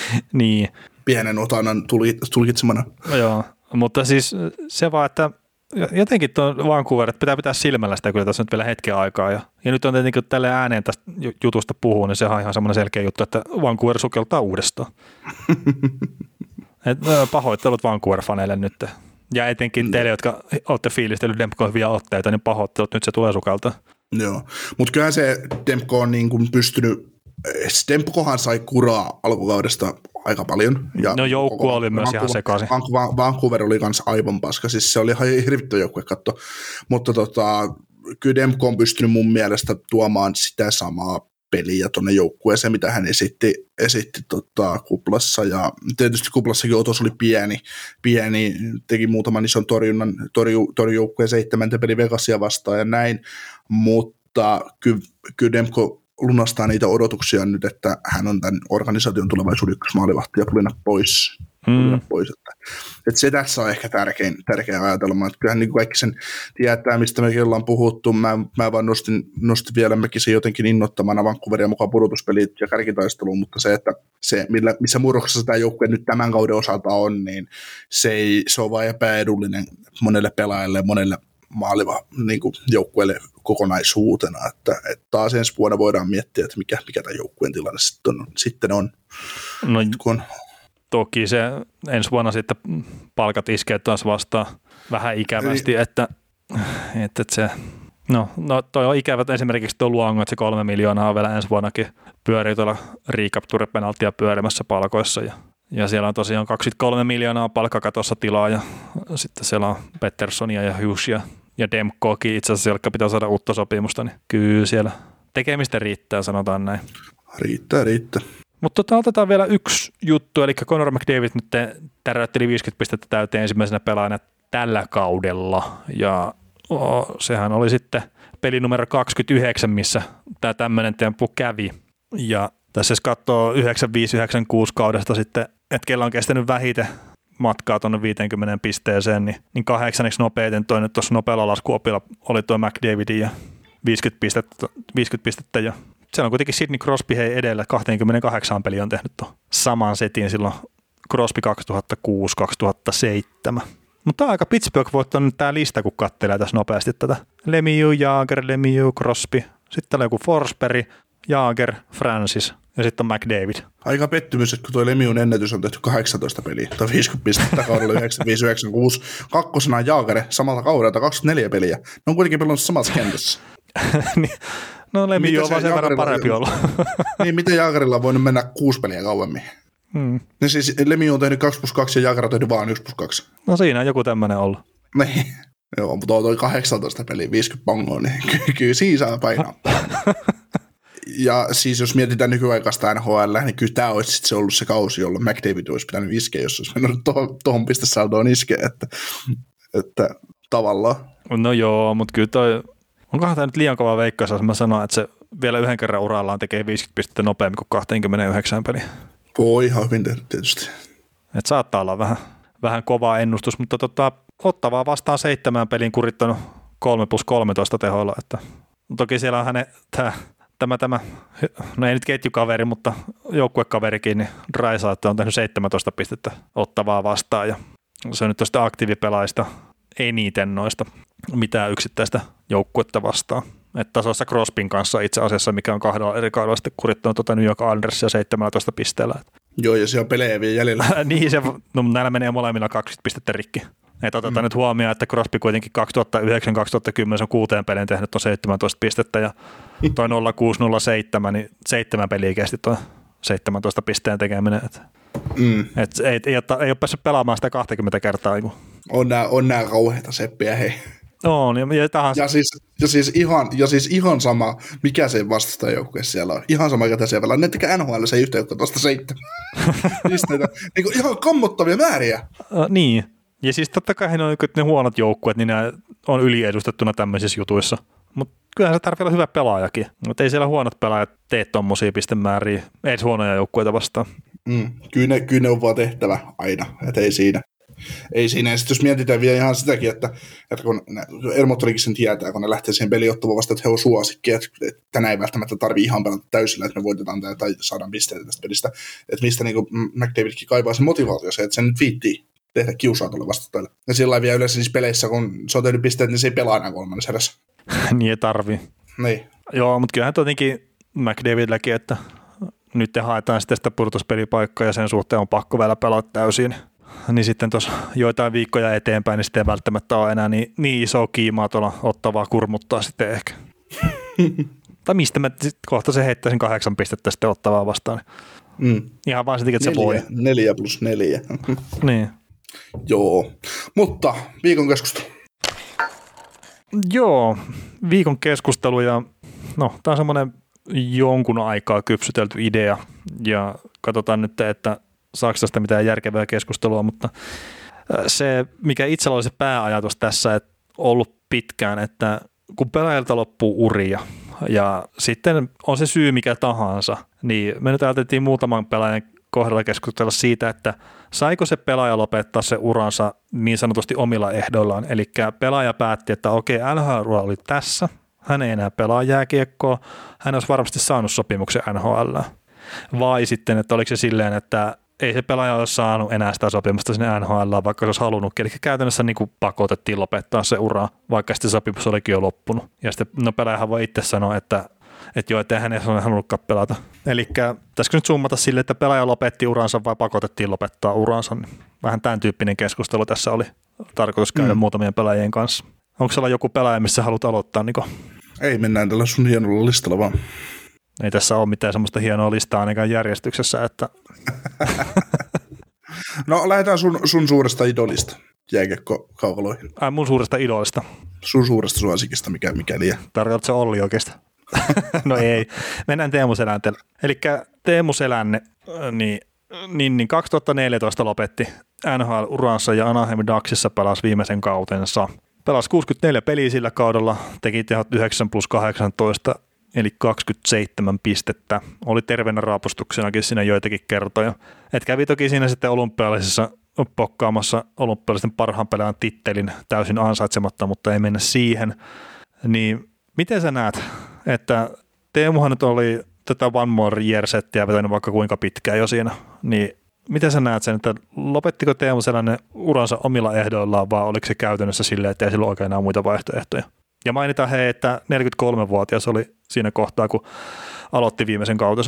Niin.
Pienen otannan tulkitsemana.
No joo, mutta siis se vaan, että jotenkin tuon Vancouver, että pitää pitää silmällä sitä kyllä tässä nyt vielä hetken aikaa. Ja, ja nyt on tietenkin, kun tälle ääneen tästä jutusta puhuu, niin se on ihan semmoinen selkeä juttu, että Vancouver sukeltaa uudestaan. Et, pahoittelut Vancouver-faneille nyt. Ja etenkin teille, jotka olette fiilistellyt Demkoon hyviä otteita, niin pahoittelut, nyt se tulee sukeltaa.
Joo, mutta kyllähän se Demko on niin kuin pystynyt, Demkohan sai kuraa alkukaudesta aika paljon. Ja
no joukkue oli myös
Vancouver,
ihan sekaisin.
Vancouver oli myös aivan paska, siis se oli ihan hirvittö joukkue katto, mutta tota, kyllä Demko on pystynyt mun mielestä tuomaan sitä samaa peliä tuonne joukkueeseen, mitä hän esitti, esitti tota, kuplassa, ja tietysti kuplassakin otos oli pieni, pieni teki muutaman ison torjunnan, torju, torjujoukkueen seitsemäntä peli Vegasia vastaan ja näin, mutta kyllä, kyllä Demko lunastaa niitä odotuksia nyt, että hän on tämän organisaation tulevaisuuden ykkösmaalivahti ja pulina pois. Mm. pois että, että se tässä on ehkä tärkein, tärkein ajatelma, että kyllähän niin kaikki sen tietää, mistä mekin ollaan puhuttu. Mä, mä vaan nostin, nostin vielä mäkin jotenkin innoittamana Vancouveria mukaan pudotuspelit ja kärkitaisteluun, mutta se, että se, millä, missä murroksessa tämä joukkue nyt tämän kauden osalta on, niin se, ei, se on vain epäedullinen monelle pelaajalle ja monelle maaliva niin kuin joukkueelle kokonaisuutena, että, että taas ensi vuonna voidaan miettiä, että mikä, mikä tämä joukkueen tilanne sitten on. Sitten on,
no,
kun
toki se ensi vuonna sitten palkat iskee taas vastaan vähän ikävästi, että, että se, no, no toi on ikävä esimerkiksi tuo Luongo, että se kolme miljoonaa on vielä ensi vuonnakin pyörii tuolla recapture-penaltia pyörimässä palkoissa ja Ja siellä on tosiaan kaksikymmentäkolme miljoonaa palkkakatossa tilaa ja sitten siellä on Petterssonia ja Hughesia ja Demkoakin itse asiassa, jotka pitää saada uutta sopimusta, niin kyllä siellä tekemistä riittää, sanotaan näin.
Riittää, riittää.
Mutta tota, otetaan vielä yksi juttu, eli Connor McDavid nyt täräytteli viisikymmentä pistettä täyteen ensimmäisenä pelaajana tällä kaudella ja oh, sehän oli sitten peli numero kaksikymmentäyhdeksän, missä tämä tämmöinen temppu kävi ja tässä jos katsoo yhdeksänkymmentäviisi yhdeksänkymmentäkuusi kaudesta sitten, että kellä on kestänyt vähiten matkaa tuonne viiteenkymmeneen pisteeseen, niin, niin kahdeksanneksi nopeiten toinen tuossa nopealla laskuopilla oli tuo McDavidin ja viisikymmentä pistettä, viisikymmentä pistettä ja siellä on kuitenkin Sidney Crosby hei edellä, kaksikymmentäkahdeksan peliä on tehnyt tuon saman setin silloin Crosby kaksituhattakuusi kaksituhattaseitsemän. Mutta tämä on aika Pittsburgh-voitto nyt tämä lista, kun katselee tässä nopeasti tätä. Lemieux, Jagr, Lemieux, Crosby, sitten täällä on joku Forsberg, Jagr, Francis ja sitten on McDavid. Aika
pettymys, että kun tuo Lemieux ennätys on tehty kahdeksantoista peliä, tai viisikymmentä pistettä kaudella yhdeksänkymmentäviisi yhdeksänkymmentäkuusi. Kakkosena Jagr samalta kaudelta kaksikymmentäneljä peliä. Ne on kuitenkin pelannut samassa kentässä.
No Lemieux on vaan sen verran parempi ollut.
Niin, miten Jagrilla on voinut mennä kuusi peliä kauemmin? Hmm. Niin siis Lemieux on tehnyt kaksi plus kaksi ja Jagr on tehnyt vaan yksi plus kaksi.
No siinä on joku tämmöinen ollut.
Niin. Joo, mutta toi kahdeksantoista peliä, viisikymmentä pongoa, niin ky- kyllä siinä saa painaa. Ja siis jos mietitään nykyaikaista N H L, niin kyllä tämä olisi se ollut se kausi, jolloin McDavid olisi pitänyt iskeä, jos olisi mennyt tuohon, tuohon pistesaldoon iskeä, että, että tavallaan.
No joo, mutta kyllä toi, onkohan tämä nyt liian kova veikkaus, jos mä sanon, että se vielä yhden kerran urallaan tekee viisikymmentä pistettä nopeammin kuin kaksikymmentäyhdeksän peliä.
Voi ihan hyvin tehdä tietysti.
Et saattaa olla vähän, vähän kovaa ennustus, mutta tota, Ottavaa vastaan seitsemän peliin kurittanut kolme plus kolmetoista tehoilla, että toki siellä on hänen tämä Tämä, tämä, no ei nyt ketjukaveri, mutta joukkuekaverikin, niin Draisaitl on tehnyt seitsemäntoista pistettä Ottavaa vastaan ja se on nyt tuosta aktiivipelaista eniten noista mitään yksittäistä joukkuetta vastaan. Että tasossa Crosbyn kanssa itse asiassa, mikä on kahdella eri kaudella sitten kurittanut tuota New York Andersia seitsemäntoista pisteellä.
Joo, ja siellä on pelejä vielä jäljellä.
Niin, se, no, näillä menee molemmilla kaksikymmentä pistettä rikki. Että otetaan mm. nyt huomioon, että Crosby kuitenkin kaksituhattayhdeksän kaksituhattakymmenen on kuuteen peliin tehnyt on seitsemäntoista pistettä ja toi nolla kuusi nolla seitsemän, niin seitsemän peliä kesti tuo seitsemäntoista pisteen tekeminen. Et, mm. et, ei, ei, ole, ei ole päässyt pelaamaan sitä kaksikymmentä kertaa. Niin
on nämä, on nämä kauheita seppiä, hei.
On, ja, ja, tähän... ja,
siis, ja, siis ihan, ja siis ihan sama, mikä se vastustajajoukkue siellä on. Ihan sama, ketä siellä pelaa. Ne tekee N H L se yhteyttä tuosta seitsemän. niin ihan kammottavia määriä.
Uh, niin. Ja siis totta kai ne, on, ne huonot joukkueet, niin ne on yliedustettuna tämmöisissä jutuissa. Mutta kyllähän se tarvitsee olla hyvä pelaajakin. Mutta ei siellä huonot pelaajat tee tommosia pistemääriä, ei huonoja joukkueita vastaan.
Mm, kyllä, ne, kyllä ne on vaan tehtävä aina, että ei siinä. Ei siinä. Ja sitten jos mietitään vielä ihan sitäkin, että, että kun Elmottonikin sen tietää, kun ne lähtee siihen peliin ottamaan vasta, että he on suosikki, että tänään ei välttämättä tarvitse ihan pelata täysillä, että me voitetaan tämä tai saadaan pisteitä tästä pelistä. Että mistä niin kuin McDavidkin kaipaa sen motivaatio, se, että sen nyt viittii tehdä kiusaa tuolle vastustajalle. Ja sillä lailla vielä yleensä niissä peleissä, kun se on tehnyt pisteet, niin se ei pelaa enää kolmannessa erässä.
Niin ei tarvii.
Niin.
Joo, mutta kyllähän tietenkin McDavidilläkin, että nyt te haetaan sitten sitä purtuspelipaikkaa ja sen suhteen on pakko vielä pelata täysin. Niin sitten tuossa joitain viikkoja eteenpäin, niin sitten ei välttämättä ole enää niin, niin iso kiimaa tuolla Ottavaa kurmuttaa sitten ehkä. Tai mistä mä kohta se heittäisin kahdeksan pistettä sitten Ottavaa vastaan.
Mm.
Ihan vaan sitten, että
neljä,
se voi.
Neljä plus neljä.
Niin.
Joo, mutta viikon keskustelu.
Joo, viikon keskustelu ja no, tämä on semmoinen jonkun aikaa kypsytelty idea ja katsotaan nyt, että saako tästä mitään järkevää keskustelua, mutta se, mikä itsellä oli se pääajatus tässä, että ollut pitkään, että kun pelaajilta loppuu uria ja sitten on se syy mikä tahansa, niin me nyt ajateltiin muutaman pelaajan kohdalla keskustella siitä, että saiko se pelaaja lopettaa se uransa niin sanotusti omilla ehdoillaan. Eli pelaaja päätti, että okei, N H L-ura oli tässä, hän ei enää pelaa jääkiekkoa, hän olisi varmasti saanut sopimuksen N H L. Vai sitten, että oliko se silleen, että ei se pelaaja ole saanut enää sitä sopimusta sinne N H L, vaikka se olisi halunnutkin. Eli käytännössä niin kuin pakotettiin lopettaa se ura, vaikka sitten sopimus olikin jo loppunut. Ja sitten no, pelaajahan voi itse sanoa, että että joo, ettei hän ei ole halunnutkaan pelata. Eli pitäisikö nyt summata sille, että pelaaja lopetti uransa vai pakotettiin lopettaa uransa? Vähän tämän tyyppinen keskustelu tässä oli tarkoitus käydä mm. muutamien pelaajien kanssa. Onko siellä joku pelaaja, missä haluat aloittaa, Niko?
Ei, mennään tällä sun hienolla listalla vaan.
Ei tässä ole mitään semmoista hienoa listaa ainakaan järjestyksessä, että...
No lähdetään sun, sun suuresta idolista jääkiekko-kaukaloihin.
Ai mun suuresta idolista?
Sun suuresta suosikista, mikä, mikä liian.
Tarkoitatko se Olli oikeastaan? No ei. Mennään Teemu Selänteelle. Eli Teemu Selänne niin, niin, niin kaksituhattaneljätoista lopetti N H L-uransa ja Anaheim Ducksissa pelasi viimeisen kautensa. Pelasi kuusikymmentäneljä peliä sillä kaudella, teki tehot yhdeksän plus kahdeksantoista, eli kaksikymmentäseitsemän pistettä. Oli terveenä raapustuksenakin siinä joitakin kertoja. Et kävi toki siinä sitten olympialaisissa pokkaamassa olympialaisten parhaan pelaajan tittelin täysin ansaitsematta, mutta ei mennä siihen. Niin miten sä näet, että Teemuhan nyt oli tätä One More Year-settiä vetänyt vaikka kuinka pitkään jo siinä, niin miten sä näet sen, että lopettiko Teemu sellainen uransa omilla ehdoillaan, vai oliko se käytännössä silleen, että ei sillä oikein enää muita vaihtoehtoja? Ja mainitaan hei, että neljäkymmentäkolmevuotias oli siinä kohtaa, kun aloitti viimeisen kautensa.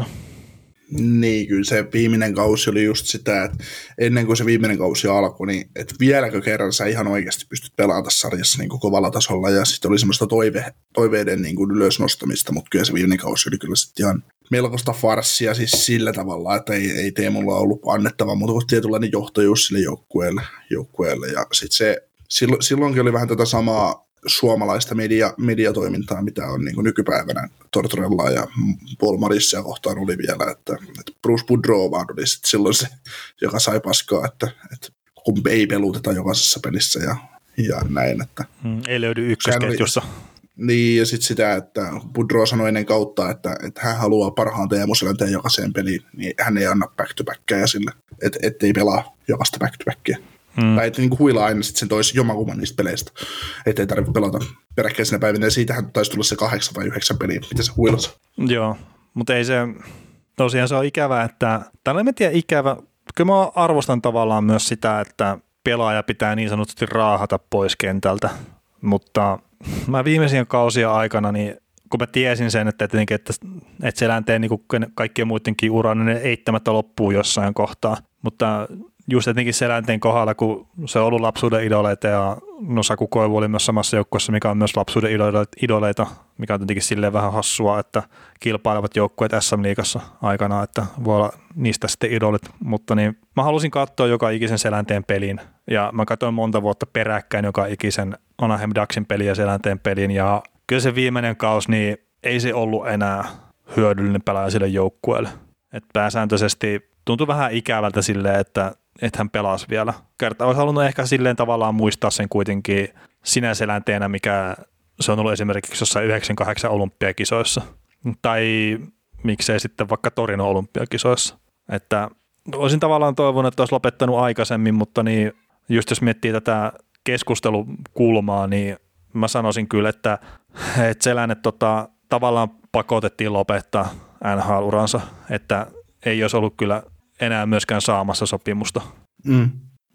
Niin, kyllä se viimeinen kausi oli just sitä, että ennen kuin se viimeinen kausi alkoi, niin että vieläkö kerran sä ihan oikeasti pystyt pelaamaan tässä sarjassa niin kuin kovalla tasolla, ja sitten oli semmoista toive, toiveiden niin kuin ylösnostamista, mutta kyllä se viimeinen kausi oli kyllä sitten ihan melkoista farssia siis sillä tavalla, että ei, ei Teemulla ollut annettava, mutta kuin tietynlainen johtajuus sille joukkueelle, joukkueelle. Ja sitten se, silloin, silloinkin oli vähän tätä samaa suomalaista media, mediatoimintaa, mitä on niin kuin nykypäivänä Tortorella ja Paul Marissia kohtaan oli vielä, että, että Bruce Boudreau vaan oli silloin se, joka sai paskaa, että, että kun ei peluteta jokaisessa pelissä ja, ja näin. Että
hmm, ei löydy ykkösketjussa.
Niin, ja sitten sitä, että Boudreau sanoi ennen kautta, että, että hän haluaa parhaan Teemu Selänteen jokaiseen peliin, niin hän ei anna back-to-backkejä sille, että ettei pelaa jokaista back-to-backia. Hmm. Tai että niin huilaa aina sitten sen toisi jomakumman niistä peleistä, ettei tarvitse pelata peräkkäisenä päivinä, ja siitähän taisi tulla se kahdeksan tai yhdeksän peliä, mitä se huilasi.
Joo, mutta ei se, tosiaan se on ikävä, että, tai en tiedä ikävä, kyllä mä arvostan tavallaan myös sitä, että pelaaja pitää niin sanotusti raahata pois kentältä, mutta mä viimeisiä kausia aikana, niin kun mä tiesin sen, että, että, että, että Selänteen niin kuin kaikkien muidenkin ura, niin ne eittämättä loppuu jossain kohtaa, mutta just etenkin Selänteen kohdalla, kun se on ollut lapsuuden idoleita ja no Saku Koivu oli myös samassa joukkueessa, mikä on myös lapsuuden idoleita, mikä on tietenkin silleen vähän hassua, että kilpailevat joukkueet S M-liigassa aikana, että voi olla niistä sitten idolit, mutta niin mä halusin katsoa joka ikisen Selänteen pelin ja mä katsoin monta vuotta peräkkäin joka ikisen Anaheim Ducksin pelin ja Selänteen pelin ja kyllä se viimeinen kausi, niin ei se ollut enää hyödyllinen pelaaja sille joukkueelle, että pääsääntöisesti tuntui vähän ikävältä silleen, että että hän pelasi vielä. Kertaa olisi halunnut ehkä silleen tavallaan muistaa sen kuitenkin sinä Selänteenä, mikä se on ollut esimerkiksi jossain yhdeksänkymmentäkahdeksan olympiakisoissa. Tai miksei sitten vaikka Torino olympiakisoissa. Että olisin tavallaan toivonut, että olisi lopettanut aikaisemmin, mutta niin just jos miettii tätä keskustelukulmaa, niin mä sanoisin kyllä, että, että Selänne tota, tavallaan pakotettiin lopettaa N H L-uransa, että ei olisi ollut kyllä enää myöskään saamassa sopimusta.
Mm.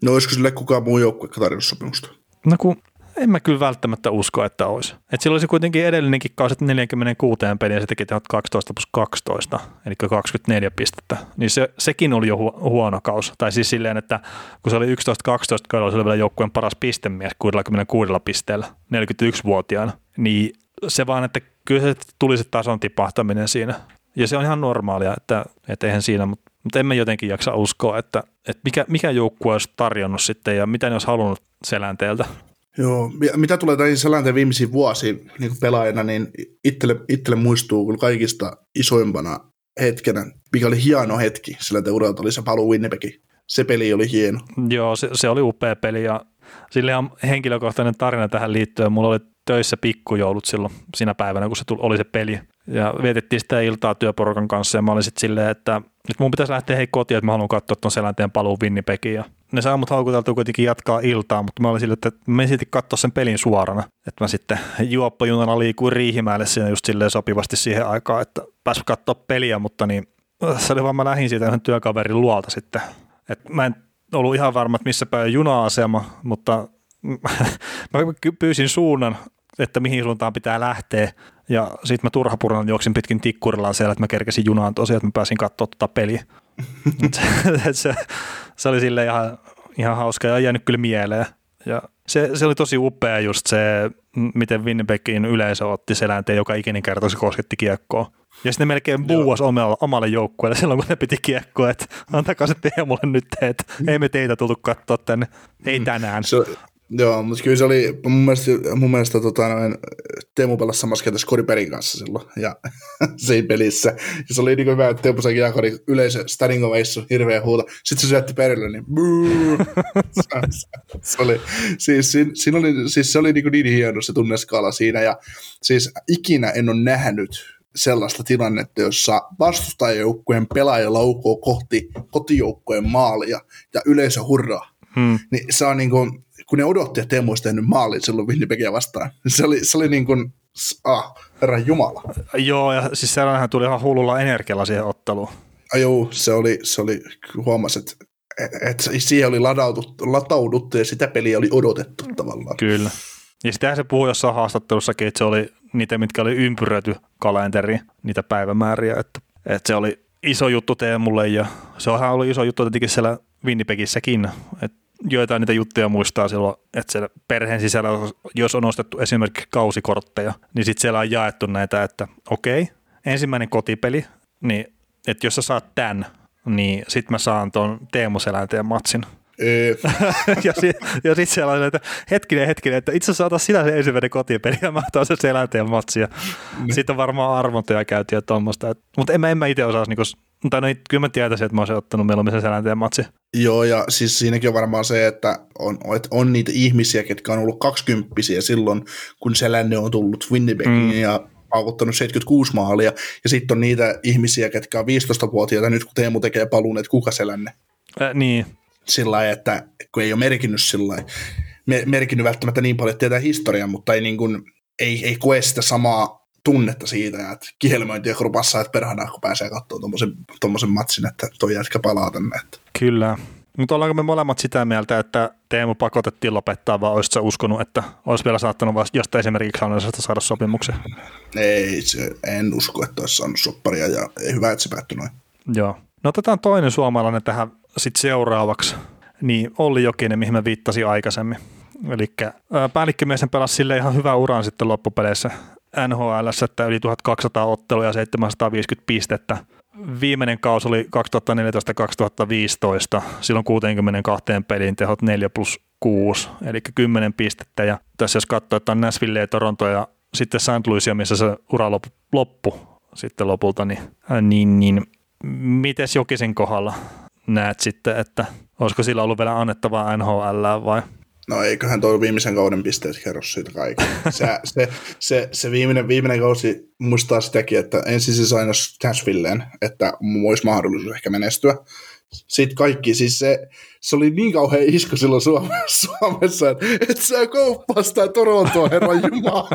No olisiko sille kukaan muu joukkue tarjonnut sopimusta?
No kun en mä kyllä välttämättä usko, että olisi. Että sillä olisi kuitenkin edellinenkin kausi neljäkymmentäkuusi peliä ja se teki tehot kaksitoista plus kaksitoista, eli kaksikymmentäneljä pistettä. Niin se, sekin oli jo hu- huono kausi. Tai siis silleen, että kun se oli yksitoista kaksitoista kaudella, se oli vielä joukkueen paras pistemies kuusikymmentäkuusi pisteellä, neljäkymmentäyksivuotiaana. Niin se vaan, että kyllä se tuli se tason tipahtaminen siinä. Ja se on ihan normaalia, että, että eihän siinä, mutta, mutta emme jotenkin jaksa uskoa, että, että mikä, mikä joukkue olisi tarjonnut sitten ja mitä ne olisi halunnut Selänteeltä.
Joo, mitä tulee näihin Selänteen viimeisiin vuosiin niin pelaajana, niin itselle, itselle muistuu kyllä kaikista isoimpana hetkenä, mikä oli hieno hetki Selänteen uralta, oli se paluu Winnipegiin. Se peli oli hieno. Joo,
se, se oli upea peli ja sillä on henkilökohtainen tarina tähän liittyen. Mulla oli töissä pikkujoulut silloin siinä päivänä, kun se tuli, oli se peli. Ja vietettiin sitä iltaa työporukan kanssa ja mä olin sitten silleen, että nyt mun pitäisi lähteä hei kotiin, että mä haluan katsoa tuon Selänteen paluun Winnipegiin. Ja ne saa mut haukuteltua kuitenkin jatkaa iltaa, mutta mä olin silleen, että mä silti katsoa sen pelin suorana. Että mä sitten juoppajunalla liikuin Riihimäelle siinä just silleen sopivasti siihen aikaan, että pääsin katsoa peliä, mutta niin se oli vaan mä lähdin siitä yhden työkaverin luolta sitten. Että mä en ollut ihan varma, että missä päin juna-asema, mutta mä pyysin suunnan, että mihin suuntaan pitää lähteä. Ja sitten mä turhapurana juoksin pitkin Tikkurillaan siellä, että mä kerkesin junaan tosiaan, että mä pääsin katsoa tuota peliä. se, se, se oli silleen ihan, ihan hauska ja jäänyt kyllä mieleen. Ja se, se oli tosi upea just se, miten Winnipegin yleisö otti Selänteen joka ikinen kerta, se kosketti kiekkoa. Ja sitten ne melkein buuas omalle, omalle joukkueelle silloin, kun ne piti kiekkoa, että antakaa se Teemulle nyt, että ei me teitä tultu katsoa tänne, ei tänään.
Se, joo, mutta kyllä se oli mun mielestä, mun mielestä tota, noin, Teemu pelasi samassa kentässä Kodiperin kanssa silloin, ja siinä pelissä. Ja se oli niin kuin hyvä, että Teemu sai jääkori yleisö standing ovation, hirveä huuta. Sitten se syötti perille, niin se, se oli, siis, siinä oli, siis se oli niin, niin hieno se tunneskaala siinä, ja siis ikinä en ole nähnyt sellaista tilannetta, jossa vastustajajoukkueen pelaaja laukoo kohti kotijoukkueen maalia ja yleisö hurraa. Hmm. Niin se on niin kuin, kun ne odotti, että Teemu olisi tehnyt maalin silloin Winnipegia vastaan, se oli, se oli niin kuin, ah, herran jumala.
Joo, ja siis sellainenhan tuli ihan hullulla energialla siihen otteluun.
Ah, joo, se oli, se oli huomasi, että, että siihen oli latauduttu, latauduttu ja sitä peliä oli odotettu tavallaan.
Kyllä. Ja sitähän se puhui jossain haastattelussakin, että se oli niitä, mitkä oli ympyröity kalenteri, niitä päivämääriä, että, että se oli iso juttu Teemulle ja se onhan ollut iso juttu tietenkin siellä Winnipegissäkin, että joitain niitä juttuja muistaa silloin, että siellä perheen sisällä, jos on ostettu esimerkiksi kausikortteja, niin sitten siellä on jaettu näitä, että okei, ensimmäinen kotipeli, niin että jos sä saat tämän, niin sitten mä saan tuon Teemu Selänteen matsin. ja sitten sit siellä on, että hetkinen, hetkinen, että itse asiassa otas sinä se ensimmäinen kotipeli ja mä otan se Selänteen matsi. Ja sitten on varmaan arvontoja käyty ja tuommoista. Mutta en mä, en mä itse osaisi, niinku, tai no, kyllä mä tietäisin, että mä olisin ottanut mieluummin sen Selänteen matsi.
Joo, ja siis siinäkin on varmaan se, että on, että on niitä ihmisiä, ketkä on ollut kaksikymppisiä silloin, kun Selänne on tullut Winnipegiin mm. ja paukuttanut seitsemänkymmentäkuusi maalia, ja sitten on niitä ihmisiä, ketkä on viisitoistavuotiaita nyt, kun Teemu tekee paluun, että kuka Selänne.
Äh, niin.
Sillä lailla, että kun ei ole merkinnyt sillä lailla, merkinnyt välttämättä niin paljon, että tietää historiaa, mutta ei, niin kuin, ei, ei koe sitä samaa tunnetta siitä, että kihelmöintiä krupassa, että perhana, kun pääsee katsomaan tuommoisen matsin, että toi jätkä palaa tänne. Että.
Kyllä. Mutta ollaanko me molemmat sitä mieltä, että Teemu pakotettiin lopettaa, vai olisitko uskonut, että olisi vielä saattanut vasta jostain esimerkiksi Hannesesta saada sopimuksen?
Ei, se, en usko, että olisi saanut sopparia, ja ei hyvä, että se päättyi noin.
Joo. No otetaan toinen suomalainen tähän sitten seuraavaksi, niin Olli Jokinen, mihin mä viittasin aikaisemmin. Eli päällikkömies pelasi sille ihan hyvän uran sitten loppupeleissä N H L:ssä, että yli tuhatkaksisataa ottelua ja seitsemänsataaviisikymmentä pistettä. Viimeinen kausi oli kaksituhattaneljätoista kaksituhattaviisitoista, silloin kuusikymmentäkaksi pelin tehot neljä plus kuusi, eli kymmenen pistettä. Ja tässä jos katsoo, että on Nashville ja Toronto ja sitten Saint Louisia, missä se ura loppu, loppu sitten lopulta, niin, niin, niin mites Jokisen kohdalla näet sitten, että olisiko sillä ollut vielä annettavaa N H L vai?
No eiköhän tuo viimeisen kauden pisteet kerro siitä kaiken. Se, se, se, se viimeinen, viimeinen kausi muistaa sitäkin, että ensin se sainasi Nashvilleen, että olisi mahdollisuus ehkä menestyä. Sitten kaikki, siis se, se oli niin kauhean isku silloin Suomessa, että et sä kauppaa sitä Torontoa, herran jumala.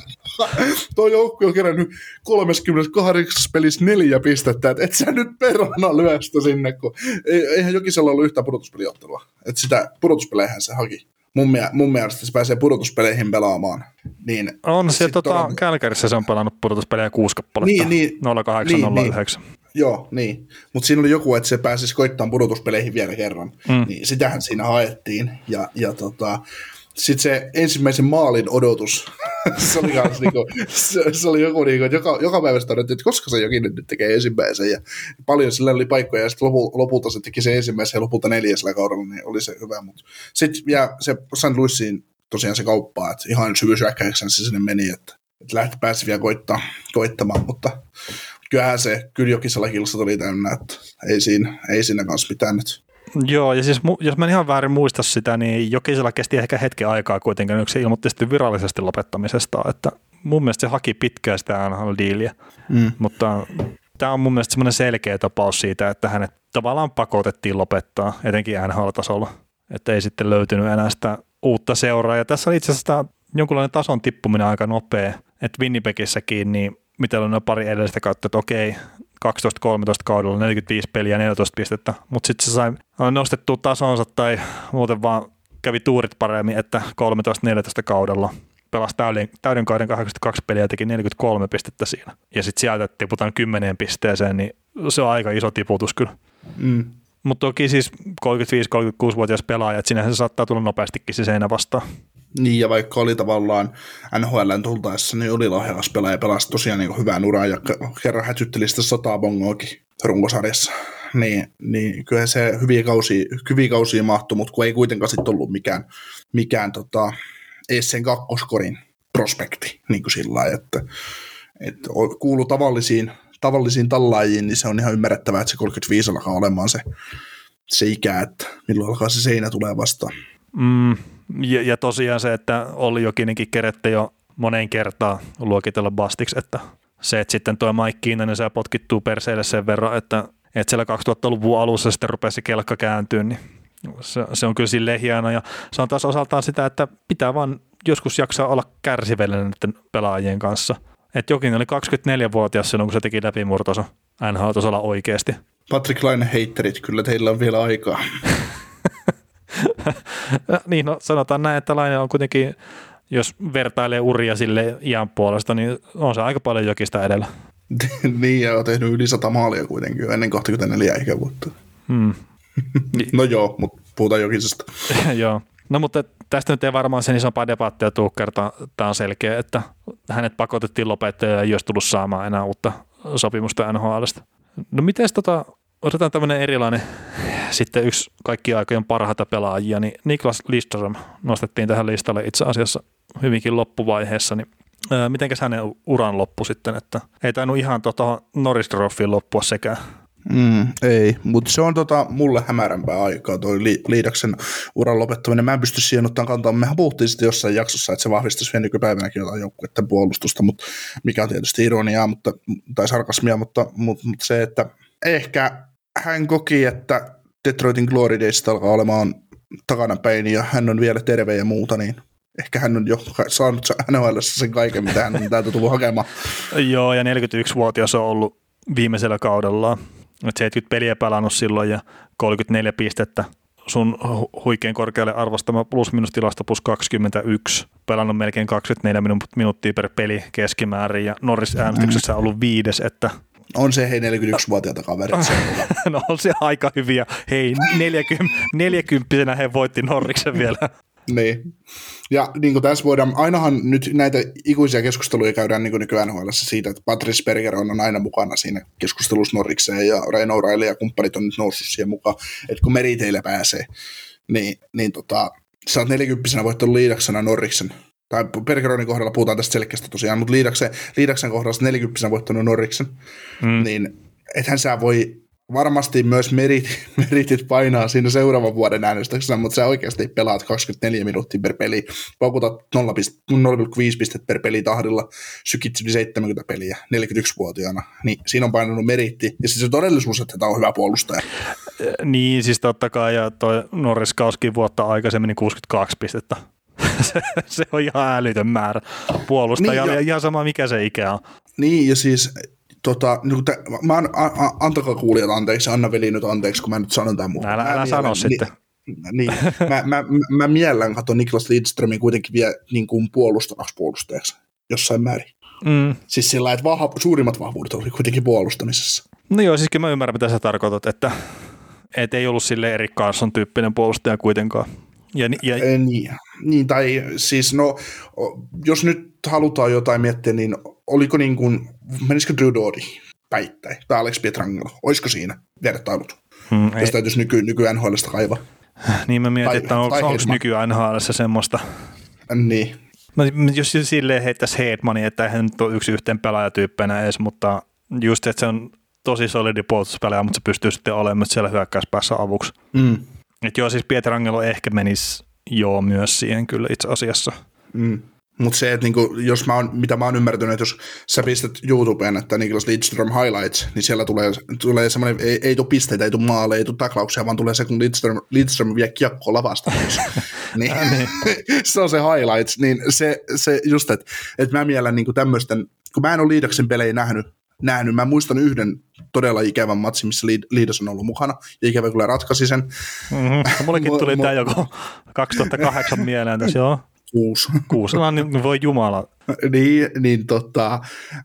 Tuo joukkue on kerännyt kolmekymmentäkahdeksan pelissä neljä pistettä, että et sä nyt perhana lyö sitä sinne, kun eihän Jokisella ollut yhtään pudotuspeliottelua. Että sitä pudotuspeleihän se haki. Mun, mie- mun mielestä se pääsee pudotuspeleihin pelaamaan. Niin,
on se tota,
Toronto...
Kälkärissä se on pelannut pudotuspelejä kuusi kappaletta,
niin, niin,
nolla kahdeksan nolla yhdeksän.
Niin. Joo, niin. Mutta siinä oli joku, että se pääsisi koittamaan pudotuspeleihin vielä kerran. Mm. Niin sitähän siinä haettiin. Ja, ja tota, sitten se ensimmäisen maalin odotus, se oli, niinku, se, se oli joku, niinku, joka, joka päivä sitä odottiin, että koska se jokin nyt tekee ensimmäisen. Ja paljon sillä oli paikkoja, ja sitten lopu, lopulta se teki se ensimmäisen ja lopulta neljäsellä kaudella, niin oli se hyvä. Sitten ja se Saint Louisiin tosiaan se kauppaa, että ihan syvyysyökkäyksen se sinne meni, että, että lähti pääsi vielä koittaa, koittamaan, mutta kyllähän se, kyllä Jokisella kilsat oli täynnä, että ei siinä, ei siinä kanssa mitään nyt. Joo,
ja siis jos mä en ihan väärin muista sitä, niin Jokisella kesti ehkä hetken aikaa kuitenkin, kun se ilmoitti sitten virallisesti lopettamisesta, että mun mielestä se haki pitkään sitä N H L-diiliä, mm. mutta tämä on mun mielestä semmoinen selkeä tapaus siitä, että hänet tavallaan pakotettiin lopettaa, etenkin N H L-tasolla, että ei sitten löytynyt enää sitä uutta seuraa, ja tässä on itse asiassa jonkunlainen tason tippuminen aika nopea, että Winnipegissäkin, niin mitä on noin pari edellistä kautta, että okei, kaksitoista kolmetoista kaudella neljäkymmentäviisi peliä, neljätoista pistettä, mutta sitten se sai nostettua tasonsa tai muuten vaan kävi tuurit paremmin, että kolmetoista neljätoista kaudella pelasi täyden, täyden kauden kahdeksankymmentäkaksi peliä ja teki neljäkymmentäkolme pistettä siinä. Ja sitten sieltä tiputaan kymmeneen pisteeseen, niin se on aika iso tiputus kyllä. Mm. Mutta toki siis kolmekymmentäviisi kolmekymmentäkuusi-vuotias pelaaja, että sinänsä saattaa tulla nopeastikin se seinä vastaan.
Niin, ja vaikka oli tavallaan N H L:n tultaessa, niin oli lahjakas pelaaja ja pelasi tosiaan niin hyvän uran ja kerran hätytteli sitä sotaa bongoakin runkosarjassa. Niin, niin kyllä se hyviä kausia, hyviä kausia mahtui, mutta kun ei kuitenkaan sitten ollut mikään, mikään tota, edes sen kakkoskorin prospekti, niin kuin sillä lailla, että, että kuului tavallisiin, tavallisiin tallaajiin, niin se on ihan ymmärrettävää, että se kolmekymmentäviisi alkaa olemaan se, se ikä, että milloin alkaa se seinä tulee vastaan.
Mm, ja, ja tosiaan se, että oli jokinenkin kerette jo moneen kertaan luokitella bastiksi, että se, että sitten tuo Mike Keenan, niin se potkittuu perseille sen verran, että, että siellä kaksituhattaluvun alussa sitten rupesi kelkka kääntyä, niin se, se on kyllä silleen hieno, ja se on taas osaltaan sitä, että pitää vaan joskus jaksaa olla kärsivällinen näiden pelaajien kanssa. Että Jokinen oli kaksikymmentäneljävuotias silloin, kun se teki läpimurtonsa N H L-tasolla oikeasti.
Patrick Laine heitterit, kyllä teillä on vielä aikaa.
Niin, no sanotaan näin, että Laine on kuitenkin, jos vertailee uria sille iän puolesta, niin on se aika paljon Jokista edellä.
Niin, ja on tehnyt yli sata maalia kuitenkin jo ennen kaksikymmentäneljä ikävuotta. Hmm. No joo, mutta puhutaan Jokisesta.
Joo. No mutta tästä nyt ei varmaan sen isompaa debattia tule kertaa. Tämä on selkeä, että hänet pakotettiin lopettaa ja ei olisi tullut saamaan enää uutta sopimusta N H L:stä. No miten tota, otetaan tämmöinen erilainen, sitten yksi kaikkien aikojen parhaita pelaajia, niin Niklas Lidström nostettiin tähän listalle itse asiassa hyvinkin loppuvaiheessa, niin ää, mitenkäs hänen uran loppu sitten, että ei tainnut ihan tuota Norris Trophyyn loppua sekään.
Mm, ei, mutta se on tota, mulle hämärämpää aikaa toi li- Liidaksen uran lopettaminen. Mä en pysty siihen ottaa kantaa. Mehän puhuttiin sitten jossain jaksossa, että se vahvistaisi vielä nykypäivänäkin jotain joukkueiden puolustusta, mutta mikä on tietysti ironiaa mutta, tai sarkasmia, mutta, mutta, mutta se, että ehkä hän koki, että Detroitin Glory Days alkaa olemaan takanapäin ja hän on vielä terve ja muuta, niin ehkä hän on jo saanut N H L:ssä sen kaiken, mitä hän on täältä tullut hakemaan.
Joo, ja neljäkymmentäyksivuotias on ollut viimeisellä kaudellaan. seitsemänkymmentä peliä pelannut silloin ja kolmekymmentäneljä pistettä. Sun huikein korkealle arvostama plus-minus-tilasta plus kaksikymmentäyksi. Pelannut melkein kaksikymmentäneljä minu- minuuttia per peli keskimäärin ja Norris-äänestyksessä on ollut viides, että
on se hei neljäkymmentäyksivuotiaita kaverit.
No on se aika hyviä. Hei, neljäkymppisenä he voitti Norriksen vielä.
Niin. Ja niin kuin tässä voidaan, ainahan nyt näitä ikuisia keskusteluja käydään niin kuin nykyään N H L:ssä siitä, että Patrice Berger on aina mukana siinä keskustelussa Norrikseen ja Ryan O'Reilly ja kumppanit on nyt noussut siihen mukaan, että kun Meriteille pääsee, niin, niin tota, sä oot neljäkymppisenä voittanut Liidaksena Norriksen. Tai Bergeronin kohdalla puhutaan tästä selkeästi tosiaan, mutta Liidaksen, Liidaksen kohdalla neljäkymppisenä voittanut Norriksen, mm. niin ethän sä voi varmasti myös meritit, meritit painaa siinä seuraavan vuoden äänestyksessä, mutta sä oikeasti pelaat kaksikymmentäneljä minuuttia per peli, paukutat nolla pilkku viisi pistettä per peli tahdilla, sykit seitsemänkymmentä peliä neljäkymmentäyksivuotiaana, niin siinä on painanut meritti, ja siis se todellisuus, että tämä on hyvä puolustaja.
Niin, siis totta kai, ja toi Norris Kauskin vuotta aikaisemmin kuusikymmentäkaksi pistettä. se, se on ihan älytön määrä puolustajalle, niin, ja ihan sama mikä se ikä on.
Niin, ja siis Tota, niin te, mä an, a, a, antakaa kuulijat anteeksi, anna veli nyt anteeksi, kun mä nyt sanon tämän mukaan.
Älä, älä sano sitten.
Niin, mä, mä, mä, mä miellän katson Niklas Lidströmin kuitenkin vielä niin kuin puolustavaksi puolustajaksi jossain määrin. Mm. Siis sillä että vahva, suurimmat vahvuudet oli kuitenkin puolustamisessa.
No joo, siis mä ymmärrän, mitä sä tarkoitat, että et ei ollut silleen Erik Karlsson tyyppinen puolustaja kuitenkaan. Ja, ja...
E, niin, niin, tai siis no, jos nyt halutaan jotain miettiä, niin oliko niin kuin, menisikö Drew Doughty päittäin, tai Alex Pietrangelo, olisiko siinä vertailut, hmm, jos täytyisi nyky, nyky N H L:stä kaivaa?
Niin mä mietin, tai, että on, onko nyky N H L:ssä semmoista.
Niin.
Mä, jos silleen heittäisi Hedmania, että eihän nyt ole yksi yhteen pelaajatyyppänä edes, mutta just, että se on tosi solidi puolustuspelaaja, mutta se pystyy sitten olemaan siellä hyökkäyspäässä avuksi. Mm. Että joo, siis Pietrangelo ehkä menisi joo myös siihen kyllä itse asiassa. Mm.
Mutta se, että niinku, jos mä oon, mitä mä oon ymmärtänyt, että jos sä pistät YouTubeen, että Niklas Lidström highlights, niin siellä tulee, tulee semmoinen, ei, ei tule pisteitä, ei tule maaleja, ei tule taklauksia, vaan tulee se, kun Lidström, Lidström vie kiekkoa lavasta. niin, se on se highlights. Niin se, se just, että et mä miellän niinku tämmöisten, kun mä en ole Liidaksen pelejä nähnyt, nähnyt, mä muistan yhden todella ikävän matsin, missä Liidas on ollut mukana, ja ikävä kyllä ratkaisi sen.
Mm-hmm. Mullekin tuli tämä joku kaksituhattakahdeksan mieleen tässä, joo.
Kuusi.
Kuusi, niin voi jumala.
niin, niin tota,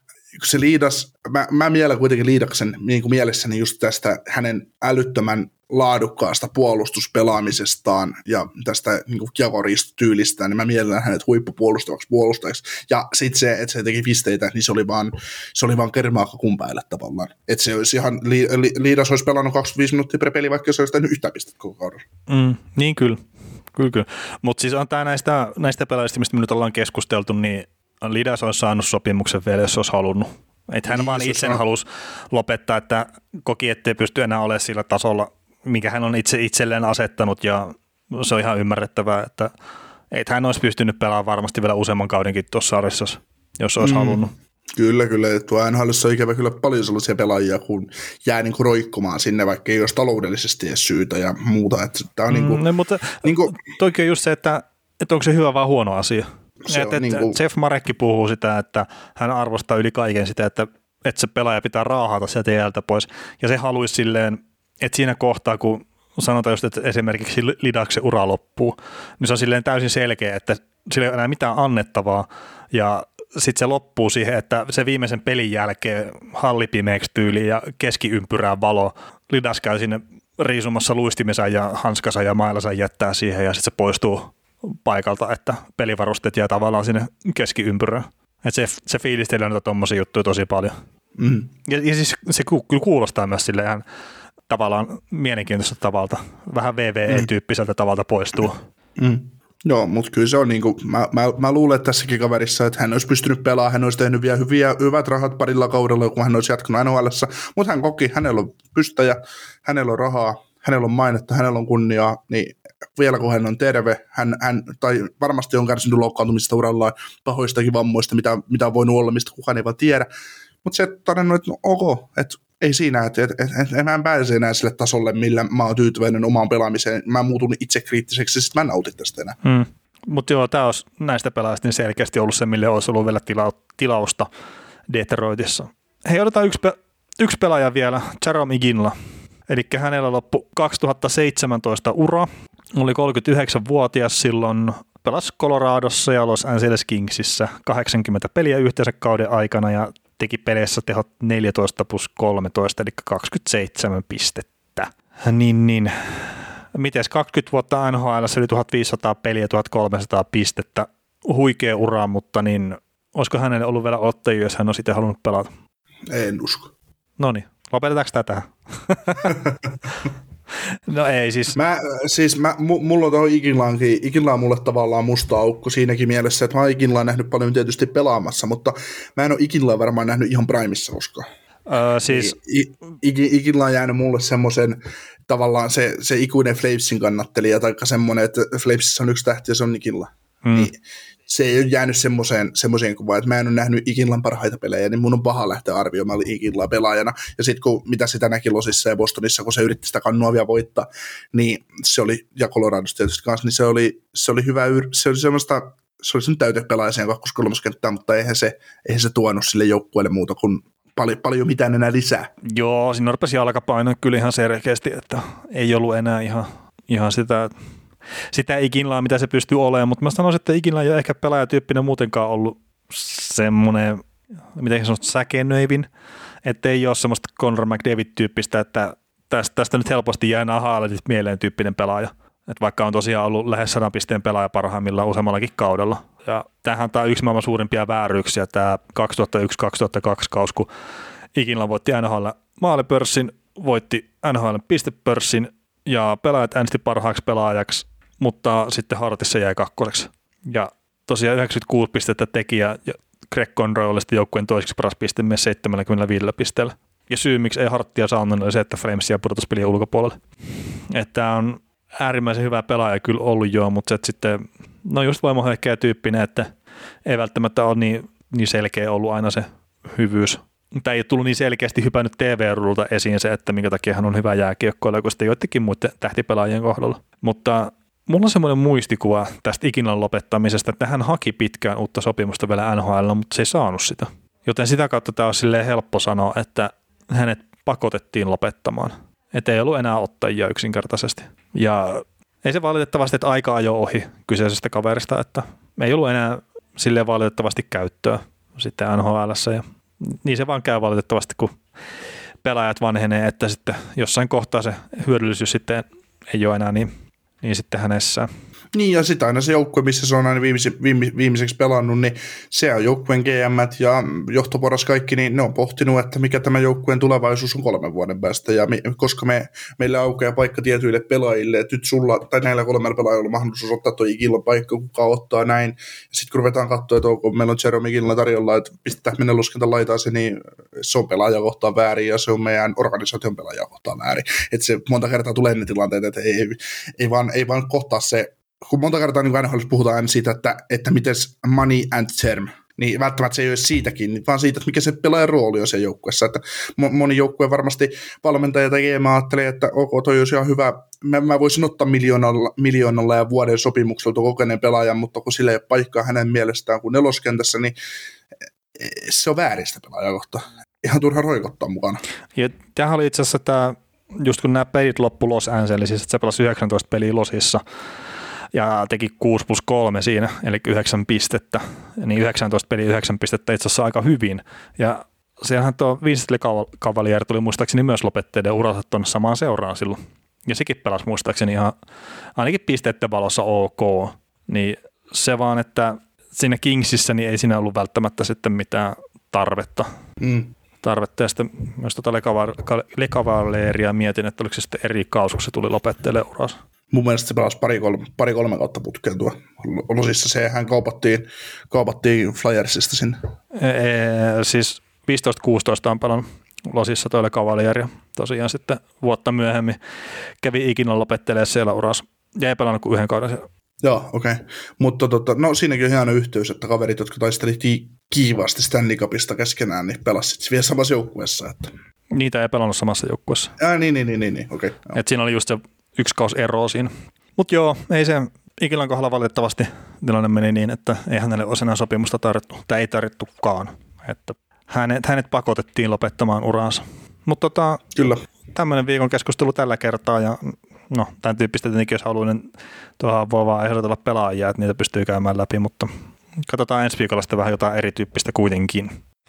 se Liidas, mä, mä mielen kuitenkin Liidaksen niin kuin mielessäni just tästä hänen älyttömän laadukkaasta puolustuspelaamisestaan ja tästä niin kuin kiekoristotyylistään, niin mä mielen hänet huippupuolustavaksi puolustajaksi. Ja sitten se, että se teki pisteitä, niin se oli vaan, se oli vaan kermaakakun päälle tavallaan. Että se olisi ihan, li, li, Liidas olisi pelannut kaksikymmentäviisi minuuttia per peli, vaikka se olisi tehnyt yhtään pistettä koko kaudella.
Mm, niin kyllä. Kyllä, kyllä. Mutta siis on tämä näistä, näistä pelaajista, mistä me nyt ollaan keskusteltu, niin Lidas olisi saanut sopimuksen vielä, jos olisi halunnut. Että hän niin, vaan itse halusi lopettaa, että koki, ettei pysty enää olemaan sillä tasolla, mikä hän on itse itselleen asettanut, ja se on ihan ymmärrettävää, että et hän olisi pystynyt pelaamaan varmasti vielä useamman kaudenkin tuossa sarjassa, jos olisi mm. halunnut.
Kyllä, kyllä. Tuo N H L:ssä on ikävä kyllä paljon sellaisia pelaajia, kun jää niin kuin roikkumaan sinne, vaikka ei olisi taloudellisesti edes syytä ja muuta. Että tämä on mm, niin kuin,
no, mutta niin kuin, toikin on just se, että, että onko se hyvä vai huono asia. Että, niin kuin, Jeff Marekki puhuu sitä, että hän arvostaa yli kaiken sitä, että, että se pelaaja pitää raahata sieltä jäältä pois. Ja se haluaisi silleen, että siinä kohtaa, kun sanotaan just, että esimerkiksi Lidaksen ura loppuu, niin se on silleen täysin selkeä, että sillä ei ole enää mitään annettavaa. Ja sitten se loppuu siihen, että se viimeisen pelin jälkeen hallipimeeksi tyyliin ja keskiympyrään valo. Lidas käy sinne riisumassa luistimensa ja hanskansa ja mailansa jättää siihen ja sitten se poistuu paikalta, että pelivarusteet jää tavallaan sinne keskiympyrään. Et se, se fiilistelee noita tommosia juttuja tosi paljon. Mm. Ja, ja siis se kyllä kuulostaa myös silleen tavallaan mielenkiintoiselta tavalta. Vähän V V E-tyyppiseltä tavalta poistuu. Mm.
Joo, mutta kyllä se on niin kuin, mä, mä, mä luulen että tässäkin kaverissa, että hän olisi pystynyt pelaamaan, hän olisi tehnyt vielä hyviä, hyvät rahat parilla kaudella, kun hän olisi jatkunut N H L:ssä, mutta hän koki, hänellä on pystäjä, hänellä on rahaa, hänellä on mainetta, hänellä on kunniaa, niin vielä kun hän on terve, hän, hän tai varmasti on kärsinyt loukkaantumista urallaan, pahoistakin vammoista, mitä, mitä on voinut olla, mistä kukaan ei vaan tiedä, mutta se todennut, että no ok, että ei siinä, että et, et, et, et mä en pääse enää sille tasolle, millä mä oon tyytyväinen omaan pelaamiseen. Mä muutun itse kriittiseksi, ja sitten mä en nautin tästä enää. Hmm.
Mutta joo, tämä olisi näistä pelaajista niin selkeästi ollut se, mille olisi ollut vielä tila- tilausta Detroitissa. Hei, otetaan yksi, pe- yksi pelaaja vielä, Jarome Iginla. Eli hänellä loppui kaksituhattaseitsemäntoista ura. Oli kolmekymmentäyhdeksänvuotias silloin, pelasi Coloradossa ja Los Angeles Kingsissä kahdeksankymmentä peliä yhteensä kauden aikana ja teki peleissä tehot neljätoista plus kolmetoista, eli kaksikymmentäseitsemän pistettä. Niin, niin. Mites kaksikymmentä vuotta N H L:ssä yli tuhatviisisataa peliä, tuhatkolmesataa pistettä. Huikea ura, mutta niin, olisiko hänelle ollut vielä ottajia, jos hän on sitten halunnut pelata?
En usko.
Noniin, lopetetaanko tätä? No ei siis.
Mä, siis mä, mulla on tuohon Iginlaankin, Iginla on mulle tavallaan musta aukko siinäkin mielessä, että mä oon Iginlaa nähnyt paljon tietysti pelaamassa, mutta mä en ole Iginlaa varmaan nähnyt ihan primissa koskaan.
Öö, siis...
Ikinla on jäänyt mulle semmoisen tavallaan se, se ikuinen Flamesin kannattelija, tai semmoinen, että Flamesissa on yksi tähti ja se on Ikinla. Hmm. Niin se ei ole jäänyt semmoiseen, semmoiseen kuvaan, että mä en ole nähnyt Ikinlan parhaita pelejä, niin mun on paha lähteä arvioimaan Ikinlaa pelaajana. Ja sitten kun mitä sitä näki Losissa ja Bostonissa, kun se yritti sitä kannua vielä voittaa, niin se oli, ja Coloradossa tietysti kanssa, niin se oli, se oli hyvä, se oli semmoista, se oli sen täytepelaaja siihen kakkos-kolmoskenttään, mutta eihän se, eihän se tuonut sille joukkueelle muuta kuin paljon, paljon mitään enää lisää.
Joo, siinä rupesi jalkapainoa kyllä ihan selkeästi, että ei ollut enää ihan, ihan sitä, sitä Ikinlaa, mitä se pystyy olemaan, mutta mä sanoisin, että Ikinla ei ole ehkä pelaajatyyppinen muutenkaan ollut semmoinen, miten sanot, säkenöivin, että ei ole semmoista Connor McDavid-tyyppistä, että tästä, tästä nyt helposti jää nämä haaletit mieleen tyyppinen pelaaja. Että vaikka on tosiaan ollut lähes sadan pisteen pelaaja parhaimmillaan useammallakin kaudella. Ja tämähän on yksi maailman suurimpia vääryyksiä, tämä kaksituhattayksi kaksituhattakaksi kaus, kun Ikinla voitti N H L maalipörssin, voitti N H L pistepörssin ja pelaajat äänesti parhaaksi pelaajaksi, mutta sitten Hartissa jäi kakkoseksi. Ja tosiaan yhdeksänkymmentäkuusi pistettä teki ja Greg Conroy oli sitten joukkueen toiseksi paras pistemies seitsemänkymmentäviisi pisteellä. Ja syy, miksi ei Harttia saanut, oli se, että Flamesia pudotuspelien ulkopuolelle. Että tämä on äärimmäisen hyvä pelaaja kyllä ollut joo, mutta se, että sitten, no just voimahyökkäjä tyyppinen, että ei välttämättä ole niin, niin selkeä ollut aina se hyvyys. Tämä ei ole tullut niin selkeästi hypännyt T V-rulta esiin se, että minkä takia hän on hyvä jääkiekkoilla, kun sitten joidenkin muiden tähtipelaajien kohdalla. Mutta mulla on semmoinen muistikuva tästä Ikinlan lopettamisesta, että hän haki pitkään uutta sopimusta vielä N H L, mutta se ei saanut sitä. Joten sitä kautta tämä on silleen helppo sanoa, että hänet pakotettiin lopettamaan. Että ei ollut enää ottajia yksinkertaisesti. Ja ei se valitettavasti, että aika ajo ohi kyseisestä kaverista, että ei ollut enää silleen valitettavasti käyttöä sitten N H L:ssä. Ja niin se vaan käy valitettavasti, kun pelaajat vanhenee, että sitten jossain kohtaa se hyödyllisyys sitten ei ole enää niin, niin sitten hänessä.
Niin, ja sitten aina se joukkue, missä se on aina viimeise, viime, viimeiseksi pelannut, niin se on joukkueen G M:t ja johtoporras kaikki, niin ne on pohtinut, että mikä tämä joukkueen tulevaisuus on kolmen vuoden päästä, ja me, koska me, meillä aukeaa paikka tietyille pelaajille, että nyt sulla tai näillä kolmella pelaajilla on mahdollisuus ottaa tuo Ikinlan paikka, kuka ottaa näin, ja sitten kun ruvetaan katsoa, että onko meillä on Jerome Ikinla tarjolla, että pistetään mennä luskenta laitaan se, niin se on pelaaja kohtaan väärin, ja se on meidän organisaation pelaaja kohtaan väärin, että se monta kertaa tulee ne tilanteet, että ei, ei, vaan, ei vaan kohtaa se, kun monta kertaa niin N H L puhutaan aina siitä, että, että miten money and term, niin välttämättä se ei ole siitäkin, vaan siitä, että mikä se pelaajan rooli on siellä joukkueessa. Että moni joukkue varmasti valmentaja tai G M ajattelee, että ok, toi olisi ihan hyvä, mä, mä voisin ottaa miljoonalla, miljoonalla ja vuoden sopimuksella tuon kokeneen pelaajan, mutta kun sillä ei ole paikkaa hänen mielestään kuin neloskentässä, niin se on vääristä pelaajakohta. Ihan turha roikottaa mukana. Ja
tämähän oli itse asiassa tämä, just kun nämä pelit loppu Los Angelesissa, että se pelasi yhdeksäntoista peliä Losissa, ja teki kuusi plus kolme siinä, eli yhdeksän pistettä, niin yhdeksäntoista peliä yhdeksän pistettä itse asiassa aika hyvin. Ja siellähän tuo Vincent Cavalier tuli muistaakseni myös lopetteiden uransa tuonne samaan seuraan silloin. Ja sekin pelasi muistaakseni ihan ainakin pisteiden valossa ok. Niin se vaan, että siinä Kingsissä niin ei siinä ollut välttämättä sitten mitään tarvetta. Mm. tarvetta. Ja sitten myös tuota Le Cavaleria mietin, että oliko se sitten eri kausi, kun se tuli lopetteelle uransa.
Mun mielestä se pelasi pari kolme, pari kolme kautta putkeen tuo Losissa. Sehän kaupattiin, kaupattiin Flyersista sinne.
Ee, siis viisitoista kuusitoista on pelannut Losissa toille Cavalier ja tosiaan sitten vuotta myöhemmin kävi ikinä lopettelee siellä urassa. Ja ei pelannut kuin yhden kauden siellä.
Joo, okei. Okay. Mutta tota, no siinäkin on hieno yhteys, että kaverit, jotka taisteli kiivaasti Stanley Cupista keskenään, niin pelasivat vielä samassa joukkueessa. Että...
Niitä ei pelannut samassa joukkueessa.
Ää, niin, niin, niin, niin, niin. okei. Okay,
että siinä oli just se yksi kaus ero siinä. Mutta joo, ei se Ikinlan kohdalla valitettavasti tilanne meni niin, että ei hänelle ole enää sopimusta tarjottu, tai ei tarjottukaan. Että hänet, hänet pakotettiin lopettamaan uraansa. Mutta tota,
kyllä.
Tämmöinen viikon keskustelu tällä kertaa, ja no, tämän tyyppistä tietenkin, jos haluaa, niin tuohon voi vaan ehdotella pelaajia, että niitä pystyy käymään läpi, mutta katsotaan ensi viikolla sitten vähän jotain erityyppistä kuitenkin.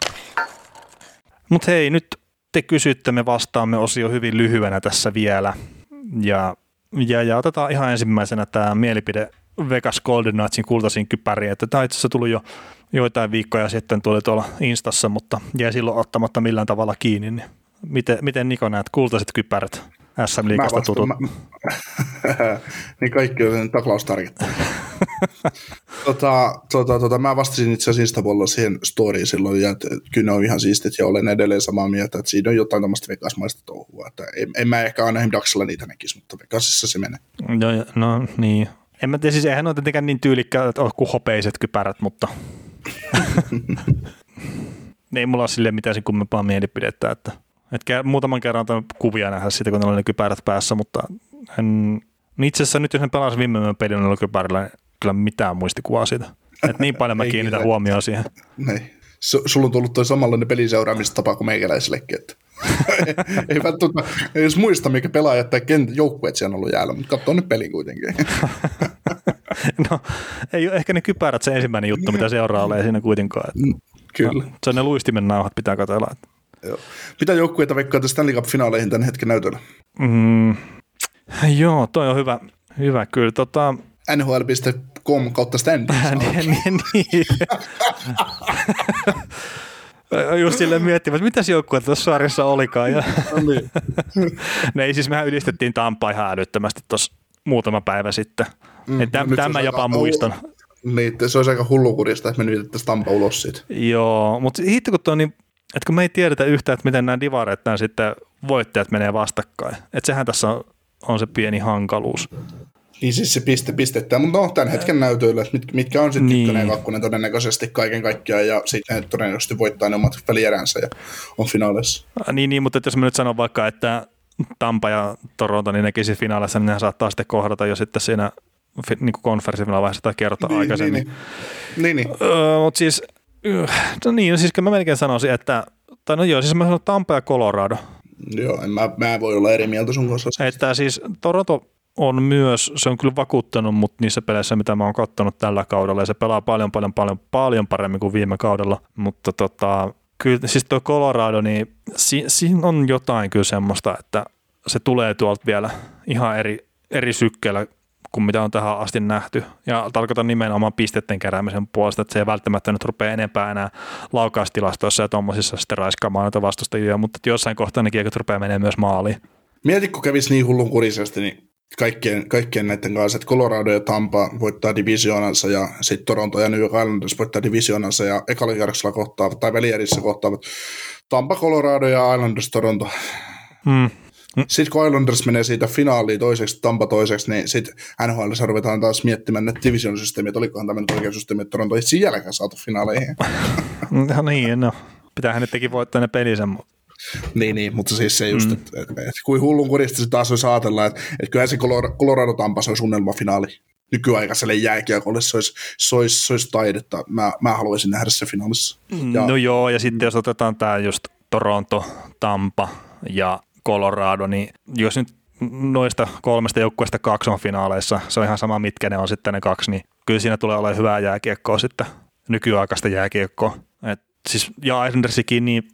Mutta hei, nyt te kysytte, me vastaamme osio hyvin lyhyenä tässä vielä, ja, ja, ja otetaan ihan ensimmäisenä tämä mielipide Vegas Golden Knightsin kultaisiin kypäriin, että tämä itse asiassa tuli jo joitain viikkoja sitten tuli tuolla Instassa, mutta jäi silloin ottamatta millään tavalla kiinni, niin miten, miten Niko näet kultaiset kypärät S M-liigasta tutut?
Mä... niin kaikki on sen taklaustarketta. tota, tota, tota, mä vastasin itse asiassa Instapuolella siihen storyin silloin, ja että kyllä ne on ihan siistit, ja olen edelleen samaa mieltä, että siinä on jotain tämmöistä Vegas-maista touhua. Että en, en mä ehkä Anaheim Ducksilla niitä näkisi, mutta Vegasissa se menee.
No, no niin. En mä tiedä, siis eihän ole tietenkään niin tyylikkäät kuin hopeiset kypärät, mutta ei mulla ole silleen mitään sen kummempaa mielipidettä, että, että muutaman kerran on kuvia nähdä siitä, kun ne oli ne kypärät päässä, mutta en, itse asiassa nyt jos ne pelasi viime pelin noilla kypärillä, niin kyllä mitään muistikuvaa siitä. Että niin paljon mä kiinnitän huomioon siihen.
Niin. Sulla on tullut toi samanlainen peliseuraamistapa kuin meikäläisellekin, että ei välttämättä ei edes muista, mikä pelaajat tai joukkueet siellä on ollut jäällä, mutta katsoo nyt pelin kuitenkin.
No, ei ole ehkä ne kypärät se ensimmäinen juttu, mitä seuraa ole siinä kuitenkaan. Että,
kyllä.
No, se on ne luistimen nauhat, pitää katsella. Että.
Joo. Mitä joukkueita veikkaa Stanley Cup-finaaleihin tämän hetken näytöllä?
Mm, joo, toi on hyvä, hyvä kyllä. Tota,
N H L piste com kautta standings.
Niin. Just silleen miettivät, mitä joukkueet tuossa sarjassa olikaan. Ja
No niin.
no ei, siis mehän ylistettiin Tampaa ihan älyttömästi tuossa muutama päivä sitten. Mm, Että no tämän jopa aika, muistan.
Niin, se olisi aika hullukurista, että me nimitetään Tampa ulos siitä.
Joo, mutta hitto kun tuo niin, että kun me ei tiedetä yhtään, että miten nämä divareet nämä sitten voittajat menee vastakkain. Että sehän tässä on, on se pieni hankaluus.
Niin siis se piste pistetään, mutta no tämän hetken näytöillä, että mit, mitkä on sitten
niin.
ykkönen ja kakkonen todennäköisesti kaiken kaikkiaan, ja sitten ne todennäköisesti voittaa ne omat välieränsä ja on finaaleissa.
Niin, niin, mutta jos mä nyt sanon vaikka, että Tampa ja Toronto niin nekisi finaalissa, niin ne saattaa sitten kohdata jo sitten siinä niin konferenssifinaalivaiheessa tai kertoa niin, aikaisemmin.
Niin, niin. niin, niin.
Öö, mutta siis, no niin, siis mä melkein sanoisin, että, tai no joo, siis mä sanon Tampa ja Colorado.
Joo, en mä, mä voi olla eri mieltä sun kanssa.
Että siis Toronto on myös, se on kyllä vakuuttanut mut niissä peleissä, mitä mä oon katsonut tällä kaudella, ja se pelaa paljon, paljon, paljon, paljon paremmin kuin viime kaudella, mutta tota, kyllä siis tuo Colorado, niin si, siinä on jotain kyllä semmoista, että se tulee tuolta vielä ihan eri, eri sykkeellä kuin mitä on tähän asti nähty, ja tarkoitan nimenomaan pisteiden keräämisen puolesta, että se ei välttämättä nyt rupea enempää enää laukaustilastoissa ja tuommoisissa sitten raiskaamaan näitä vastustajia, mutta jossain kohtaa ne kiekot rupeaa menemään myös maaliin.
Mieti, kun kävisi niin hullun kurisesti, niin Kaikkien, kaikkien näiden kanssa, että Colorado ja Tampa voittaa divisioonansa ja sitten Toronto ja New York Islanders voittaa divisioonansa ja ekalla kierroksella kohtaavat tai välierissä kohtaavat Tampa, Colorado ja Islanders Toronto.
Mm. Mm.
Sitten kun Islanders menee siitä finaaliin toiseksi, Tampa toiseksi, niin sitten N H L:ssä ruvetaan taas miettimään näitä divisioonisysteemiä, että olikohan tämmöinen oikea systeemi, että Toronto ei sielläkään saatu finaaleihin.
No niin, no. Pitäähän ne teki voittaa ne pelisen, mutta
Niin, niin, mutta siis se just, mm. että et, et, kuin hullun kurista se taas olisi ajatella, että et kyllähän se Colorado-Tampa se olisi unelmafinaali. Nykyaikaiselle jääkiekolle se olisi, se olisi, se olisi taidetta. Mä, mä haluaisin nähdä se finaalissa. Ja,
no joo, ja sitten jos otetaan tämä just Toronto, Tampa ja Colorado, niin jos nyt noista kolmesta joukkueesta kaksi on finaaleissa, se on ihan sama mitkä ne on sitten ne kaksi, niin kyllä siinä tulee olemaan hyvää jääkiekkoa sitten, nykyaikaista jääkiekkoa. Et siis, ja Islandersikin, niin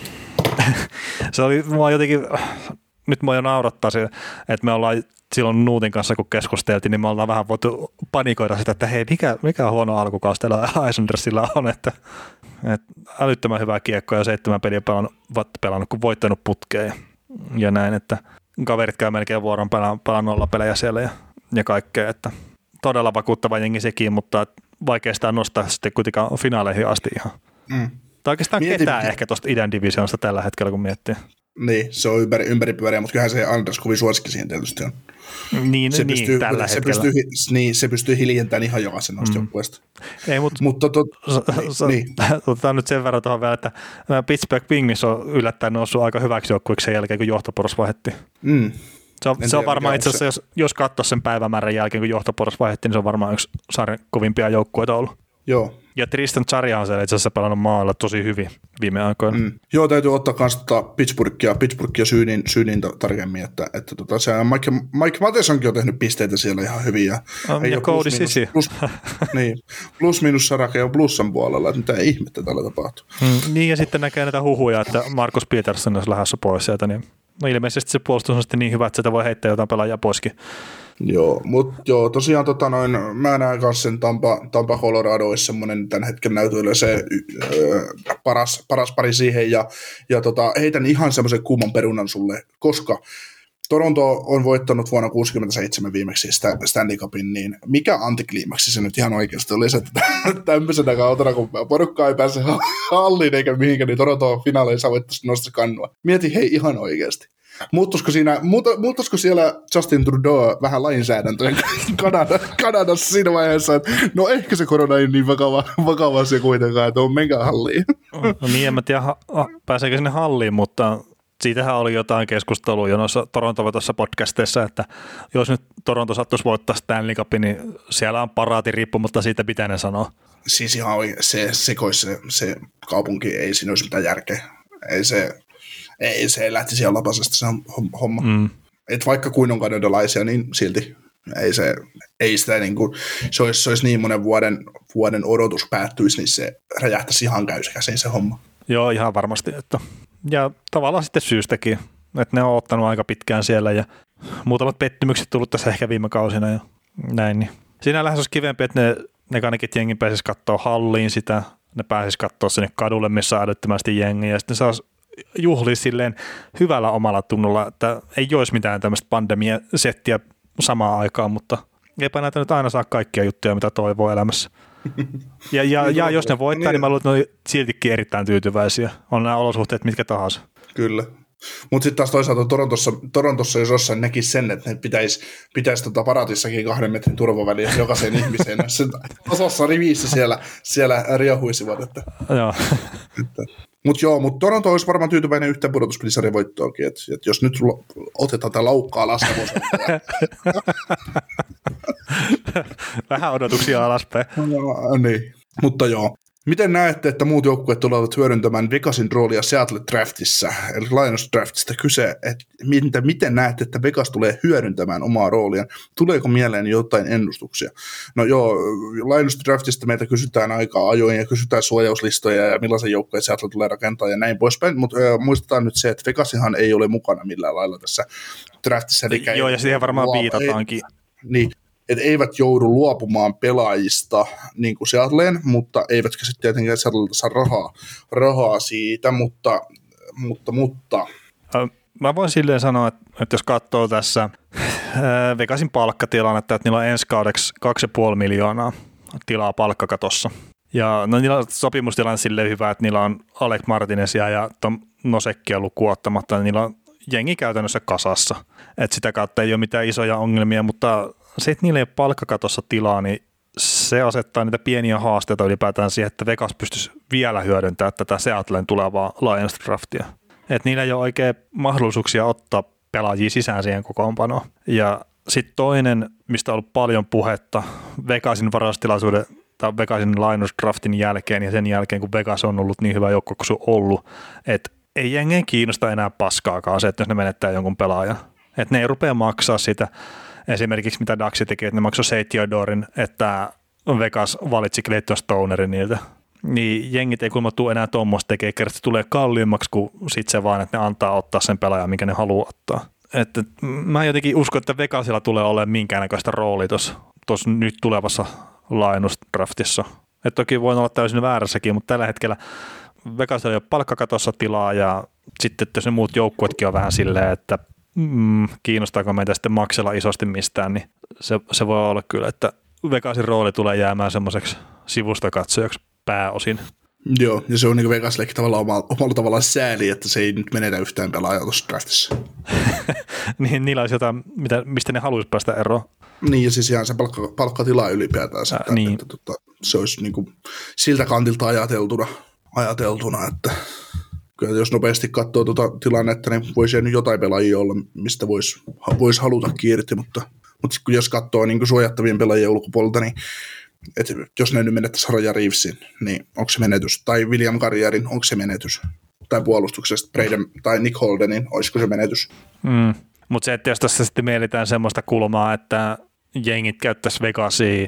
se oli mua jotenkin, nyt mua jo naurattaa se, että me ollaan silloin Nuutin kanssa kun keskusteltiin, niin me ollaan vähän voitu panikoida sitä, että hei, mikä, mikä huono alkukaus tällä Islandersilla on, että, että älyttömän hyvää kiekkoa ja seitsemän peliä pelannut, pelannut kun voittanut putkeen ja näin, että kaverit käy melkein vuoron pelaa, pelaa nolla pelejä siellä ja, ja kaikkea, että todella vakuuttava jengi sekin, mutta vaikea sitä nostaa sitten kuitenkaan finaaleihin asti ihan. Mm. Tai oikeastaan Mietin, ketään ehkä tuosta idän divisioonasta tällä hetkellä, kun miettii.
Niin, se on ympäri, ympäripyöreä, mutta kyllähän se Anders kovin suosikki siihen tietysti on.
Niin,
se
niin
pystyy,
tällä
se
hetkellä.
Pystyy, niin, se pystyy hiljentämään ihan jokaisen noista mm. joukkueesta.
Ei, mut,
mutta to,
so,
niin.
Otetaan nyt sen verran tuohon vielä, että Pittsburgh Penguins on yllättäen noussut aika hyväksi joukkueeksi sen jälkeen, kun johtoporras vaihdettiin. Mm. Se on, se on varmaan itse asiassa, jos, jos katsoisi sen päivämäärän jälkeen, kun johtoporras vaihdettiin, niin se on varmaan yksi sarjan kovimpia joukkueita ollut.
Joo.
Ja Tristan Charja on siellä itse asiassa pelannut maalla tosi hyvin viime aikoina. Mm.
Joo, täytyy ottaa myös tota Pittsburghia, Pittsburghia syyniin, syyniin tarkemmin, että, että tota, se Mike, Mike Mathesonkin on tehnyt pisteitä siellä ihan hyvin. Ja,
um, ja Cody Sisi.
Plus, niin, plus minus sarake on plussan puolella, että mitä ihmettä tällä tapahtuu.
Mm, niin ja sitten näkee näitä huhuja, että Marcus Peterson olisi lähdössä pois sieltä, niin no ilmeisesti se puolustus on sitten niin hyvä, että sitä voi heittää jotain pelaajia poiskin.
Joo, mutta joo, tosiaan tota noin, mä näen kanssa sen Tampa, Tampa Colorado olisi semmoinen tämän hetken näytöillä se öö, paras, paras pari siihen, ja, ja tota, heitän ihan semmoisen kuuman perunan sulle, koska Toronto on voittanut vuonna kuusikymmentäseitsemän viimeksi Stanley Cupin, niin mikä antikliimaksi se nyt ihan oikeasti oli se, että tämmöisenä kautena, kun porukka ei pääse halliin eikä mihinkään, niin Toronto finaaleissa voittaisi nostaa kannua. Mieti hei ihan oikeasti. Muuttuisiko, siinä, muuttuisiko siellä Justin Trudeau vähän lainsäädäntöön Kanada, Kanadassa siinä vaiheessa, että no ehkä se korona ei niin vakava, vakava asia kuitenkaan, että on menkää halliin.
No niin, en mä tiedä pääseekö sinne halliin, mutta siitähän oli jotain keskustelua jo noissa Toronto-voitossa podcasteissa, että jos nyt Toronto sattuisi voittaa Stanley Cupin, niin siellä on paraati riippumatta siitä, mitä ne sanoo.
Siis ihan se sekoisi se, se kaupunki, ei siinä olisi mitään järkeä. Ei se, ei se lähti siellä lapasesta se homma. Mm. Et vaikka kuin on kanadalaisia, niin silti ei, se, ei sitä niin kuin, se olisi, se olisi niin monen vuoden, vuoden odotus päättyisi, niin se räjähtäisi ihan käsiin se homma.
Joo, ihan varmasti. Että. Ja tavallaan sitten syystäkin, että ne on ottanut aika pitkään siellä ja muutamat pettymykset tullut tässä ehkä viime kausina ja näin. Niin. Siinä lähes olisi kivempi, että ne, ne ainakin jengi pääsisi katsoa halliin sitä, ne pääsisi katsoa sinne kadulle, missä on älyttömästi jengiä ja sitten saisi juhlia silleen hyvällä omalla tunnolla, että ei olisi mitään tämmöistä pandemia-settiä samaan aikaan, mutta eipä näitä nyt aina saa kaikkia juttuja, mitä toivoo elämässä. Ja, ja, ja jos ne voittaa, niin, niin mä luulen, että ne on siltikin erittäin tyytyväisiä. On nämä olosuhteet mitkä tahansa. Kyllä.
Mutta sitten taas toisaalta Torontossa, Torontossa jos jossain näkisi sen, että ne pitäisi, pitäisi tota paratissakin kahden metrin turvaväliä jokaisen ihmiseen. Sen osassa rivissä siellä, siellä riehuisivat. Että, että. Mutta joo, mutta Toronto olisi varmaan tyytyväinen yhteen pudotuspelisarjan voittoonkin. Että et jos nyt lo, otetaan tämä laukkaa laskevuosia.
Vähän odotuksia alaspäin.
No, niin, mutta joo. Miten näette, että muut joukkueet tulevat hyödyntämään Vegasin roolia Seattle Draftissa, eli Lions Draftista kyse, että miten, miten näette, että Vegas tulee hyödyntämään omaa rooliaan? Tuleeko mieleen jotain ennustuksia? No joo, Lions Draftista meiltä kysytään aika ajoin ja kysytään suojauslistoja ja millaisen joukkueen Seattle tulee rakentaa ja näin poispäin, mutta äh, muistetaan nyt se, että Vegasihan ei ole mukana millään lailla tässä draftissa. Eli
joo, ja siihen varmaan luo, viitataankin.
Ei, niin. Että eivät joudu luopumaan pelaajista niin kuin Seattleen, mutta eivätkä sitten tietenkään Seattlelta saa rahaa, rahaa siitä, mutta, mutta, mutta.
Mä voin silleen sanoa, että, että jos katsoo tässä Vegasin palkkatilannetta, että niillä on ensi kaudeksi kaksi pilkku viisi miljoonaa tilaa palkkakatossa. Ja no, niillä on sopimustilanne silleen hyvä, että niillä on Alec Martinezia ja Tom Nosekkia lukuun ottamatta, niin niillä on jengi käytännössä kasassa. Että sitä kautta ei ole mitään isoja ongelmia, mutta se, että niillä ei ole palkkakatossa tilaa, niin se asettaa niitä pieniä haasteita ylipäätään siihen, että Vegas pystyisi vielä hyödyntämään tätä Seattlen tulevaa Lions draftia. Että niillä ei ole oikein mahdollisuuksia ottaa pelaajia sisään siihen kokoonpanoon. Ja sitten toinen, mistä on ollut paljon puhetta Vegasin varaustilaisuuden tai Vegasin Lions draftin jälkeen ja sen jälkeen, kun Vegas on ollut niin hyvä joukko kuin se on ollut, että ei jengeen kiinnosta enää paskaakaan se, että jos ne menettää jonkun pelaajan. Että ne ei rupea maksaa sitä. Esimerkiksi mitä Daxi teki, että ne maksoi Seitiodorin, että Vegas valitsi Clayton Stonerin niiltä. Niin jengit ei kuulemma tule enää tuommoista tekee, kertaa se tulee kalliimmaksi kuin sit se vaan, että ne antaa ottaa sen pelaajan, minkä ne haluaa ottaa. Että mä jotenkin uskon, että Vegasilla tulee olemaan minkäännäköistä roolia tuossa nyt tulevassa Lions-draftissa. Että toki voi olla täysin väärässäkin, mutta tällä hetkellä Vegasilla ei ole palkkakatossa tilaa ja sitten jos ne muut joukkuetkin on vähän silleen, että Mm, kiinnostaako meitä sitten maksella isosti mistään, niin se, se voi olla kyllä, että Vegasin rooli tulee jäämään semmoiseksi sivustakatsojaksi pääosin.
Joo, ja se on niin Vegasillekin tavallaan omalla, omalla tavallaan sääli, että se ei nyt menetä yhtään pelaajaa tuossa draftissa.
Niin, niillä olisi jotain, mitä, mistä ne haluaisi päästä eroon.
Niin, ja siis ihan se palkka, palkkatila ylipäätään. Äh, että,
niin.
että, että, se olisi niin kuin siltä kantilta ajateltuna, ajateltuna että kyllä jos nopeasti katsoo tuota tilannetta, niin voisi jäänyt jotain pelaajia olla, mistä voisi vois haluta irti, mutta, mutta jos katsoo niin suojattavien pelaajien ulkopuolelta, niin että jos ne nyt menettäisiin Raja Reevesin, niin onko se menetys? Tai William Carrierin, onko se menetys? Tai puolustuksesta Braden tai Nick Holdenin, olisiko se menetys?
Mm. Mutta se, että jos tässä sitten mielitään semmoista kulmaa, että jengit käyttäisi Vegasia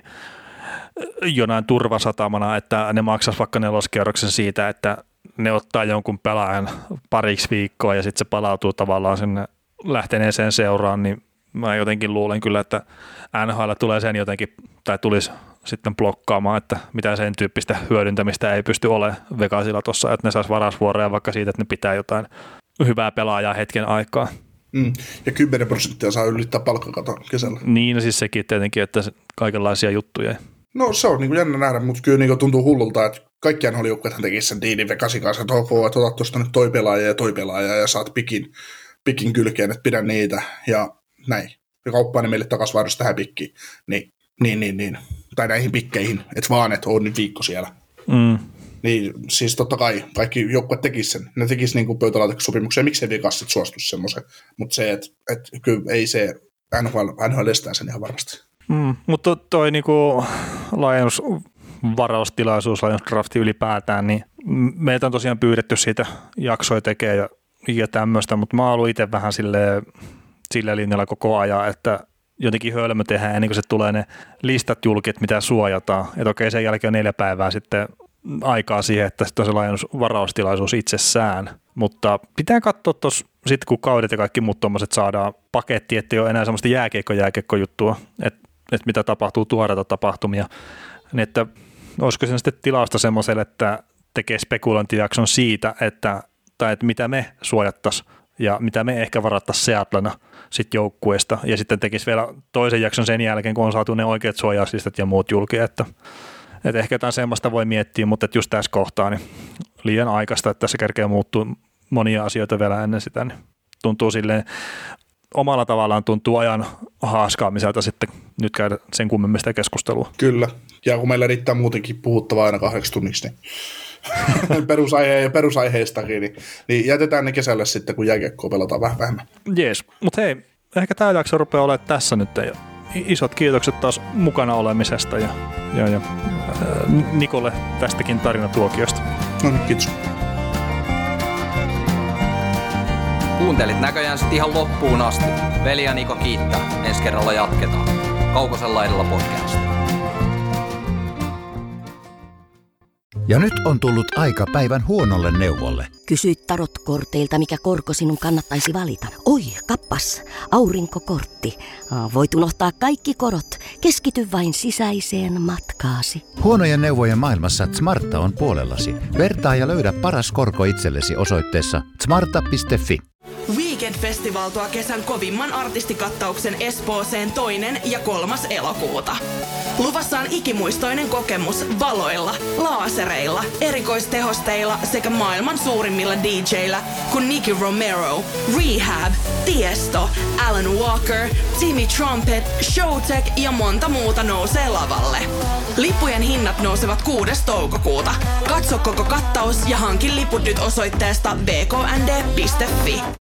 jonain turvasatamana, että ne maksaisi vaikka neloskierroksen siitä, että ne ottaa jonkun pelaajan pariksi viikkoa ja sitten se palautuu tavallaan sinne lähteneeseen seuraan, niin mä jotenkin luulen kyllä, että N H L tulee sen jotenkin, tai tulisi sitten blokkaamaan, että mitään sen tyyppistä hyödyntämistä ei pysty olemaan Vegasilla tuossa, että ne saisi varausvuoroja vaikka siitä, että ne pitää jotain hyvää pelaajaa hetken aikaa.
Mm. Ja kymmenen prosenttia saa ylittää palkkakaton kesällä.
Niin, no siis sekin tietenkin, että kaikenlaisia juttuja.
No se on niin kuin jännä nähdä, mutta kyllä niin kuin tuntuu hullulta, että kaikkiaan oli joukkueethan tekisi sen diilin Vegasin kanssa, että ok, että otat tuosta nyt toi pelaaja ja toi pelaaja ja saat pikin, pikin kylkeen, että pidä niitä ja näin. Ja kauppaan ne meille takaisin vaihdossa tähän pikkiin. Niin, niin, niin, niin. Tai näihin pikkeihin, että vaan, että on nyt viikko siellä.
Mm.
Niin siis totta kai kaikki joukkueet tekis sen. Ne tekis niin kuin pöytälaatikosopimuksia, miksei Vegas sitten suostuisi semmoisen. Mutta se, että et, kyllä ei se N H L, N H L estää sen ihan varmasti.
Mm, mutta toi niinku Lions varaustilaisuus, Lions drafti ylipäätään, niin meitä on tosiaan pyydetty siitä jaksoja tekemään ja, ja tämmöistä, mutta mä oon ollut itse vähän silleen, sillä linjalla koko ajan, että jotenkin hölmö tehdään ennen kuin se tulee ne listat julki, että mitä suojataan. Että okei, sen jälkeen on neljä päivää sitten aikaa siihen, että sitten on se Lions varaustilaisuus itsessään. Mutta pitää katsoa tuossa sitten, kun kaudet ja kaikki muut tuommoiset saadaan pakettiin, ettei ole enää semmoista jääkiekko-jääkiekko-juttua, että, että mitä tapahtuu, tuoreita tapahtumia. Niin että olisiko siinä sitten tilausta semmoiselle, että tekee spekulointijakson siitä, että, tai että mitä me suojattaisiin ja mitä me ehkä varattaisiin Seattlena sitten joukkueesta, ja sitten tekisi vielä toisen jakson sen jälkeen, kun on saatu ne oikeat suojauslistat ja muut julki, että, että ehkä jotain semmoista voi miettiä, mutta että just tässä kohtaa niin liian aikaista, että tässä kerkeä muuttuu monia asioita vielä ennen sitä, niin tuntuu silleen, omalla tavallaan tuntuu ajan haaskaamiselta sitten nyt käydä sen kummemmin sitä keskustelua.
Kyllä, ja kun meillä riittää muutenkin puhuttavaa aina kahdeksi tunniksi, niin Perusaihe ja perusaiheistakin, niin, niin jätetään ne kesälle sitten, kun jääkiekkoa pelataan vähän vähemmän.
Jees, mutta hei, ehkä tämä jakso rupeaa olemaan tässä nyt, ja isot kiitokset taas mukana olemisesta, ja, ja, ja äh, Nikolle tästäkin tarinatuokiosta.
No niin, kiitos.
Kuuntelit näköjään sit ihan loppuun asti. Veli ja Niko kiittää. Ensi kerralla jatketaan. Kaukosen laidalla podcast.
Ja nyt on tullut aika päivän huonolle neuvolle.
Kysy tarotkorteilta, mikä korko sinun kannattaisi valita. Oi, kappas, aurinkokortti. Voit unohtaa kaikki korot. Keskity vain sisäiseen matkaasi.
Huonojen neuvojen maailmassa Smarta on puolellasi. Vertaa ja löydä paras korko itsellesi osoitteessa smarta piste fi.
Weekend Festival tuo kesän kovimman artistikattauksen Espooseen toinen ja kolmas elokuuta. Luvassa on ikimuistoinen kokemus valoilla, laasereilla, erikoistehosteilla sekä maailman suurimmilla D J:illä kuin Nicky Romero, Rehab, Tiesto, Alan Walker, Timmy Trumpet, Showtek ja monta muuta nousee lavalle. Lippujen hinnat nousevat kuudes toukokuuta. Katso koko kattaus ja hankin liput nyt osoitteesta b k n d piste f i.